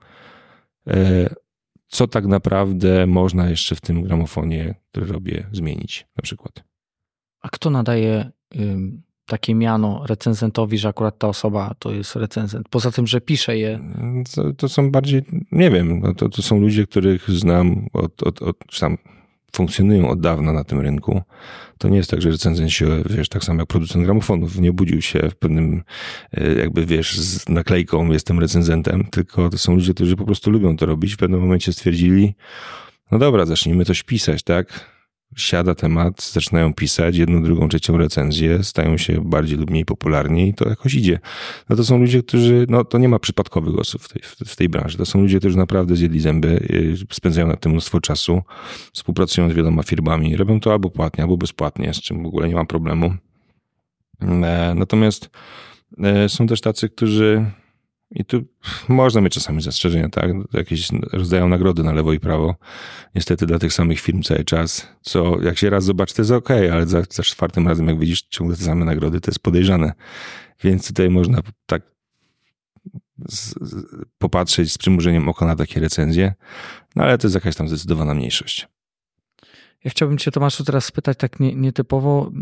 co tak naprawdę można jeszcze w tym gramofonie, który robię, zmienić na przykład. A kto nadaje y, takie miano recenzentowi, że akurat ta osoba to jest recenzent? Poza tym, że pisze je. To, to są bardziej, nie wiem, no to, to są ludzie, których znam od, od, od tam funkcjonują od dawna na tym rynku. To nie jest tak, że recenzent się, wiesz, tak samo jak producent gramofonów, nie budził się w pewnym, jakby wiesz, z naklejką jestem recenzentem, tylko to są ludzie, którzy po prostu lubią to robić. W pewnym momencie stwierdzili, no dobra, zacznijmy coś pisać, tak? siada temat, zaczynają pisać jedną, drugą, trzecią recenzję, stają się bardziej lub mniej popularni i to jakoś idzie. No to są ludzie, którzy, no to nie ma przypadkowych osób w tej, w tej branży. To są ludzie, którzy naprawdę zjedli zęby, spędzają na tym mnóstwo czasu, współpracują z wieloma firmami, robią to albo płatnie, albo bezpłatnie, z czym w ogóle nie ma problemu. Natomiast są też tacy, którzy, i tu można mieć czasami zastrzeżenia, tak? Jakieś rozdają nagrody na lewo i prawo. Niestety dla tych samych firm cały czas, co jak się raz zobaczy, to jest okej, okay, ale za, za czwartym razem, jak widzisz ciągle te same nagrody, to jest podejrzane. Więc tutaj można tak z, z, popatrzeć z przymrużeniem oka na takie recenzje, no ale to jest jakaś tam zdecydowana mniejszość. Ja chciałbym cię, Tomaszu, teraz spytać tak nie, nietypowo,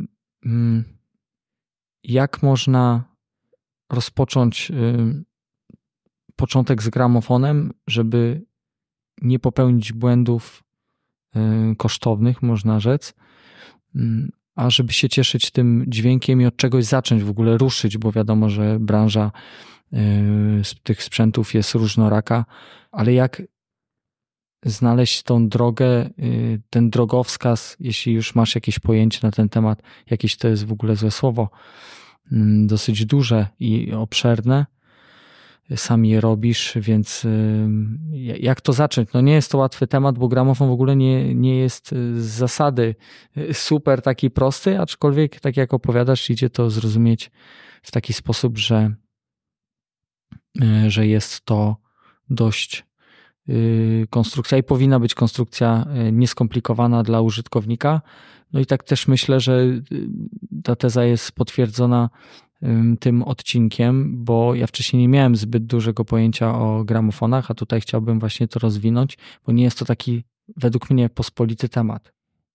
jak można rozpocząć początek z gramofonem, żeby nie popełnić błędów kosztownych, można rzec, a żeby się cieszyć tym dźwiękiem i od czegoś zacząć w ogóle ruszyć, bo wiadomo, że branża tych sprzętów jest różnoraka, ale jak znaleźć tą drogę, ten drogowskaz, jeśli już masz jakieś pojęcie na ten temat, jakieś to jest w ogóle złe słowo, dosyć duże i obszerne, sam je robisz, więc jak to zacząć? No nie jest to łatwy temat, bo gramofon w ogóle nie, nie jest z zasady super taki prosty, aczkolwiek tak jak opowiadasz, idzie to zrozumieć w taki sposób, że, że jest to dość konstrukcja i powinna być konstrukcja nieskomplikowana dla użytkownika. No i tak też myślę, że ta teza jest potwierdzona tym odcinkiem, bo ja wcześniej nie miałem zbyt dużego pojęcia o gramofonach, a tutaj chciałbym właśnie to rozwinąć, bo nie jest to taki według mnie pospolity temat.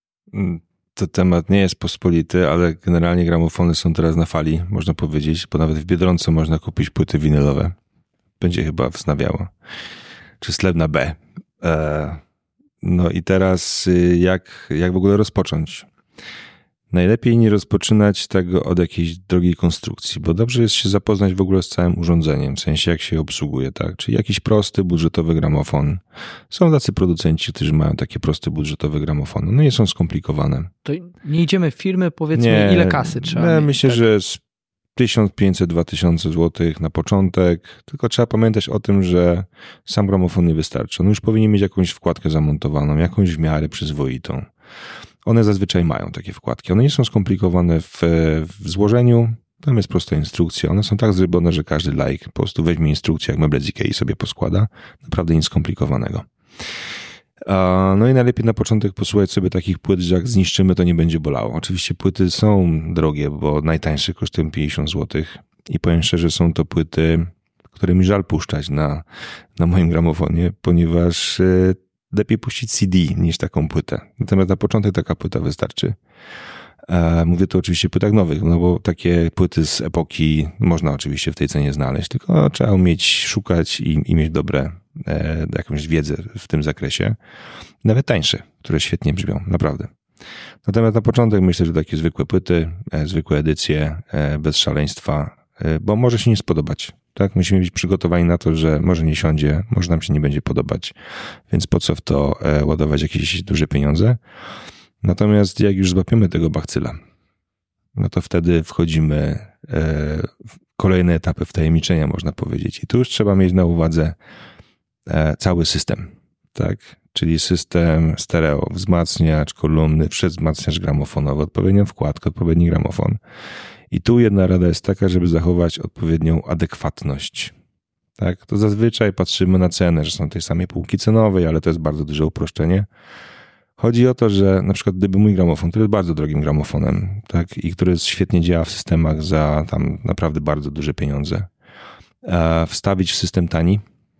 To temat nie jest pospolity, ale generalnie gramofony są teraz na fali, można powiedzieć, bo nawet w Biedronce można kupić płyty winylowe. Będzie chyba wznawiało. Czy Srebrna B. No i teraz jak, jak w ogóle rozpocząć? Najlepiej nie rozpoczynać tego od jakiejś drogiej konstrukcji, bo dobrze jest się zapoznać w ogóle z całym urządzeniem, w sensie jak się obsługuje, tak? Czyli jakiś prosty, budżetowy gramofon. Są tacy producenci, którzy mają takie proste, budżetowe gramofony. No nie są skomplikowane. To nie idziemy w firmy, powiedzmy, nie, ile kasy trzeba ja mieć, myślę, tak? że z tysiąc pięćset do dwa tysiące złotych na początek, tylko trzeba pamiętać o tym, że sam gramofon nie wystarczy. On już powinien mieć jakąś wkładkę zamontowaną, jakąś w miarę przyzwoitą. One zazwyczaj mają takie wkładki. One nie są skomplikowane w, w złożeniu. Tam jest prosta instrukcja. One są tak zrobione, że każdy laik po prostu weźmie instrukcję, jak meble z Ikei i sobie poskłada. Naprawdę nic skomplikowanego. No i najlepiej na początek posłuchać sobie takich płyt, że jak zniszczymy, to nie będzie bolało. Oczywiście płyty są drogie, bo najtańsze kosztują pięćdziesiąt złotych i powiem szczerze, są to płyty, które mi żal puszczać na, na moim gramofonie, ponieważ lepiej puścić C D niż taką płytę. Natomiast na początek taka płyta wystarczy. Mówię tu oczywiście o płytach nowych, no bo takie płyty z epoki można oczywiście w tej cenie znaleźć, tylko trzeba umieć szukać i, i mieć dobre, e, jakąś wiedzę w tym zakresie. Nawet tańsze, które świetnie brzmią, naprawdę. Natomiast na początek myślę, że takie zwykłe płyty, e, zwykłe edycje, e, bez szaleństwa, e, bo może się nie spodobać. Tak, musimy być przygotowani na to, że może nie siądzie, może nam się nie będzie podobać, więc po co w to e, ładować jakieś duże pieniądze. Natomiast jak już złapiemy tego bakcyla, no to wtedy wchodzimy w kolejne etapy wtajemniczenia, można powiedzieć. I tu już trzeba mieć na uwadze cały system, tak? Czyli system stereo, wzmacniacz, kolumny, przedwzmacniacz gramofonowy, odpowiednią wkładkę, odpowiedni gramofon. I tu jedna rada jest taka, żeby zachować odpowiednią adekwatność. Tak? To zazwyczaj patrzymy na cenę, że są tej samej półki cenowej, ale to jest bardzo duże uproszczenie. Chodzi o to, że na przykład gdyby mój gramofon, który jest bardzo drogim gramofonem, tak, i który świetnie działa w systemach za tam naprawdę bardzo duże pieniądze, wstawić w system tani,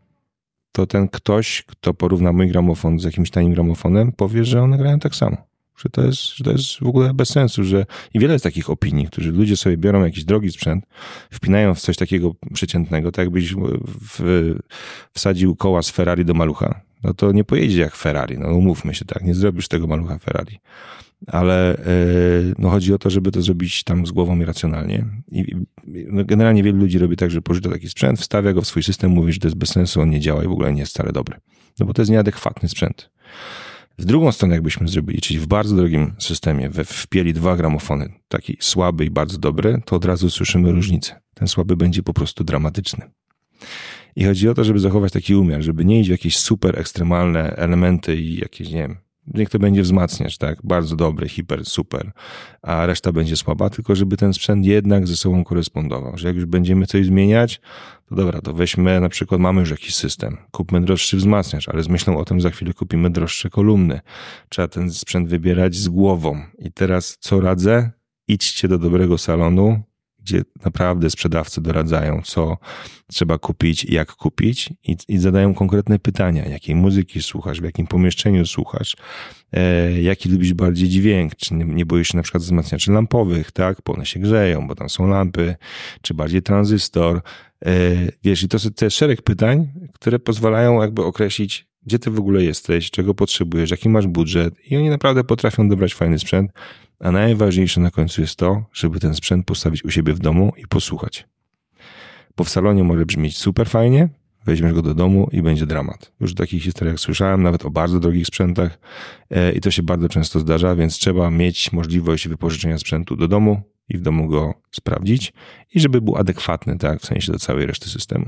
to ten ktoś, kto porówna mój gramofon z jakimś tanim gramofonem, powie, że one grają tak samo. Że to jest, że to jest w ogóle bez sensu, że i wiele jest takich opinii, którzy ludzie sobie biorą jakiś drogi sprzęt, wpinają w coś takiego przeciętnego, tak jakbyś w, wsadził koła z Ferrari do malucha. No to nie pojedzie jak Ferrari, no umówmy się, tak, nie zrobisz tego malucha Ferrari. Ale yy, no chodzi o to, żeby to zrobić tam z głową i racjonalnie. I no generalnie wielu ludzi robi tak, że pożyczy taki sprzęt, wstawia go w swój system, mówi, że to jest bez sensu, on nie działa i w ogóle nie jest wcale dobry. No bo to jest nieadekwatny sprzęt. W drugą stronę jakbyśmy zrobili, czyli w bardzo drogim systemie we wpieli dwa gramofony, taki słaby i bardzo dobry, to od razu słyszymy różnicę. Ten słaby będzie po prostu dramatyczny. I chodzi o to, żeby zachować taki umiar, żeby nie iść w jakieś super ekstremalne elementy i jakieś, nie wiem, niech to będzie wzmacniacz, tak, bardzo dobry, hiper, super, a reszta będzie słaba, tylko żeby ten sprzęt jednak ze sobą korespondował, że jak już będziemy coś zmieniać, to dobra, to weźmy, na przykład mamy już jakiś system, kupmy droższy wzmacniacz, ale z myślą o tym za chwilę kupimy droższe kolumny. Trzeba ten sprzęt wybierać z głową. I teraz co radzę? Idźcie do dobrego salonu, gdzie naprawdę sprzedawcy doradzają, co trzeba kupić, jak kupić i, i zadają konkretne pytania, jakiej muzyki słuchasz, w jakim pomieszczeniu słuchasz, e, jaki lubisz bardziej dźwięk, czy nie, nie boisz się na przykład wzmacniaczy lampowych, tak, bo one się grzeją, bo tam są lampy, czy bardziej tranzystor, e, wiesz, i to jest, to jest szereg pytań, które pozwalają jakby określić, gdzie ty w ogóle jesteś, czego potrzebujesz, jaki masz budżet i oni naprawdę potrafią dobrać fajny sprzęt. A najważniejsze na końcu jest to, żeby ten sprzęt postawić u siebie w domu i posłuchać. Bo w salonie może brzmieć super fajnie, weźmiesz go do domu i będzie dramat. Już o takich historiach słyszałem, nawet o bardzo drogich sprzętach i to się bardzo często zdarza, więc trzeba mieć możliwość wypożyczenia sprzętu do domu i w domu go sprawdzić i żeby był adekwatny, tak, w sensie do całej reszty systemu.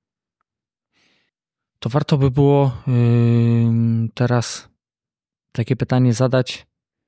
To warto by było yy, teraz takie pytanie zadać.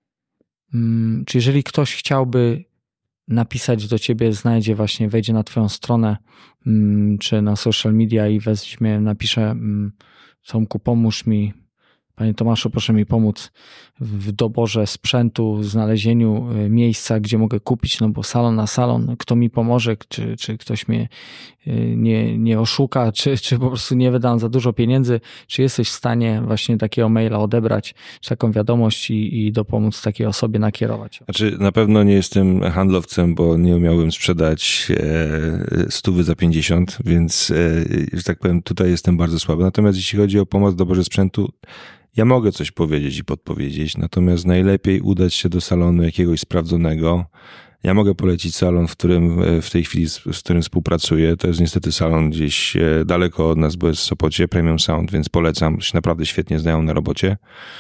Czy jeżeli ktoś chciałby napisać do ciebie, znajdzie właśnie, wejdzie na twoją stronę czy na social media i weźmie, napisze: Tomku, pomóż mi, panie Tomaszu, proszę mi pomóc w doborze sprzętu, w znalezieniu miejsca, gdzie mogę kupić, no bo salon na salon, kto mi pomoże, czy, czy ktoś mnie nie, nie oszuka, czy, czy po prostu nie wydam za dużo pieniędzy, czy jesteś w stanie właśnie takiego maila odebrać, czy taką wiadomość i, i dopomóc takiej osobie nakierować? Znaczy, na pewno nie jestem handlowcem, bo nie umiałbym sprzedać e, stówy za pięćdziesiąt, więc, e, że tak powiem, tutaj jestem bardzo słaby. Natomiast jeśli chodzi o pomoc w doborze sprzętu, ja mogę coś powiedzieć i podpowiedzieć, natomiast najlepiej udać się do salonu jakiegoś sprawdzonego. Ja mogę polecić salon, w którym w tej chwili, z, z którym współpracuję. To jest niestety salon gdzieś daleko od nas, bo jest w Sopocie, Premium Sound, więc polecam. Się naprawdę świetnie znają na robocie.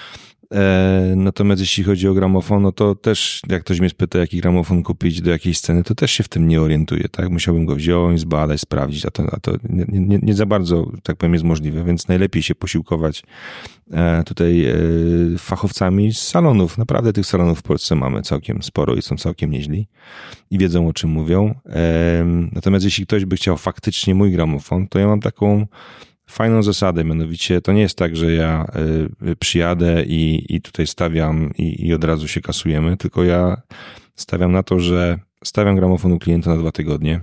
E, natomiast jeśli chodzi o gramofon, no to też jak ktoś mnie spyta, jaki gramofon kupić do jakiej sceny, to też się w tym nie orientuję, tak? Musiałbym go wziąć, zbadać, sprawdzić, a to, a to nie, nie, nie za bardzo, tak powiem, jest możliwe, więc najlepiej się posiłkować e, tutaj e, fachowcami z salonów. Naprawdę tych salonów w Polsce mamy całkiem sporo i są całkiem nieźli i wiedzą, o czym mówią. E, natomiast jeśli ktoś by chciał faktycznie mój gramofon, to ja mam taką fajną zasadę, mianowicie to nie jest tak, że ja y, przyjadę i, i tutaj stawiam i, i od razu się kasujemy, tylko ja stawiam na to, że stawiam gramofon u klienta na dwa tygodnie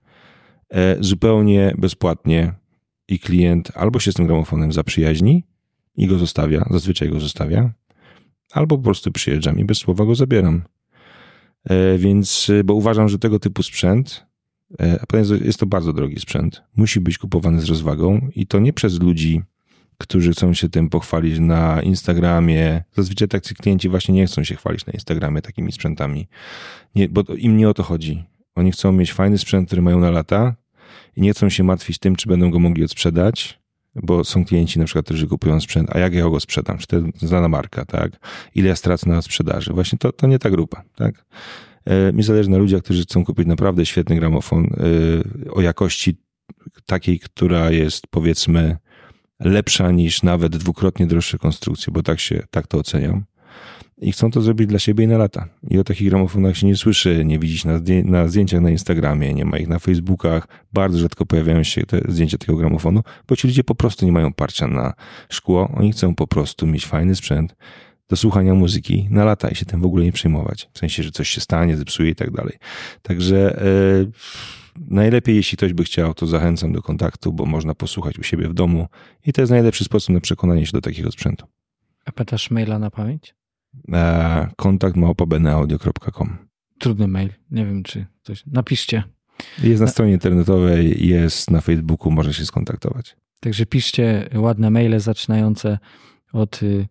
e, zupełnie bezpłatnie i klient albo się z tym gramofonem zaprzyjaźni i go zostawia, zazwyczaj go zostawia, albo po prostu przyjeżdżam i bez słowa go zabieram. E, więc, bo uważam, że tego typu sprzęt, a jest to bardzo drogi sprzęt, musi być kupowany z rozwagą i to nie przez ludzi, którzy chcą się tym pochwalić na Instagramie. Zazwyczaj tacy klienci właśnie nie chcą się chwalić na Instagramie takimi sprzętami, nie, bo im nie o to chodzi. Oni chcą mieć fajny sprzęt, który mają na lata i nie chcą się martwić tym, czy będą go mogli odsprzedać, bo są klienci na przykład, którzy kupują sprzęt, a jak ja go sprzedam? Czy to jest znana marka, tak? Ile ja stracę na sprzedaży? Właśnie to, to nie ta grupa, tak? Mi zależy na ludziach, którzy chcą kupić naprawdę świetny gramofon o jakości takiej, która jest, powiedzmy, lepsza niż nawet dwukrotnie droższe konstrukcje, bo tak się, tak to oceniam. I chcą to zrobić dla siebie i na lata. I o takich gramofonach się nie słyszy, nie widzisz na, zdję- na zdjęciach na Instagramie, nie ma ich na Facebookach. Bardzo rzadko pojawiają się te zdjęcia tego gramofonu, bo ci ludzie po prostu nie mają parcia na szkło. Oni chcą po prostu mieć fajny sprzęt do słuchania muzyki na lata i się tym w ogóle nie przejmować. W sensie, że coś się stanie, zepsuje i tak dalej. Także yy, najlepiej, jeśli ktoś by chciał, to zachęcam do kontaktu, bo można posłuchać u siebie w domu i to jest najlepszy sposób na przekonanie się do takiego sprzętu. A pamiętasz maila na pamięć? E, kontakt małpa beneaudio kropka com. Trudny mail. Nie wiem, czy coś. Napiszcie. Jest na stronie internetowej, jest na Facebooku, można się skontaktować. Także piszcie ładne maile zaczynające od y,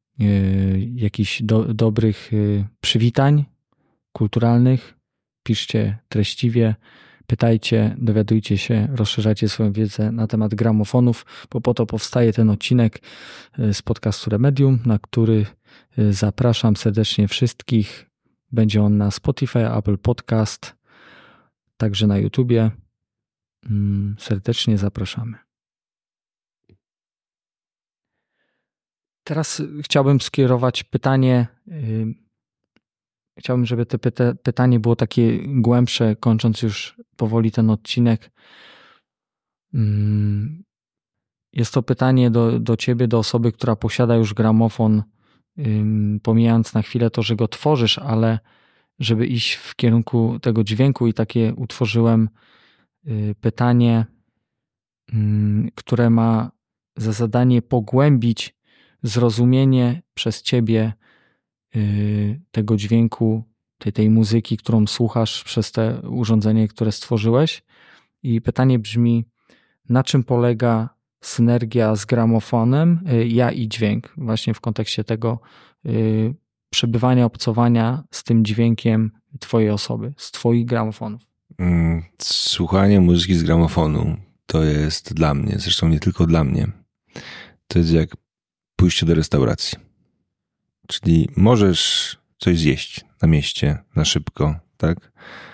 y, jakichś do, dobrych y, przywitań kulturalnych. Piszcie treściwie. pytajcie, dowiadujcie się, rozszerzajcie swoją wiedzę na temat gramofonów, bo po to powstaje ten odcinek z podcastu Remedium, na który zapraszam serdecznie wszystkich. Będzie on na Spotify, Apple Podcast, także na YouTubie. Serdecznie zapraszamy. Teraz chciałbym skierować pytanie, chciałbym, żeby to pyta- pytanie było takie głębsze, kończąc już powoli ten odcinek. Jest to pytanie do, do ciebie, do osoby, która posiada już gramofon, pomijając na chwilę to, że go tworzysz, ale żeby iść w kierunku tego dźwięku i takie utworzyłem pytanie, które ma za zadanie pogłębić zrozumienie przez ciebie tego dźwięku, tej, tej muzyki, którą słuchasz przez te urządzenie, które stworzyłeś. I pytanie brzmi, na czym polega synergia z gramofonem, ja i dźwięk, właśnie w kontekście tego przebywania, obcowania z tym dźwiękiem twojej osoby, z twoich gramofonów. Słuchanie muzyki z gramofonu to jest dla mnie, zresztą nie tylko dla mnie, to jest jak pójście do restauracji. Czyli możesz coś zjeść na mieście, na szybko, tak?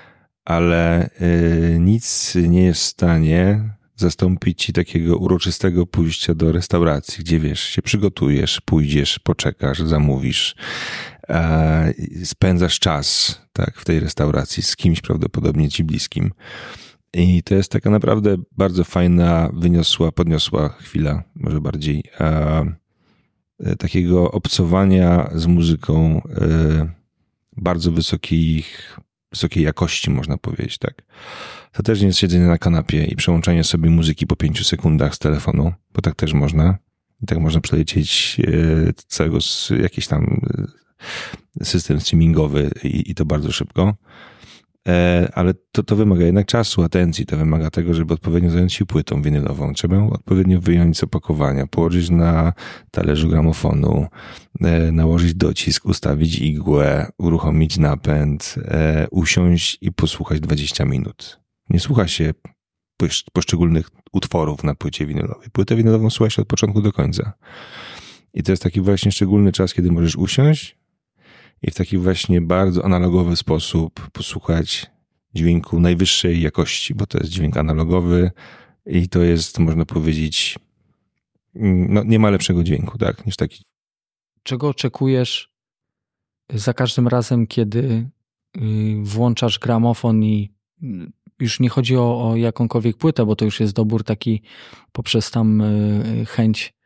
Ale y, nic nie jest w stanie zastąpić ci takiego uroczystego pójścia do restauracji, gdzie wiesz, się przygotujesz, pójdziesz, poczekasz, zamówisz, e, spędzasz czas, tak, w tej restauracji z kimś prawdopodobnie ci bliskim. I to jest taka naprawdę bardzo fajna, wyniosła, podniosła chwila, może bardziej, e, takiego obcowania z muzyką e, bardzo wysokich, wysokiej jakości, można powiedzieć, tak. To też nie jest siedzenie na kanapie i przełączanie sobie muzyki po pięciu sekundach z telefonu, bo tak też można. I tak można przelecieć e, całego jakiś tam system streamingowy i, i to bardzo szybko. E, ale to, to wymaga jednak czasu, atencji, to wymaga tego, żeby odpowiednio zająć się płytą winylową. Trzeba ją odpowiednio wyjąć z opakowania, położyć na talerzu gramofonu, e, nałożyć docisk, ustawić igłę, uruchomić napęd, e, usiąść i posłuchać dwadzieścia minut. Nie słucha się poszczególnych utworów na płycie winylowej. Płytę winylową słucha się od początku do końca. I to jest taki właśnie szczególny czas, kiedy możesz usiąść i w taki właśnie bardzo analogowy sposób posłuchać dźwięku najwyższej jakości, bo to jest dźwięk analogowy i to jest, można powiedzieć, no nie ma lepszego dźwięku, tak, niż taki. Czego oczekujesz za każdym razem, kiedy włączasz gramofon i już nie chodzi o, o jakąkolwiek płytę, bo to już jest dobór taki poprzez tam chęć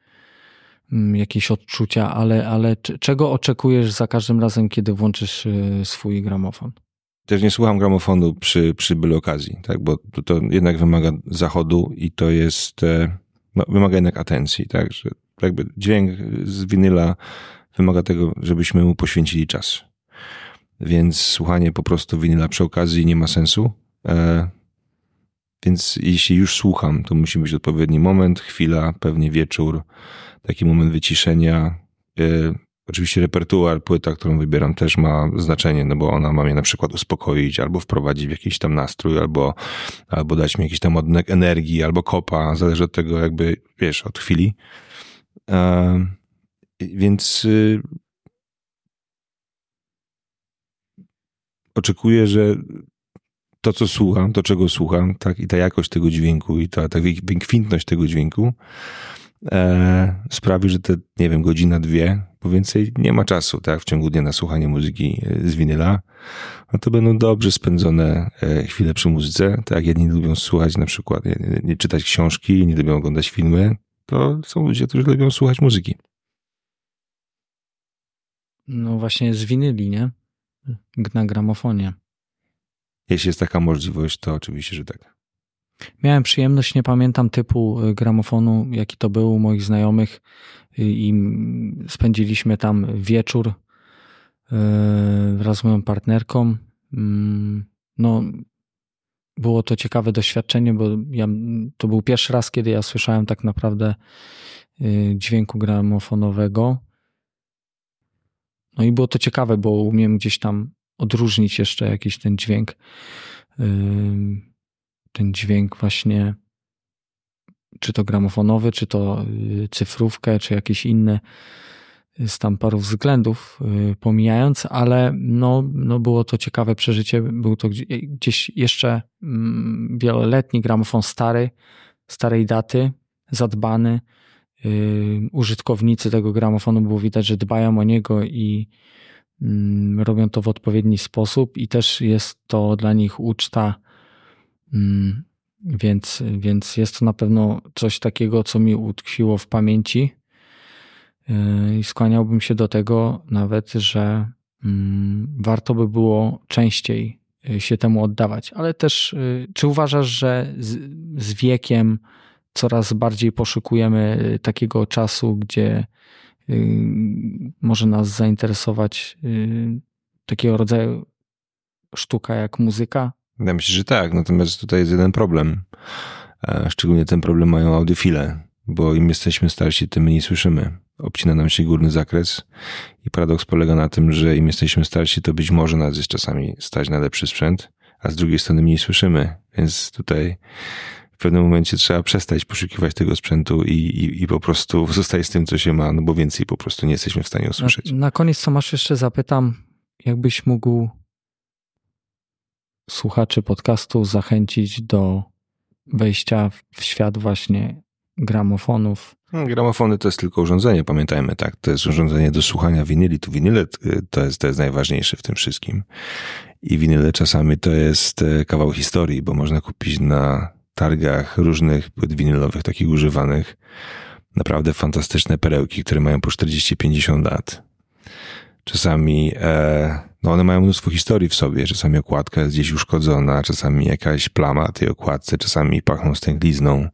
jakieś odczucia, ale, ale czego oczekujesz za każdym razem, kiedy włączysz swój gramofon? Też nie słucham gramofonu przy, przy byle okazji, tak, bo to, to jednak wymaga zachodu i to jest, no, wymaga jednak atencji, tak, że jakby dźwięk z winyla wymaga tego, żebyśmy mu poświęcili czas. Więc słuchanie po prostu winyla przy okazji nie ma sensu. E, więc jeśli już słucham, to musi być odpowiedni moment, chwila, pewnie wieczór, taki moment wyciszenia. E, oczywiście repertuar, płyta, którą wybieram, też ma znaczenie, no bo ona ma mnie na przykład uspokoić, albo wprowadzić w jakiś tam nastrój, albo, albo dać mi jakiś tam ładunek energii, albo kopa, zależy od tego jakby, wiesz, od chwili. E, więc y, oczekuję, że to, co słucham, to, czego słucham, tak, i ta jakość tego dźwięku, i ta, ta wykwintność tego dźwięku e, sprawi, że te, nie wiem, godzina, dwie, bo więcej nie ma czasu, tak, w ciągu dnia na słuchanie muzyki z winyla, no to będą dobrze spędzone e, chwile przy muzyce, tak, jedni lubią słuchać na przykład, nie, nie czytać książki, nie lubią oglądać filmy, to są ludzie, którzy lubią słuchać muzyki. No właśnie z winyli, nie? Na gramofonie. Jeśli jest taka możliwość, to oczywiście, że tak. Miałem przyjemność, nie pamiętam typu gramofonu, jaki to był u moich znajomych i spędziliśmy tam wieczór wraz z moją partnerką. No, było to ciekawe doświadczenie, bo ja, to był pierwszy raz, kiedy ja słyszałem tak naprawdę dźwięku gramofonowego. No i było to ciekawe, bo umiem gdzieś tam odróżnić jeszcze jakiś ten dźwięk. ten dźwięk właśnie, czy to gramofonowy, czy to cyfrówkę, czy jakiś inny, z tam paru względów pomijając, ale no, no było to ciekawe przeżycie. Był to gdzieś jeszcze wieloletni gramofon stary, starej daty, zadbany. Użytkownicy tego gramofonu było widać, że dbają o niego i robią to w odpowiedni sposób i też jest to dla nich uczta, więc, więc jest to na pewno coś takiego, co mi utkwiło w pamięci i skłaniałbym się do tego nawet, że warto by było częściej się temu oddawać. Ale też czy uważasz, że z, z wiekiem coraz bardziej poszukujemy takiego czasu, gdzie może nas zainteresować takiego rodzaju sztuka jak muzyka? Ja myślę, że tak, natomiast tutaj jest jeden problem. Szczególnie ten problem mają audiofile, bo im jesteśmy starsi, tym mniej słyszymy. Obcina nam się górny zakres i paradoks polega na tym, że im jesteśmy starsi, to być może nas jest czasami stać na lepszy sprzęt, a z drugiej strony mniej słyszymy, więc tutaj w pewnym momencie trzeba przestać poszukiwać tego sprzętu i, i, i po prostu zostać z tym, co się ma, no bo więcej po prostu nie jesteśmy w stanie usłyszeć. Na, na koniec, Tomasz, jeszcze zapytam, jakbyś mógł słuchaczy podcastu zachęcić do wejścia w świat właśnie gramofonów. Gramofony to jest tylko urządzenie, pamiętajmy, tak? To jest urządzenie do słuchania winyli. Tu winyle to jest, to jest najważniejsze w tym wszystkim. I winyle czasami to jest kawał historii, bo można kupić na targach różnych płyt winylowych, takich używanych, naprawdę fantastyczne perełki, które mają po czterdzieści pięćdziesiąt lat. Czasami e, no one mają mnóstwo historii w sobie. Czasami okładka jest gdzieś uszkodzona, czasami jakaś plama tej okładce, czasami pachną stęchlizną,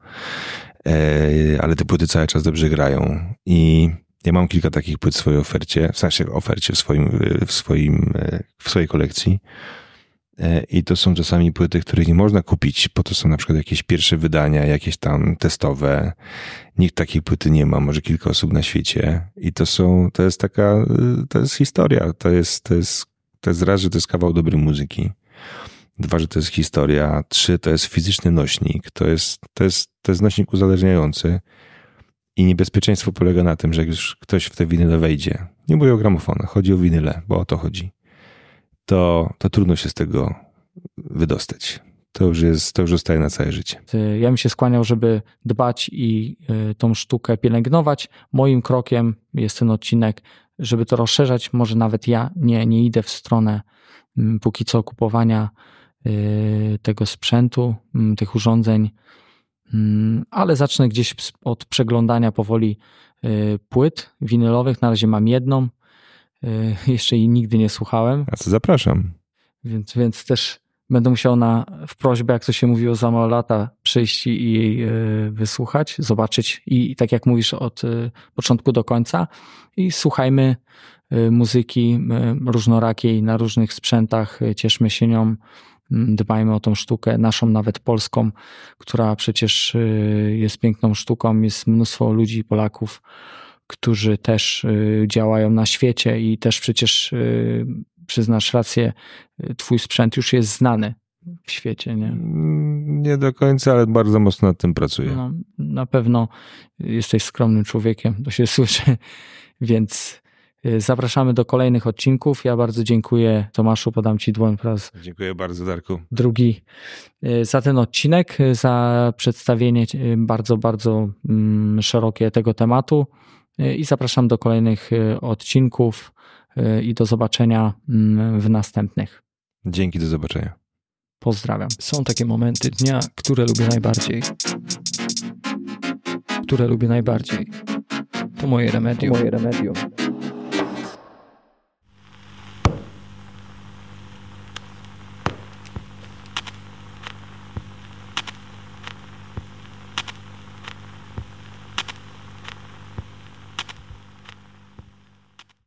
e, ale te płyty cały czas dobrze grają. I ja mam kilka takich płyt w swojej ofercie, w sensie ofercie w swoim, w swoim, w swojej kolekcji. I to są czasami płyty, których nie można kupić, bo to są na przykład jakieś pierwsze wydania, jakieś tam testowe. Nikt takiej płyty nie ma, może kilka osób na świecie. I to są, to jest taka, to jest historia. To jest, to jest, to jest raz, że to jest kawał dobrej muzyki. Dwa, że to jest historia. Trzy, to jest fizyczny nośnik. To jest, to jest, to jest nośnik uzależniający. I niebezpieczeństwo polega na tym, że jak już ktoś w te winyle wejdzie, nie mówię o gramofonach, chodzi o winyle, bo o to chodzi. To, to trudno się z tego wydostać. To już jest, to już zostaje na całe życie. Ja bym się skłaniał, żeby dbać i tą sztukę pielęgnować. Moim krokiem jest ten odcinek, żeby to rozszerzać. Może nawet ja nie, nie idę w stronę póki co kupowania tego sprzętu, tych urządzeń, ale zacznę gdzieś od przeglądania powoli płyt winylowych. Na razie mam jedną. Jeszcze jej nigdy nie słuchałem. A co, zapraszam. Więc, więc też będę musiał na, w prośbę, jak to się mówiło za mało lata, przyjść i jej wysłuchać, zobaczyć i, i tak jak mówisz, od początku do końca. I słuchajmy muzyki różnorakiej na różnych sprzętach, cieszmy się nią, dbajmy o tą sztukę, naszą nawet polską, która przecież jest piękną sztuką. Jest mnóstwo ludzi, Polaków, którzy też działają na świecie i też przecież, przyznasz rację, twój sprzęt już jest znany w świecie, nie? Nie do końca, ale bardzo mocno nad tym pracuję. No, na pewno jesteś skromnym człowiekiem, to się słyszy, więc zapraszamy do kolejnych odcinków. Ja bardzo dziękuję, Tomaszu, podam ci dłoń po raz Dziękuję bardzo, Darku. drugi za ten odcinek, za przedstawienie bardzo, bardzo szerokie tego tematu. I zapraszam do kolejnych odcinków i do zobaczenia w następnych. Dzięki, do zobaczenia. Pozdrawiam. Są takie momenty dnia, które lubię najbardziej. Które lubię najbardziej. To moje remedium. To moje remedium.